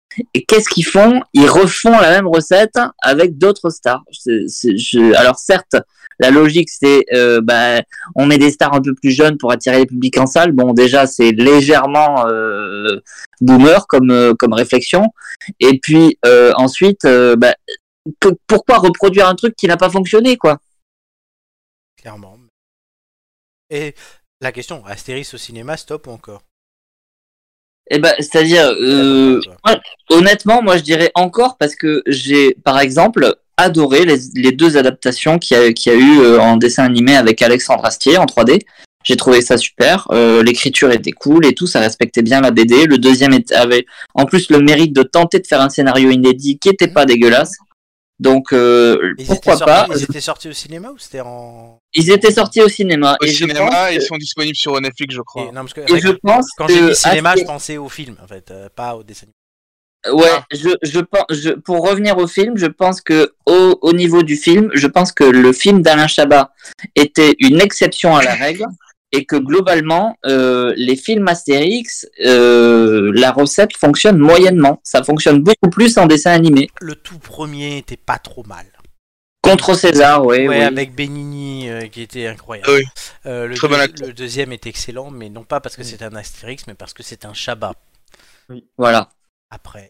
Et qu'est-ce qu'ils font? Ils refont la même recette avec d'autres stars. C'est, c'est, je... Alors certes, la logique c'est, euh, bah, on met des stars un peu plus jeunes pour attirer les publics en salle. Bon, déjà c'est légèrement euh, boomer comme euh, comme réflexion. Et puis euh, ensuite, euh, bah, que, pourquoi reproduire un truc qui n'a pas fonctionné, quoi? Clairement. Et la question, Astérix au cinéma, stop ou encore? Eh ben, c'est-à-dire, euh, ouais, honnêtement, moi je dirais encore parce que j'ai, par exemple, adoré les, les deux adaptations qu'il y a, qu'il y a eu euh, en dessin animé avec Alexandre Astier en trois D. J'ai trouvé ça super. Euh, l'écriture était cool et tout, ça respectait bien la B D. Le deuxième était, avait en plus le mérite de tenter de faire un scénario inédit qui était pas dégueulasse. Donc euh, Ils pourquoi étaient pas sortis, Ils étaient sortis au cinéma ou c'était en... Ils étaient sortis au cinéma. Au et cinéma, je pense ils que- sont disponibles sur Netflix, je crois. Et, non, parce que, et je pense quand que j'ai dit cinéma, Astier- je pensais au film, en fait, euh, pas au dessin. Ouais, Ah. je, je pense, je, pour revenir au film, je pense que au, au niveau du film, je pense que le film d'Alain Chabat était une exception à la règle et que globalement, euh, les films Astérix, euh, la recette fonctionne moyennement. Ça fonctionne beaucoup plus en dessin animé. Le tout premier était pas trop mal. Contre César, oui, Ouais, oui. avec Benigni euh, qui était incroyable. Oui. Euh, le, Très bon deux- acteur. le deuxième est excellent, mais non pas parce que c'est un Astérix, mais parce que c'est un Chabat. Voilà. Après,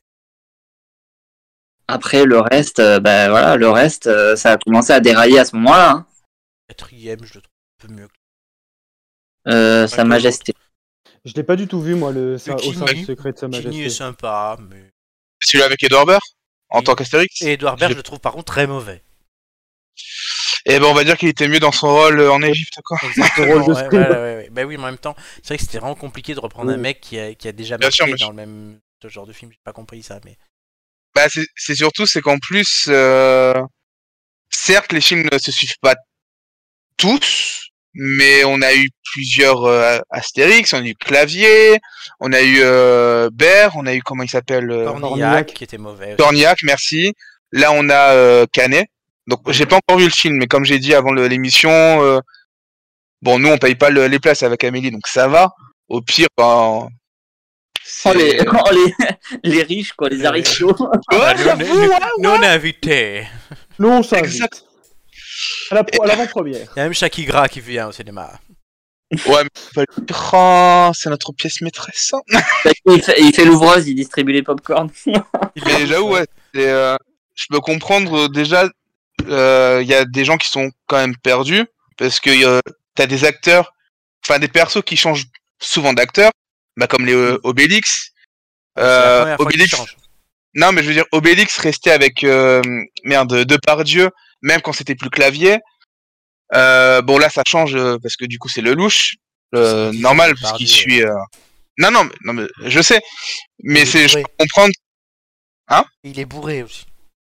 Après, le reste, euh, ben voilà, le reste, euh, ça a commencé à dérailler à ce moment-là. Hein. quatrième, je le trouve un peu mieux. Euh, Sa que Majesté. Je l'ai pas du tout vu, moi, le, ça, Le au sein Kini. du secret de Sa Kini est Majesté. sympa, mais... Celui-là avec Edouard Baird, en Oui. tant qu'Astérix. Et Edouard Baird, J'ai- je le trouve par contre très mauvais. Eh ben, on va dire qu'il était mieux dans son rôle euh, en Égypte, quoi. Exactement, rôle de ouais, scribe. ouais, ouais, ouais. Bah oui, mais en même temps, c'est vrai que c'était vraiment compliqué de reprendre un Oui. mec qui a, qui a déjà Bien marqué sûr, mais dans je- le même ce genre de film. J'ai pas compris ça, mais... Bah, c'est c'est surtout, c'est qu'en plus, euh, certes, les films ne se suivent pas tous, mais on a eu plusieurs euh, Astérix, on a eu Clavier, on a eu euh, Baird, on a eu, comment il s'appelle euh, Cornillac, Cornillac. qui était mauvais. aussi. Cornillac, merci. Là, on a euh, Canet. Donc, j'ai pas encore vu le film, mais comme j'ai dit avant le- l'émission, euh, bon, nous, on paye pas le- les places avec Amélie, donc ça va. Au pire, ben, Oh, les, c'est- oh, les, les riches, quoi, les Les aristotes. Ah, Ouais, nous, j'avoue, nous- ouais, nous, on est invités. Non, ça Exact. À la pro- à l'avant-première. Il y a même Shaki Gras qui vient au cinéma. Ouais, mais faut pas le dire. Oh, c'est notre pièce maîtresse. hein. il fait, il fait l'ouvreuse, il distribue les pop-corn. Mais j'avoue, ouais, c'est, euh, je peux comprendre euh, déjà, euh, il y a des gens qui sont quand même perdus parce que euh, t'as des acteurs, enfin des persos qui changent souvent d'acteurs, bah comme les euh, Obélix. C'est la Euh, première fois qu'il Obélix. change. Non, mais je veux dire, Obélix restait avec euh, merde Depardieu, même quand c'était plus Clavier. Euh, bon là, ça change euh, parce que du coup c'est le louche, euh, C'est normal Depardieu, parce qu'il ouais. suit. euh, Non, non, mais, non, mais je sais, mais Il est c'est, je bourré. peux comprendre. Il est bourré aussi.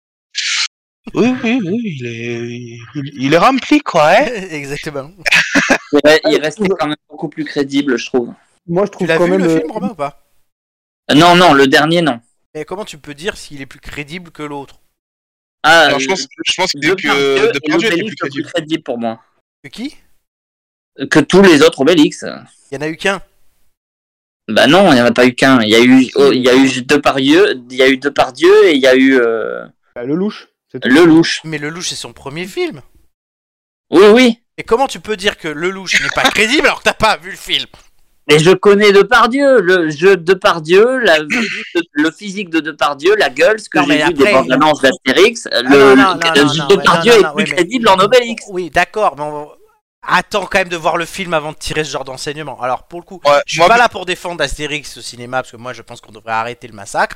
Oui, oui, oui, il est, il, il est rempli quoi, hein. Exactement. Il re- il restait quand même beaucoup plus crédible, je trouve. Moi, je Tu trouve l'as quand vu même. le euh, film, Romain, ou pas? Euh, Non, non, le dernier, non. Et comment tu peux dire s'il est plus crédible que l'autre? Ah, Non, je pense, je pense que, Depardieu que et Depardieu était Obélix plus le plus crédible. crédible pour moi. Que qui? Que tous les autres Obélix. Il y en a eu qu'un. Bah non, il n'y en a pas eu qu'un. Il y a eu, oh, il y a eu Depardieu, il y a eu Depardieu et il y a eu euh, bah, le louche. C'est tout. Lelouch. Mais Le Louche, c'est son premier film. Oui, oui. Et comment tu peux dire que Le Louche n'est pas crédible alors que t'as pas vu le film? Mais je connais Depardieu, le jeu de Depardieu, la, le physique de Depardieu, la gueule, ce que Non, j'ai mais vu des après, bandes annonces d'Astérix. Ah, le, non, non, le- non, le non, jeu non, de ouais, Depardieu non, non, est non, plus ouais, mais- crédible en Obélix. Oui, d'accord, mais on... attends quand même de voir le film avant de tirer ce genre d'enseignement. Alors, pour le coup, Ouais, je suis moi, pas là pour défendre Astérix au cinéma, parce que moi, je pense qu'on devrait arrêter le massacre.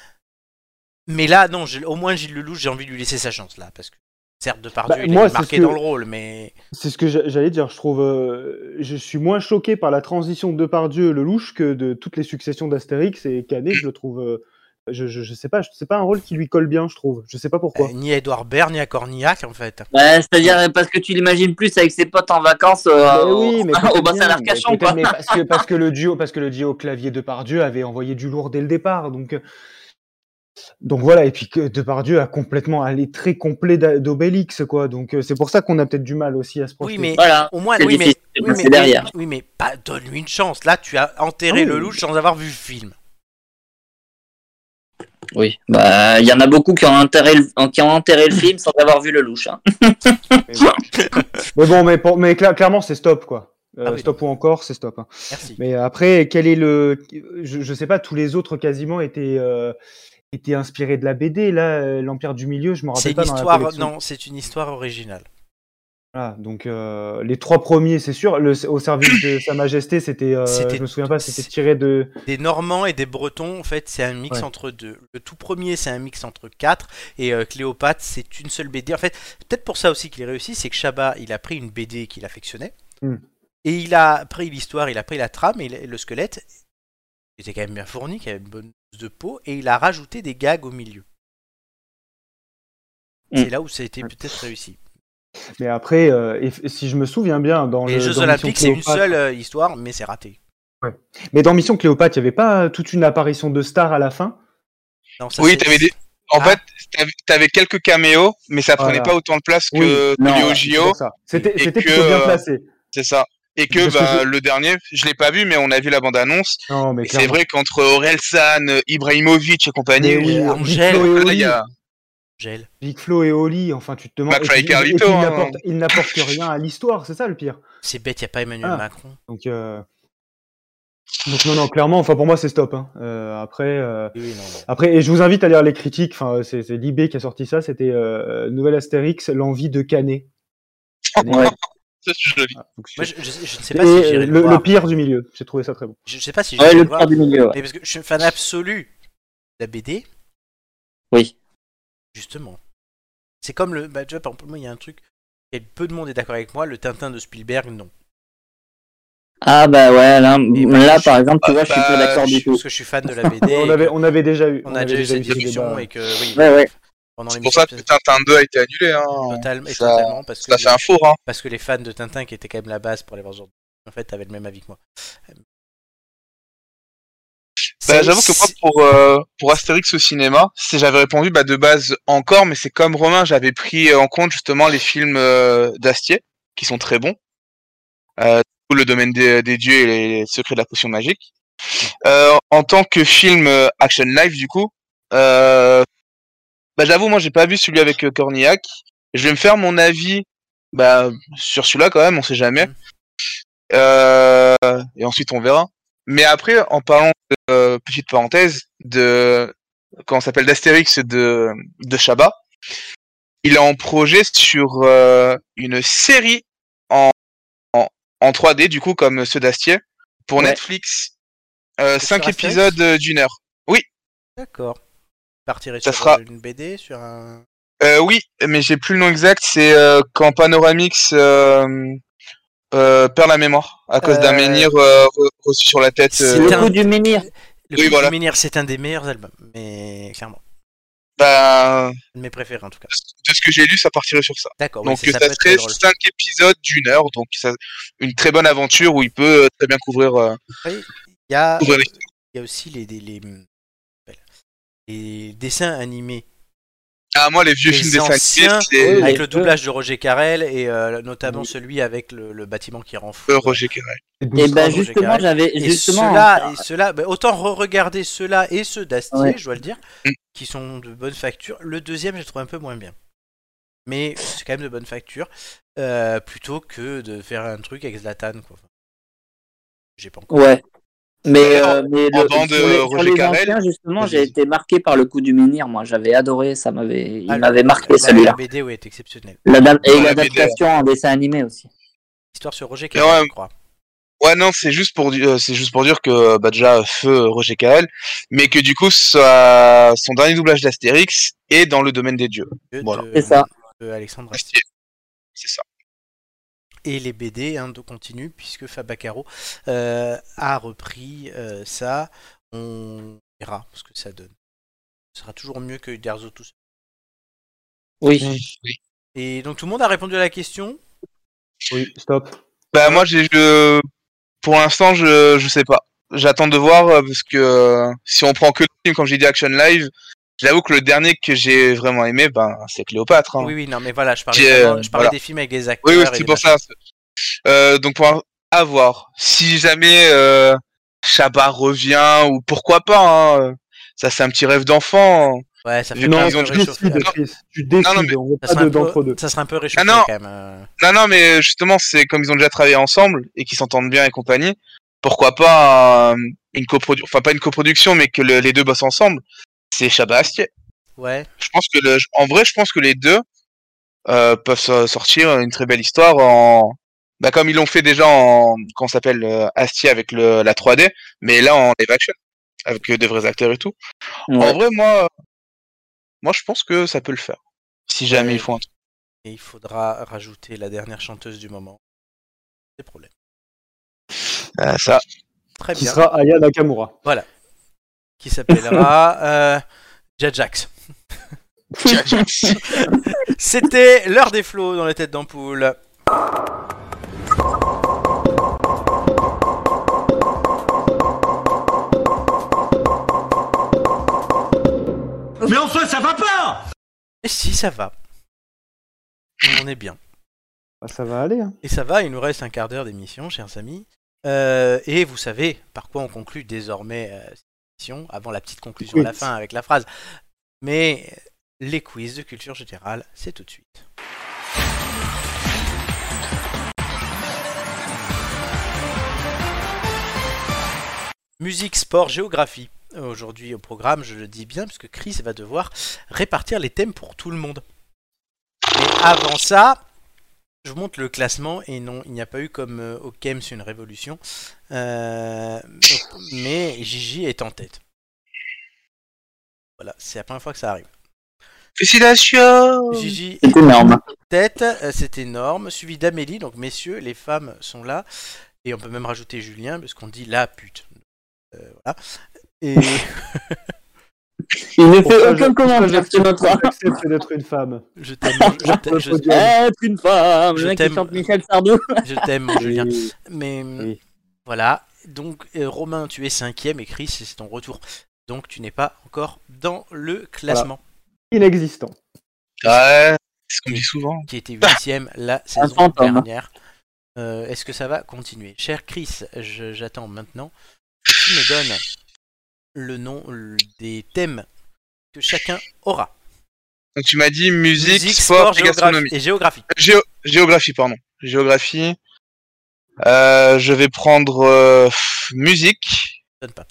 Mais là, non, j'ai- au moins Gilles Lelouch, j'ai envie de lui laisser sa chance, là, parce que certes, Depardieu, Bah, il moi, est c'est marqué ce que- dans le rôle, mais... C'est ce que j'a- j'allais dire. Je trouve, euh, je suis moins choqué par la transition de Depardieu et Lelouch que de toutes les successions d'Astérix et Canet. Je le trouve, euh, je, je, je sais pas, c'est pas un rôle qui lui colle bien, je trouve. Je sais pas pourquoi. Euh, ni à Edouard Baird, ni à Cornillac, en fait. Ouais, c'est-à-dire parce que tu l'imagines plus avec ses potes en vacances euh, Mais au, oui, mais au peut-être bassin bien, d'Arcachon, mais quoi. peut-être- mais parce que parce que le duo, parce que le duo Clavier Depardieu avait envoyé du lourd dès le départ, donc. euh, Donc voilà, et puis que Depardieu a complètement allé très complet d'a- d'Obélix, quoi. Donc euh, c'est pour ça qu'on a peut-être du mal aussi à se projeter. Oui, mais Voilà. au moins, C'est oui, mais, difficile de oui, passer mais, derrière. oui, mais pas, donne-lui une chance. Là, tu as enterré Ah oui. Lelouch sans avoir vu le film. Oui, bah il y en a beaucoup qui ont enterré le, qui ont enterré le film sans avoir vu le louche. Hein. Mais bon, mais, pour, mais cla- clairement, c'est stop, quoi. Euh, Ah oui, stop non. ou encore, c'est stop. Hein. Merci. Mais après, quel est le. Je, je sais pas, tous les autres quasiment étaient, euh, étaient inspirés de la B D. Là, euh, l'Empire du Milieu, je me C'est rappelle une pas dans la histoire, collection. non, c'est une histoire originale. Voilà, donc euh, les trois premiers, c'est sûr. Le, au service de Sa Majesté, c'était. Euh, C'était- je me souviens pas, c'était c'est- tiré de. Des Normands et des Bretons, en fait, c'est un mix Ouais. entre deux. Le tout premier, c'est un mix entre quatre, et euh, Cléopâtre, c'est une seule B D. En fait, peut-être pour ça aussi qu'il est réussi, c'est que Chabat, il a pris une B D qu'il affectionnait, Hmm. et il a pris l'histoire, il a pris la trame et le, le squelette, qui était quand même bien fourni, qui avait une bonne dose de peau, et il a rajouté des gags au milieu. Hmm. C'est là où ça a été peut-être réussi. Mais après, euh, et, et si je me souviens bien, dans Et le. les Jeux dans Olympiques, Mission c'est une Cléopâtre- seule euh, histoire, mais c'est raté. Mais dans Mission Cléopâtre, il n'y avait pas toute une apparition de stars à la fin. Non, ça, Oui, c'est- t'avais des. En Ah. fait, t'avais- t'avais quelques caméos, mais ça prenait Voilà. pas autant de place que Oui, que non, les ouais, O C'est J O. pour ça. C'était Et c'était que, plutôt bien euh, placé. C'est ça. Et que, Parce que bah, je- le dernier, je l'ai pas vu, mais on a vu la bande-annonce. Non, mais Et c'est clairement. vrai qu'entre Orelsan, Ibrahimovic et compagnie, Mais oui, euh, Big Angèle. Flo et là, il y Oli. a Gel. Big Flo et Oli, enfin, tu te demandes. McFly et puis- Carlito, et puis, il hein. n'apporte- il n'apporte rien à l'histoire, c'est ça le pire. C'est bête, il n'y a pas Emmanuel Ah. Macron. Donc, euh, donc non, non, clairement, enfin pour moi c'est stop. Hein. Euh, après, euh, Oui, non, non. après, et je vous invite à lire les critiques. Enfin, c'est c'est l'I B qui a sorti ça. C'était euh, Nouvelle Astérix, l'envie de Canet. Ouais. ça, c'est joli. Voilà, donc, Moi, je- je, je, je ne sais et pas si j'irai le, le, voir. le pire du milieu. J'ai trouvé ça très bon. Je ne sais pas si Ouais, j'irai le le voir. pire du milieu. Ouais. Mais parce que je suis fan absolu de la B D, Oui. justement. C'est comme le. Bah, tu vois, par exemple, moi, il y a un truc. Et peu de monde est d'accord avec moi, le Tintin de Spielberg, non. Ah bah ouais, là, Et là bah, par je- exemple, tu vois, je suis bah, pas d'accord Je- du tout. Parce que je suis fan de la B D. on et avait, que on avait déjà eu. on a avait déjà eu cette ce discussion débat. et que. Oui, Ouais, ouais. pendant C'est pour ça que l'émission. Tintin deux a été annulé. Hein. Total- et ça, totalement, parce que, ça fait un four. Hein. parce que les fans de Tintin, qui étaient quand même la base pour aller voir ce genre de- en fait, avaient le même avis que moi. Bah, C'est- j'avoue que moi, c'est- pour, euh, pour Astérix au cinéma, c'est j'avais répondu bah, de base encore, mais c'est comme Romain, j'avais pris en compte justement les films euh, d'Astier, qui sont très bons. Euh, le domaine des, des dieux et les, les secrets de la potion magique. Euh, en tant que film euh, action live, du coup, euh, bah, j'avoue, moi, j'ai pas vu celui avec euh, Cornillac. Je vais me faire mon avis bah, sur celui-là quand même, on sait jamais. Mm. Euh, et ensuite, on verra. Mais après, en parlant de euh, petite parenthèse de comment ça s'appelle d'Astérix de de Chabat, il est en projet sur euh, une série en, en en trois D du coup comme ceux d'Astier pour Ouais. Netflix. Euh, C'est cinq sur Astérix épisodes euh, d'une heure. D'accord. Partirait Ça sur sera- euh, une B D, sur un. Euh, oui, mais j'ai plus le nom exact. C'est euh, quand Panoramix euh, euh, perd la mémoire à cause d'un Euh, menhir euh, re- reçu sur la tête. C'est euh, Le un- coup du menhir. Le Oui, coup voilà. du Menhir, c'est un des meilleurs albums, mais clairement. bah, Un de mes préférés en tout cas. de ce que j'ai lu, ça partirait sur ça. D'accord, oui, Donc ça, ça ça, peut être très serait drôle. cinq épisodes d'une heure, donc ça, une très bonne aventure où il peut euh, très bien couvrir. euh, Oui, il y a, couvrir les- il y a aussi les, les, les, les dessins animés Ah moi les vieux Les films dessins anciens, animés, c'est oui. avec le doublage de Roger Carrel et euh, notamment Oui. celui avec le, le bâtiment qui rend fou. euh, Roger Carrel. Et Roger ben justement, Carrel. j'avais Et justement. ceux-là, et ceux-là bah, autant re-regarder ceux-là et ceux d'Astier, Ouais. je dois le dire, Mm. qui sont de bonne facture. Le deuxième, j'ai trouvé un peu moins bien. Mais c'est quand même de bonne facture, euh, plutôt que de faire un truc avec Zlatan, quoi. J'ai pas encore. Ouais. Mais, Ouais, euh, mais en le, bande, sur les, euh, sur Roger les Carrel, anciens, justement, vas-y. j'ai été marqué par le coup du menhir. Moi, j'avais adoré. Ça m'avait, il Ah, m'avait le- marqué la- celui-là. La B D, oui, est exceptionnelle. L'adap- Et Ouais, la B D, l'adaptation en dessin animé aussi. Histoire sur Roger Mais Carrel, ouais, je crois. Ouais non c'est juste pour di- euh, c'est juste pour dire que bah déjà feu Roger Carrel, mais que du coup sa... son dernier doublage d'Astérix est dans le domaine des dieux. Que Voilà. de- C'est ça. de Alexandre Astier. Astier. C'est ça. Et les B D hein, de continu, puisque Fabacaro euh, a repris euh, ça. On verra ce que ça donne. Ce sera toujours mieux que Uderzo tout seul. Oui. Et donc tout le monde a répondu à la question. Oui, stop. Bah moi j'ai je... pour l'instant je je sais pas. J'attends de voir euh, parce que euh, si on prend que le film comme j'ai dit Action Live, j'avoue que le dernier que j'ai vraiment aimé ben c'est Cléopâtre. Hein. Oui, oui, non, mais voilà, je parlais, J'ai, vraiment- euh, je parlais voilà. des films avec des acteurs. Oui, oui, et c'est des pour machins. ça. Euh, donc pour à voir. Si jamais euh, Chabat revient ou pourquoi pas. Hein, ça c'est un petit rêve d'enfant. Ouais, ça fait Vu Non, un qu'ils ont peu tu réchauffer. décides, Chris. Tu décides, Non, non, mais- on veut Ça pas serait, de- un peu, d'entre deux. ça serait un peu réchauffé non. quand même. euh. Non, non, mais justement, c'est comme ils ont déjà travaillé ensemble et qu'ils s'entendent bien et compagnie. Pourquoi pas euh, une coproduction, enfin pas une coproduction, mais que le- les deux bossent ensemble. C'est Chabat Astier. Ouais. Je pense que le, en vrai, je pense que les deux euh, peuvent so- sortir une très belle histoire en, bah comme ils l'ont fait déjà en, qu'on s'appelle euh, Astier avec le la trois D, mais là en live action avec euh, des vrais acteurs et tout. Ouais. En vrai, moi, euh, moi, je pense que ça peut le faire. Si jamais Ouais. ils font un truc. Et il faudra rajouter la dernière chanteuse du moment. Des problèmes. Euh, ça. Très Qui bien. sera Aya Nakamura. Qui s'appellera euh, Jajax. C'était l'heure des flots dans les têtes d'ampoule. Mais enfin, ça va pas! Et si, ça va. On est bien. Bah, ça va aller. Hein. Et ça va, il nous reste un quart d'heure d'émission, chers amis. Euh, et vous savez par quoi on conclut désormais euh, cette émission, avant la petite conclusion à la Quiz. fin avec la phrase. Mais les quiz de culture générale, c'est tout de suite. Musique, sport, géographie. Aujourd'hui au programme, je le dis bien, puisque Chris va devoir répartir les thèmes pour tout le monde. Mais avant ça, je vous montre le classement, et non, il n'y a pas eu comme euh, au Kems une révolution, euh, mais Gigi est en tête. Voilà, c'est la première fois que ça arrive. Félicitations. Gigi C'est énorme. tête, euh, c'est énorme, suivi d'Amélie, donc messieurs, les femmes sont là, et on peut même rajouter Julien, parce qu'on dit la pute. Euh, voilà. Et Il ne Pour fait ça, aucun je- commentaire, tu noteras. J'accepte d'être une femme. je t'aime, je t'aime, je, Être une femme, Je le mec qui t'aime. chante Michel Sardou. je t'aime, mon Julien. Oui. Mais Oui. voilà, donc euh, Romain, tu es cinquième, et Chris, c'est ton retour. Donc tu n'es pas encore dans le classement, Inexistant. Ouais, c'est ce qu'on dit souvent. qui était huitième la saison fantôme. dernière. Euh, Est-ce que ça va continuer? Cher Chris, je- j'attends maintenant que tu me donnes le nom l- des thèmes que chacun aura. Donc tu m'as dit musique, sport, et géographie gastronomie. et géographie. Géo- géographie, pardon. Géographie. Euh, je vais prendre euh, pff, musique. Donne pas.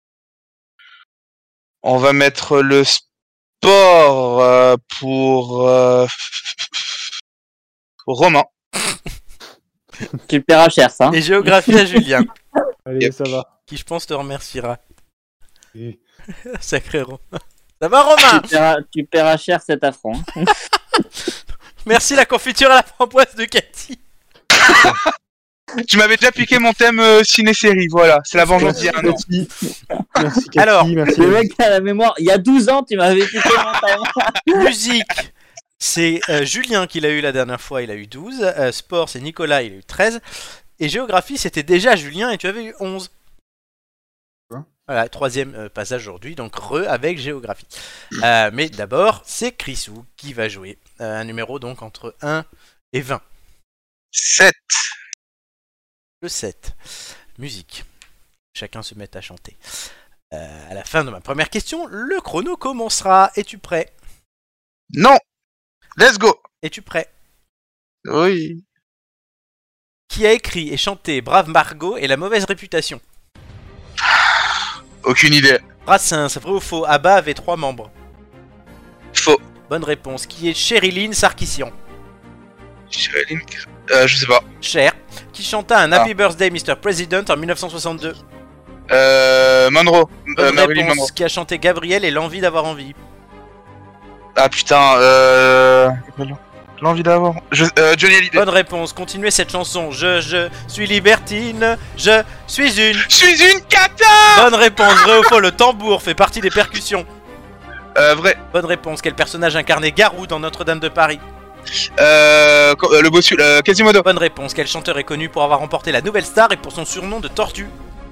On va mettre le sport euh, pour euh, Romain. Tu le paieras cher, ça. Et géographie à Julien, Allez, Yep. ça va. qui je pense te remerciera. Oui. Sacré Romain. Ça va Romain? Tu paieras, tu paieras cher cet affront. Merci la confiture à la framboise de Cathy. Tu m'avais déjà piqué mon thème euh, ciné-série, voilà. C'est la vengeance d'il y a un an. Merci. Merci, Cathy, Alors, merci. Le mec a la mémoire. Il y a douze ans, tu m'avais piqué mon time. Musique, c'est euh, Julien qui l'a eu la dernière fois, il a eu douze. Euh, sport, c'est Nicolas, il a eu treize. Et géographie, c'était déjà Julien et tu avais eu onze. Hein Voilà, troisième euh, passage aujourd'hui, donc re avec géographie. Euh, mais d'abord, c'est Chrisou qui va jouer. Euh, un numéro donc entre un et vingt. sept. Le sept. Musique. Chacun se met à chanter. Euh, à la fin de ma première question, le chrono commencera. Es-tu prêt? Non. Let's go. Es-tu prêt? Oui. Qui a écrit et chanté Brave Margot et La Mauvaise Réputation? Aucune idée. Brassens, vrai ou faux? Abba avait trois membres. Faux. Bonne réponse. Qui est Sherilyn Sarkissian? Sherilyn. Euh, je sais pas. Cher. Qui chanta un Ah. Happy Birthday mister President en dix-neuf cent soixante-deux? Euh, Monroe. Euh, Bonne Marilyn réponse. Monroe. Qui a chanté Gabriel et l'envie d'avoir envie? Ah putain. Euh... L'envie d'avoir. Je... Euh, Johnny Hallyday. Bonne réponse. Continuez cette chanson. Je, je suis libertine. Je suis une. Je suis une cata. Bonne réponse. Vrai ou faux? Le tambour fait partie des percussions. Euh, vrai. Bonne réponse. Quel personnage incarnait Garou dans Notre-Dame de Paris? Euh, co- euh, le bossu, euh, Quasimodo. Bonne réponse. Quel chanteur est connu pour avoir remporté la Nouvelle Star et pour son surnom de Tortue?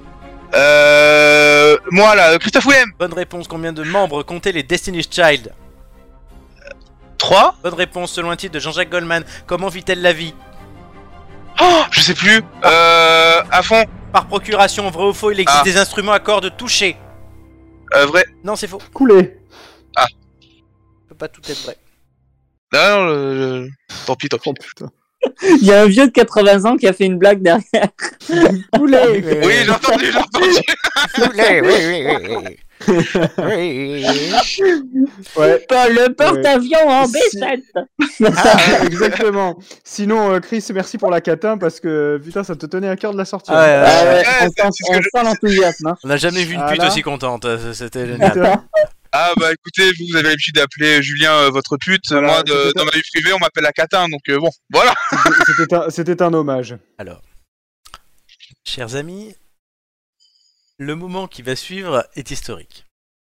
Euh, moi là, Christophe Willem. Bonne réponse. Combien de membres comptaient les Destiny's Child? trois. Bonne réponse. Selon un titre de Jean-Jacques Goldman, comment vit-elle la vie? Oh, je sais plus. Euh, à fond. Par procuration, vrai ou faux, il existe Ah. des instruments à cordes touchées? Euh, vrai. Non, c'est faux. Coulé. Ça peut pas tout être vrai. Non, non, le- le- tant pis, tant pis. Oh putain. Il y a un vieux de quatre-vingts ans qui a fait une blague derrière. Coulé. Oui, j'ai entendu, j'ai entendu. Oui, oui, oui, oui. Ouais. Le porte-avions en B Si- sept. Ah, exactement. Sinon, euh, Chris, merci pour la catin parce que putain, ça te tenait à cœur de la sortir. Ah ouais, ouais, Ah ouais. ouais, Ouais, on c'est- sent, c'est ce on que je- sent l'enthousiasme. Hein. On n'a jamais vu une Ah, pute là. aussi contente. C'était génial. Putain. Ah bah écoutez, vous, vous avez l'habitude d'appeler Julien euh, votre pute. Voilà, Moi, de- c'était- dans ma vie privée, on m'appelle la catin, donc euh, bon, voilà. C'était- C'était un, c'était un hommage. Alors, chers amis, le moment qui va suivre est historique.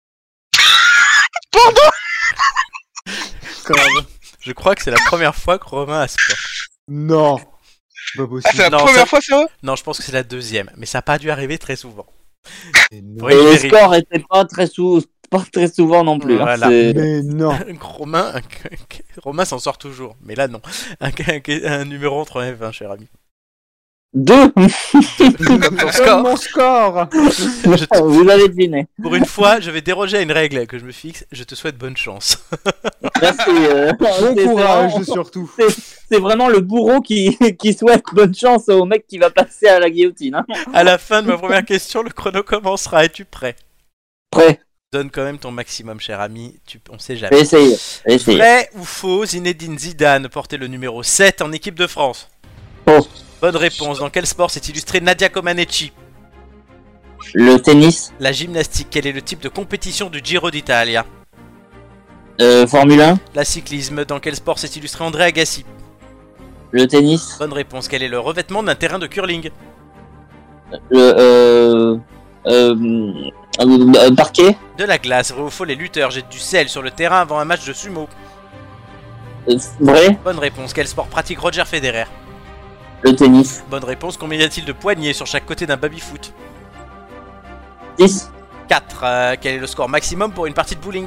Grave. Je crois que c'est la première fois que Romain a sport. Non. C'est pas Ah, possible. c'est la Non, première ça- fois, c'est vrai. Non, je pense que c'est la deuxième, mais ça n'a pas dû arriver très souvent. Mais non. Faudrait Et que je les vérifie. scores étaient pas très, sou... pas très souvent non plus. hein. Voilà. C'est- Mais non. Romain, Romain s'en sort toujours, mais là non. Un, un- un numéro entre un et vingt, cher ami. Deux. Ton score. Comme mon score. Je te- Vous avez deviné. Pour une fois, je vais déroger à une règle que je me fixe. Je te souhaite bonne chance. Là, c'est, euh, Bon c'est- c'est courage vraiment- surtout. C'est vraiment le bourreau qui, qui souhaite bonne chance au mec qui va passer à la guillotine. Hein. À la fin de ma première question, le chrono commencera. Es-tu prêt? Prêt. Donne quand même ton maximum, cher ami. Tu... On sait Je jamais. vais essayer. Je vais essayer. Vrai ou faux, Zinedine Zidane portait le numéro sept en équipe de France? Faux. Bonne réponse. Dans quel sport s'est illustré Nadia Comaneci? Le tennis. La gymnastique. Quel est le type de compétition du Giro d'Italia? Euh, Formule un. La cyclisme. Dans quel sport s'est illustré André Agassi? Le tennis. Bonne réponse. Quel est le revêtement d'un terrain de curling? Le euh, euh, euh, parquet. De la glace. Vrai ou faux, les lutteurs jettent du sel sur le terrain avant un match de sumo? Euh, vrai. Bonne réponse. Quel sport pratique Roger Federer? Le tennis. Bonne réponse. Combien y a-t-il de poignées sur chaque côté d'un baby-foot? dix. quatre. Euh, quel est le score maximum pour une partie de bowling?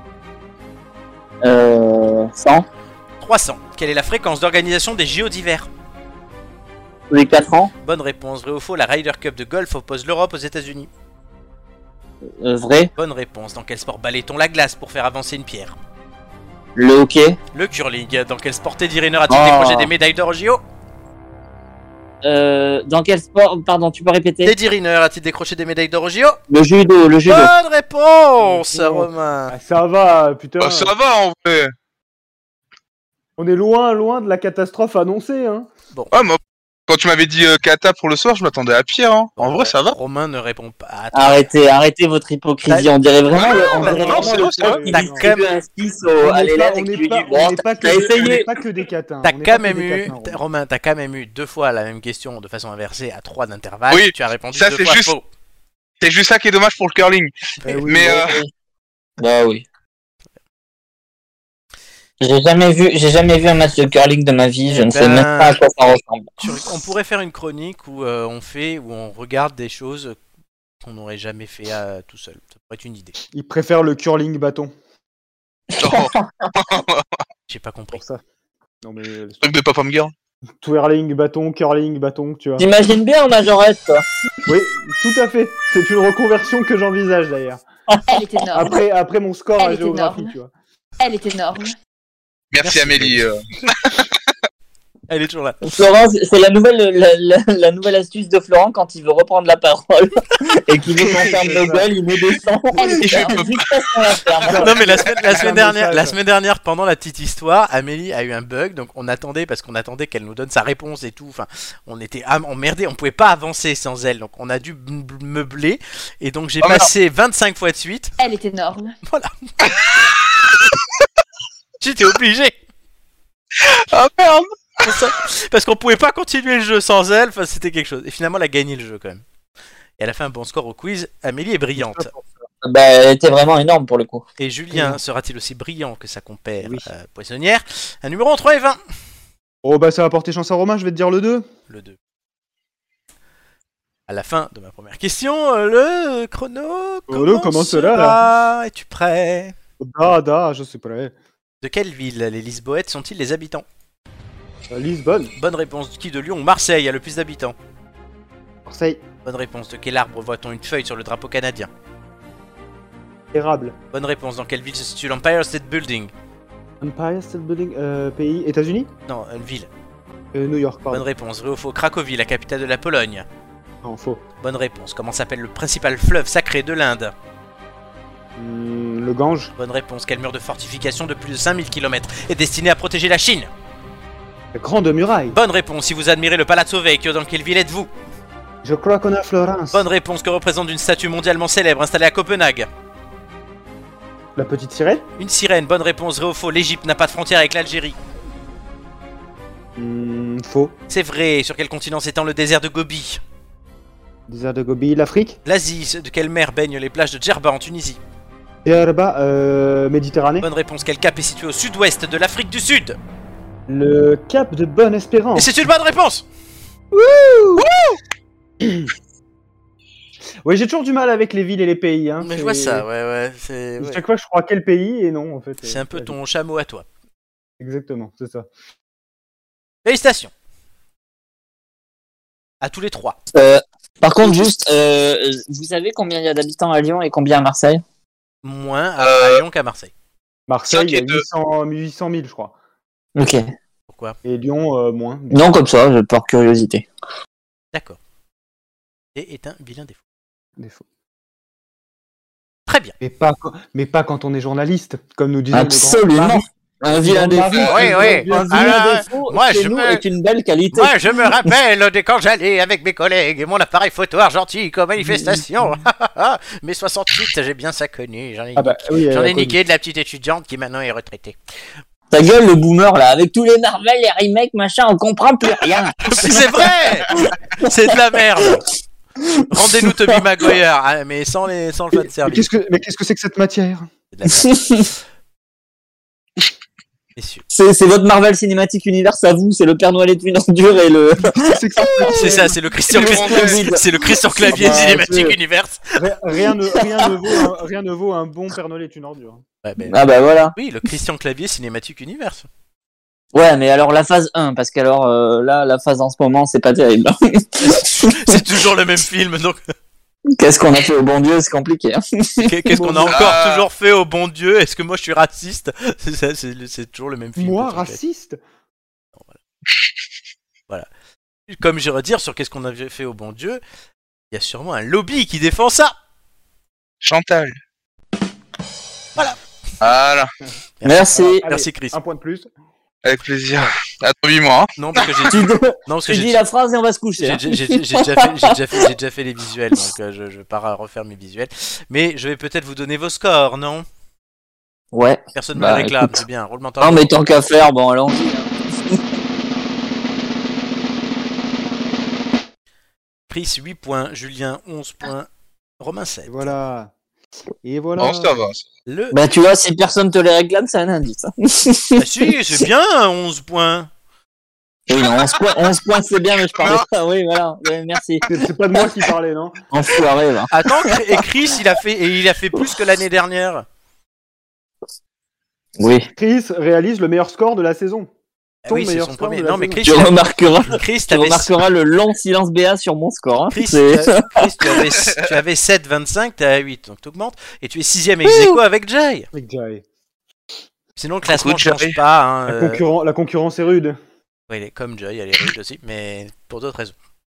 Euh, cent. trois cents. Quelle est la fréquence d'organisation des J O d'hiver? Tous les quatre ans. Bonne réponse. Vrai ou faux, la Ryder Cup de golf oppose l'Europe aux États-Unis? Euh, vrai. Bonne réponse. Dans quel sport balaye-t-on la glace pour faire avancer une pierre? Le hockey. Le curling. Dans quel sport Teddy Riner a-t-il Oh. décroché des médailles d'or aux J O? Euh, dans quel sport? Pardon, tu peux répéter? Teddy Riner a-t-il décroché des médailles d'or aux J O? Le judo. Le judo. Bonne réponse, Oh. Romain. Ah, ça va, putain. Bah, ça va en vrai. On est loin, loin de la catastrophe annoncée. Hein. Ouais, moi, quand tu m'avais dit euh, kata pour le soir, je m'attendais à pire. Hein. En vrai, ça va. Romain ne répond pas. Attends. Arrêtez, arrêtez votre hypocrisie. On dirait vraiment, le, on non, dirait non, vraiment c'est le vrai, c'est vrai. prof qui T'as distribue quand même- un six au- On à n'est l'élève pas, et on qui n'est lui pas, dit bon, on n'est pas que t'as des- on essayé. n'est pas que des catins. T'as On n'est quand pas que même des eu, catins, t'as- Romain. Romain, t'as quand même eu deux fois la même question de façon inversée à trois d'intervalle. Oui, tu as répondu ça, deux c'est fois juste- faux. C'est juste ça qui est dommage pour le curling. Eh oui, Mais bon. euh, Bah oui. J'ai jamais vu, j'ai jamais vu un match de curling de ma vie. Je ne sais Ben, même pas à quoi ça ressemble. Tu- on pourrait faire une chronique où euh, on fait, où on regarde des choses qu'on n'aurait jamais fait euh, tout seul. Ça pourrait être une idée. Il préfère le curling bâton. oh, J'ai pas compris. Pour ça. Non mais euh, truc de Pop-Up Girl. twirling bâton, curling bâton, tu vois. T'imagines bien en majorette, toi. Oui, tout à fait. C'est une reconversion que j'envisage d'ailleurs. Elle est énorme. Après, après mon score Elle à est géographie, énorme. tu vois. Elle est énorme. Merci, Merci, Amélie. euh. Elle est toujours là. Florent, c'est la nouvelle, la, la- la nouvelle astuce de Florent quand il veut reprendre la parole et qu'il veut qu'on ferme nos gueules, il met des sons. Elle est Il énorme. fait jusqu'à ce qu'on la ferme. Non mais la semaine, la semaine Un dernière, message. la semaine dernière, pendant la petite histoire, Amélie a eu un bug, donc on attendait parce qu'on attendait qu'elle nous donne sa réponse et tout. Enfin, on était am- emmerdés, on pouvait pas avancer sans elle, donc on a dû m- meubler. Et donc j'ai Oh, mais passé vingt-cinq fois de suite. Elle est énorme. J'étais obligé. Ah merde. Pour ça. Parce qu'on pouvait pas continuer le jeu sans elle. Enfin, c'était quelque chose. Et finalement, elle a gagné le jeu quand même. Et elle a fait un bon score au quiz. Amélie est brillante. Bah, elle était vraiment énorme pour le coup. Et Julien sera-t-il aussi brillant que sa compère Oui. euh, poissonnière? Un numéro entre trois et vingt. Oh bah ça va porter chance à Romain, je vais te dire le deux. Le deux. À la fin de ma première question, euh, le chrono Chrono commence là, là. Es-tu prêt? Da, da, je suis prêt. De quelle ville les Lisboètes sont-ils les habitants? Euh, Lisbonne, Bonne réponse. Qui de Lyon ou Marseille a le plus d'habitants? Marseille, Bonne réponse. De quel arbre voit-on une feuille sur le drapeau canadien? Érable. Bonne réponse. Dans quelle ville se situe l'Empire State Building? Empire State Building, euh, pays, États-Unis, Non, une ville. euh, New York, pardon. Bonne réponse. Vrai ou faux? Cracovie, la capitale de la Pologne. Non, faux. Bonne réponse. Comment s'appelle le principal fleuve sacré de l'Inde? Hmm, le Gange, Bonne réponse. Quel mur de fortification de plus de cinq mille kilomètres est destiné à protéger la Chine? la Grande Muraille. Bonne réponse. Si vous admirez le Palazzo Vecchio, dans quelle ville êtes-vous? Je crois qu'on est à Florence. Bonne réponse. Que représente une statue mondialement célèbre installée à Copenhague? La petite sirène. Une sirène. Bonne réponse. Vrai ou faux? L'Égypte n'a pas de frontière avec l'Algérie. Hmm, faux. C'est vrai. Sur quel continent s'étend le désert de Gobi? Désert de Gobi, l'Afrique. L'Asie. De quelle mer baignent les plages de Djerba en Tunisie? Djerba, euh, Méditerranée. Bonne réponse. Quel cap est situé au sud-ouest de l'Afrique du Sud? Le Cap de Bonne-Espérance. Et c'est une bonne réponse. Oui, j'ai toujours du mal avec les villes et les pays. Hein. Mais C'est- je vois ça, ouais, ouais. C'est ouais. Chaque fois, je crois quel pays et non, en fait. C'est euh, un peu ouais. ton chameau à toi. Exactement, c'est ça. Félicitations. À tous les trois. Euh, par contre, juste, euh, vous savez combien il y a d'habitants à Lyon et combien à Marseille? Moins à, Euh, à Lyon qu'à Marseille. Marseille, il y a cinq et deux. huit cents mille, je crois. Ok. Pourquoi? Et Lyon, euh, moins. Non, comme ça, je- par curiosité. D'accord. Et est un vilain défaut. Des faux. Très bien. Mais pas, quand- mais pas quand on est journaliste, comme nous disait le grand Absolument. Marie. Un vilain Grand défaut. Marie, Oui, un oui. vilain Un défaut. vilain Ah, défaut moi, chez je nous me- est une belle qualité. Moi, je me rappelle de quand j'allais avec mes collègues et mon appareil photo argentique aux manifestations. Mais soixante-huit, j'ai bien ça connu. J'en ai, Ah bah, oui, j'en elle a ai connu. niqué de la petite étudiante qui maintenant est retraitée. Ta gueule, le boomer, là, avec tous les Marvel, les remakes, machin, on comprend plus rien. Mais c'est vrai. C'est de la merde. Rendez-nous Tobey Maguire, ah, mais sans, les, sans le fan Mais service. qu'est-ce que, mais qu'est-ce que c'est que cette matière? C'est de la merde. Messieurs. C'est c'est votre Marvel Cinematic Universe à vous, c'est le Père Noël est une ordure et le... C'est que ça- C'est ça, c'est le Christian Le Clavier. Splendide. C'est le Christian Clavier Ah bah, Cinematic c'est- Universe. Rien, rien ne, rien, ne vaut un, rien ne vaut un bon Père Noël est une ordure. Ouais, ben, Ah bah voilà. oui, le Christian Clavier Cinematic Universe. Ouais, mais alors la phase un, parce qu'alors euh, là, la phase en ce moment, c'est pas terrible. C'est toujours le même film, donc Qu'est-ce qu'on a fait au bon Dieu, c'est compliqué. Hein. qu'est-ce qu'on a encore Ah. toujours fait au bon Dieu? Est-ce que moi je suis raciste? C'est ça, c'est le- c'est toujours le même film. Moi, Christian Clavier. raciste? Comme j'irais dire sur qu'est-ce qu'on avait fait au bon Dieu, il y a sûrement un lobby qui défend ça. Chantal. Voilà. Voilà, Merci. Allez, Merci Chris. Un point de plus. avec plaisir. Attends, moi. Non, parce que j'ai Tu, non, parce que tu j'ai dis la phrase et on va se coucher. J'ai hein. j'ai- j'ai- j'ai déjà, fait- j'ai déjà, fait- j'ai déjà fait les visuels, donc euh, je, je vais pas refaire mes visuels. Mais je vais peut-être vous donner vos scores, non? Ouais. Personne ne Bah, me les réclame, écoute. c'est bien. Roulement Non, mais tant qu'à faire, bon, allons. Chris, huit points. Julien, onze points. Romain, sept. Et voilà. Et voilà. Oh, ça va. ça. Le... Bah, tu vois, si personne te les réclame, c'est un indice. Hein. Ah si, c'est bien, onze points. Oui, non, onze points, onze points, c'est bien, mais je parlais pas. Oui, voilà. Ouais, merci. C'est c'est pas de moi qui parlais, non? Enfoiré, va. Attends, et Chris, il a fait, et il a fait plus que l'année dernière. Oui. Chris réalise le meilleur score de la saison. Ah Ton oui, c'est meilleur son score premier. de la Non, mais saison. Chris, Tu il a- remarqueras, Chris, tu t'avais... remarqueras le long silence B A sur mon score. Hein. Chris, C'est- tu, as- Chris, tu avais, tu avais sept vingt-cinq, t'es à huit, donc t'augmentes. Et tu es sixième ex aequo avec Jay. Avec Jai. Sinon, le classement ne Coucou, change Jay. pas. Hein, La, euh, concurren- la concurrence est rude. ouais, il est comme Jay, elle est rude aussi, mais pour d'autres raisons.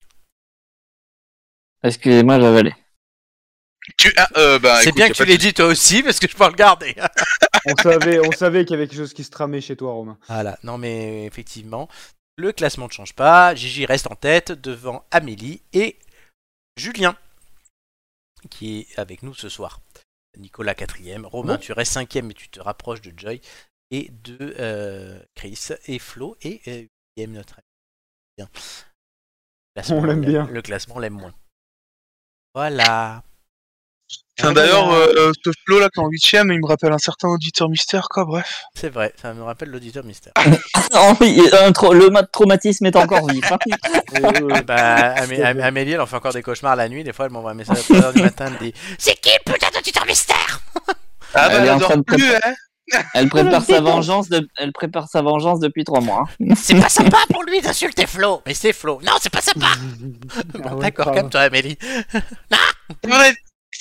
Excusez-moi, j'avalais. Tu, ah, euh, bah, C'est écoute, bien y a que tu pas de- l'aies dit toi aussi, parce que je peux regarder. On savait, on savait qu'il y avait quelque chose qui se tramait chez toi, Romain. Voilà, non mais effectivement, le classement ne change pas. Gigi reste en tête devant Amélie et Julien, qui est avec nous ce soir. Nicolas quatrième, Romain Bon. tu restes cinquième mais tu te rapproches de Joy et de euh, Chris et Flo et euh, huitième notre ami. Bien. Le classement, On l'aime bien. Le classement l'aime moins. Voilà. Tiens, d'ailleurs, euh, ce flow là qui est en huitième, il me rappelle un certain auditeur mystère, quoi, bref. C'est vrai, ça me rappelle l'auditeur mystère. Non, oui, un tra- le mat- traumatisme est encore vif. hein. Euh, Bah, Amé- Amé- Amélie, elle en fait encore des cauchemars la nuit. Des fois, elle m'envoie un message à trois heures du matin, elle me dit c'est qui le putain d'auditeur mystère? Ah bah, Elle est en elle train de dort plus, préparer- hein. Elle prépare sa vengeance. De... Elle prépare sa vengeance depuis trois mois. hein. C'est pas sympa pour lui d'insulter Flo, mais c'est Flo. Non, c'est pas sympa. Bon, Ah ouais, d'accord, pardon. calme-toi, Amélie. C'est vrai, c'est-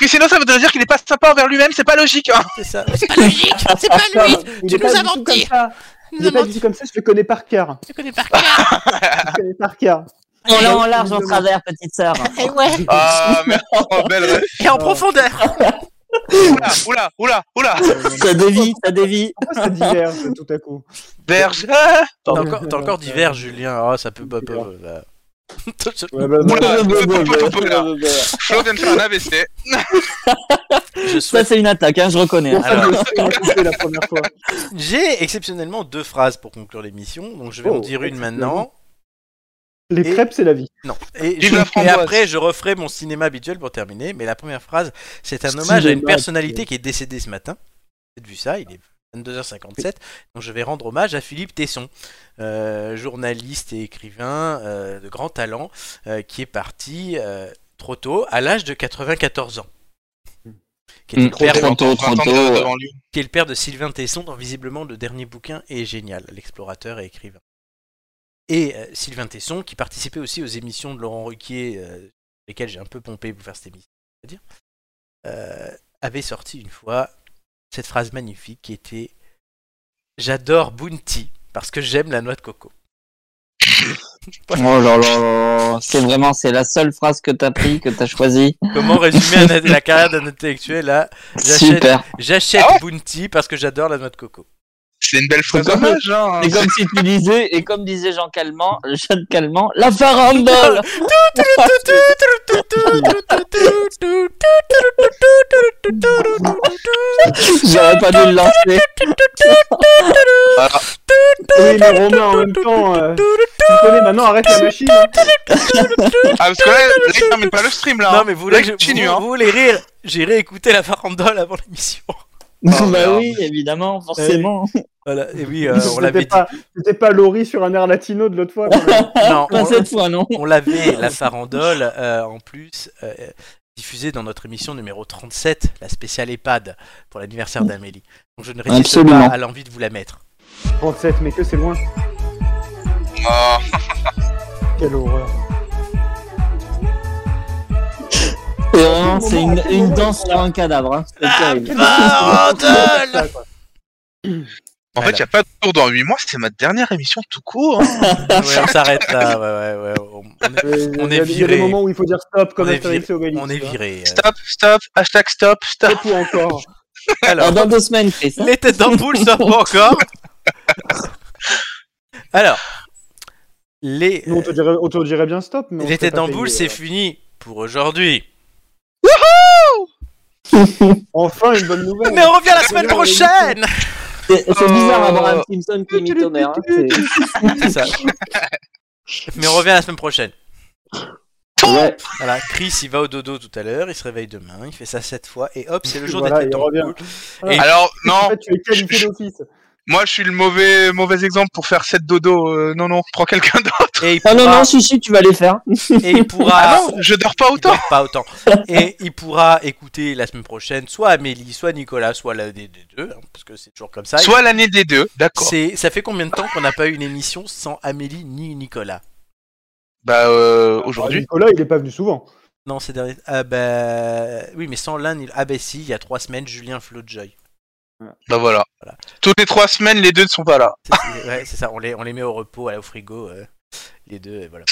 que sinon ça voudrait dire qu'il est pas sympa envers lui-même, c'est pas logique. Hein. C'est ça. C'est pas logique. C'est pas lui. Il Tu est pas nous as du tout menti. comme ça. Tu Il nous est as pas du menti. tout comme ça, je le connais par cœur. Tu connais par cœur. Je le connais par cœur. En long, en large, en travers, petite sœur. Et ouais. Ah merde, oh, belle ref. Et en profondeur. Oula, oula, oula, oula. Ça dévie, ça dévie. Pourquoi ça diverge tout à coup? Berge. T'as encore, t'as encore divers, Julien. Oh, ça peut pas. pas- pas- Ouais, bah, Oula, bah, oula. Flo vient de faire un A V C. Je Ça, souhaite. c'est une attaque, hein, je reconnais. pour ça Alors. que je l'ai coupé la première fois. J'ai exceptionnellement deux phrases pour conclure l'émission, donc je vais Oh, en dire une exceptionnellement. maintenant. Les Et- crêpes, c'est la vie. Non. Et, Vive je- la et framboise. après, je referai mon cinéma habituel pour terminer. Mais la première phrase, c'est un hommage à une Cinéma personnalité qui est décédée ce matin. Vous avez vu ça, il est vingt-deux heures cinquante-sept. Donc je vais rendre hommage à Philippe Tesson, euh, journaliste et écrivain euh, de grand talent, euh, qui est parti euh, trop tôt, à l'âge de quatre-vingt-quatorze ans. Qui est, Mm, le père, trop tôt, trop vingt ans tôt. devant lui. qui est le père de Sylvain Tesson, dont visiblement le dernier bouquin est génial, l'explorateur et écrivain. Et euh, Sylvain Tesson, qui participait aussi aux émissions de Laurent Ruquier, euh, lesquelles j'ai un peu pompé pour faire cette émission, on va dire, euh, avait sorti une fois cette phrase magnifique qui était « J'adore Bounty parce que j'aime la noix de coco ». Oh là là là, c'est vraiment, c'est la seule phrase que t'as pris, que t'as choisie. Comment résumer un- la carrière d'un intellectuel là ? J'achète, Super. j'achète Ah ouais Bounty parce que j'adore la noix de coco. C'est une belle phrase C'est comme- d'hommage, hein. C'est comme si tu disais, et comme disait Jean Calment, Jean Calment, la farandole. J'aurais pas dû le lancer. Voilà. Oui, mais Romain, en même temps, euh, tu connais maintenant, arrête la machine. hein. Ah, parce que là, là, il termine pas le stream là. Non hein. mais vous voulez Là, que je- il continue, vous, hein. vous voulez rire ? J'ai réécouté la farandole avant l'émission. bah merde. oui, évidemment, forcément. Voilà, et oui, euh, on C'était l'avait dit. pas, c'était pas Laurie sur un air latino de l'autre fois. quand même. Non, Pas on, cette fois, non. on l'avait, la farandole, euh, en plus, euh, diffusée dans notre émission numéro trente-sept, la spéciale EHPAD, pour l'anniversaire d'Amélie. Donc je ne résiste Absolument. pas à l'envie de vous la mettre. trente-sept, mais que c'est loin. Oh. Quelle horreur. C'est vraiment, c'est une, une danse sur un cadavre. Hein. C'est terrible. Farandole Ça, quoi. En fait, il n'y a pas de tour dans huit mois, c'est ma dernière émission tout court. Hein. Ouais, on s'arrête là, ouais, ouais, ouais. On, on est, Euh, On il y a- est Il y a des viré. moments où il faut dire stop, comme on est Astérix viré. et Obélix. On est tu vois. viré. Stop, stop, hashtag stop, stop. Stop ou encore. Alors, Alors, dans deux semaines, Chris. Hein. les têtes d'ampoule, ça pas encore. Alors, les, Nous, on te dirait, on te dirait bien stop, mais on les se fait têtes pas d'ampoule, payer, c'est euh. fini pour aujourd'hui. Enfin, une bonne nouvelle. Mais on revient la semaine prochaine. C'est c'est bizarre Oh. Abraham Simpson qui imite Homer. Hein. C'est- C'est ça. Mais on revient la semaine prochaine. Ouais. Voilà, Chris il va au dodo tout à l'heure, il se réveille demain, il fait ça sept fois et hop, c'est le jour Voilà, des têtes il revient. d'ampoule. Et- Alors, En non, fait, tu es qualifié d'office. moi je suis le mauvais, mauvais exemple pour faire sept dodo. Euh, non, non, prends quelqu'un d'autre. Et il Ah non, pourra, non, si, si, tu vas les faire. et il pourra, Ah non, je dors pas il autant. dort pas autant. Et il pourra écouter la semaine prochaine soit Amélie, soit Nicolas, soit l'un des des deux, hein, parce que c'est toujours comme ça. Soit l'année des deux, d'accord. C'est, ça fait combien de temps qu'on n'a pas eu une émission sans Amélie ni Nicolas? Bah, euh, aujourd'hui. Nicolas, il est pas venu souvent. Non, c'est dernier. Ah bah oui, mais sans l'un ni. Ah bah si, il y a trois semaines, Julien Flojoy. Bah voilà. Voilà. Toutes les trois semaines, les deux ne sont pas là. C'est, c'est- ouais, c'est ça. On les, on les met au repos, au frigo, euh, les deux, et voilà.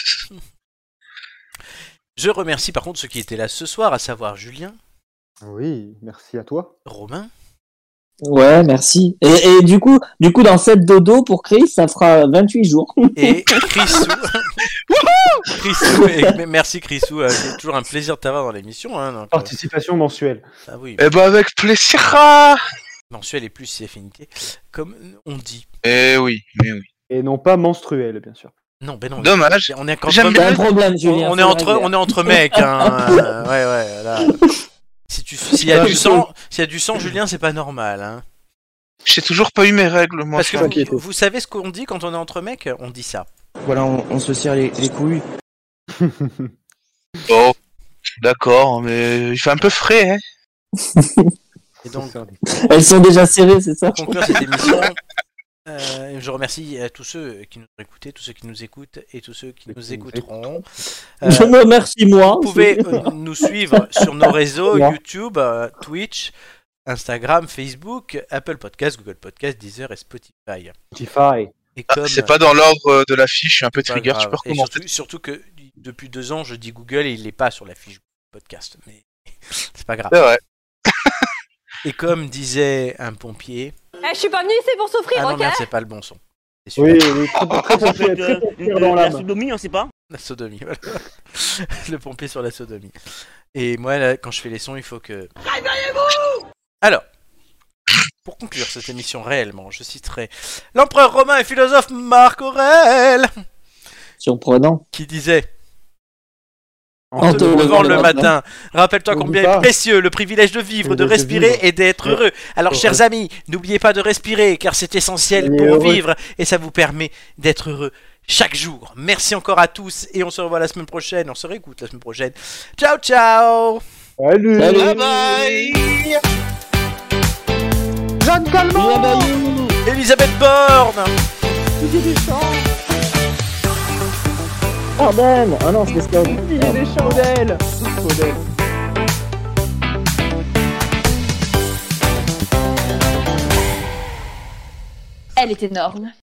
Je remercie par contre ceux qui étaient là ce soir, à savoir Julien, Oui, merci à toi. Romain, Ouais, merci. Et, et du coup, du coup, dans sept dodo pour Chris, ça fera vingt-huit jours. et Chrisou. Chrisou, et merci Chrisou, euh, c'est toujours un plaisir de t'avoir dans l'émission. Hein, donc, euh, Participation mensuelle. ah oui, Eh bah, avec plaisir. mensuel et plus si affinité, comme on dit. Eh oui, mais oui. Et non pas menstruelle, bien sûr. Non, ben non. Dommage. On est encore J'aime entre- T'as un problème, Julien. on, on est faut entre, régler. on est entre mecs. Hein, euh, ouais, ouais. Là. Si tu, s'il y a du sang, s'il y a du sang, Julien, c'est pas normal. Hein. J'ai toujours pas eu mes règles, moi. Parce que Franck. vous, vous savez ce qu'on dit quand on est entre mecs? On dit ça. Voilà, on, on se serre les, les couilles. Oh, d'accord, mais il fait un peu frais, hein. Et donc, Elles sont déjà serrées, c'est ça? pour conclure cette émission, Euh, je remercie à tous ceux qui nous ont écoutés, tous ceux qui nous écoutent et tous ceux qui Ceux nous qui nous écouteront. Je Euh, me remercie moi. vous pouvez euh, nous suivre sur nos réseaux Moi. YouTube, euh, Twitch, Instagram, Facebook, Apple Podcast, Google Podcast, Deezer et Spotify. Spotify. Et Ah, comme c'est pas dans l'ordre de la fiche, je suis un peu pas trigger, tu grave. peux Et recommencer. surtout, surtout que depuis deux ans, je dis Google et il n'est pas sur la fiche podcast. Mais c'est pas grave. C'est vrai. Et comme disait un pompier. Eh, je suis pas venu ici pour souffrir, Ah non, ok? merde, c'est pas le bon son. C'est Oui, celui-là. oui, très, très, Ça peut très, être, très, euh, très, une- dans la l'âme. sodomie, on sait pas. La sodomie, voilà. Le pompier sur la sodomie. Et moi, là, quand je fais les sons, il faut que. Alors, pour conclure cette émission réellement, je citerai l'empereur romain et philosophe Marc Aurèle Surprenant. qui disait En en te te levant levant le le matin, rappelle-toi N'oublie combien pas. est précieux le privilège de vivre, Et de de respirer vivre. et d'être Ouais. heureux. Alors, Ouais. chers amis, n'oubliez pas de respirer car c'est essentiel Soyez pour heureux. vivre et ça vous permet d'être heureux chaque jour. Merci encore à tous et on se revoit la semaine prochaine. On se réécoute la semaine prochaine. Ciao, ciao! Salut. Salut. Bye bye. Jeanne Calment. Elisabeth Borne! Arden. Ah non, c'est Scott. Des chandelles. Faudel. Elle est énorme.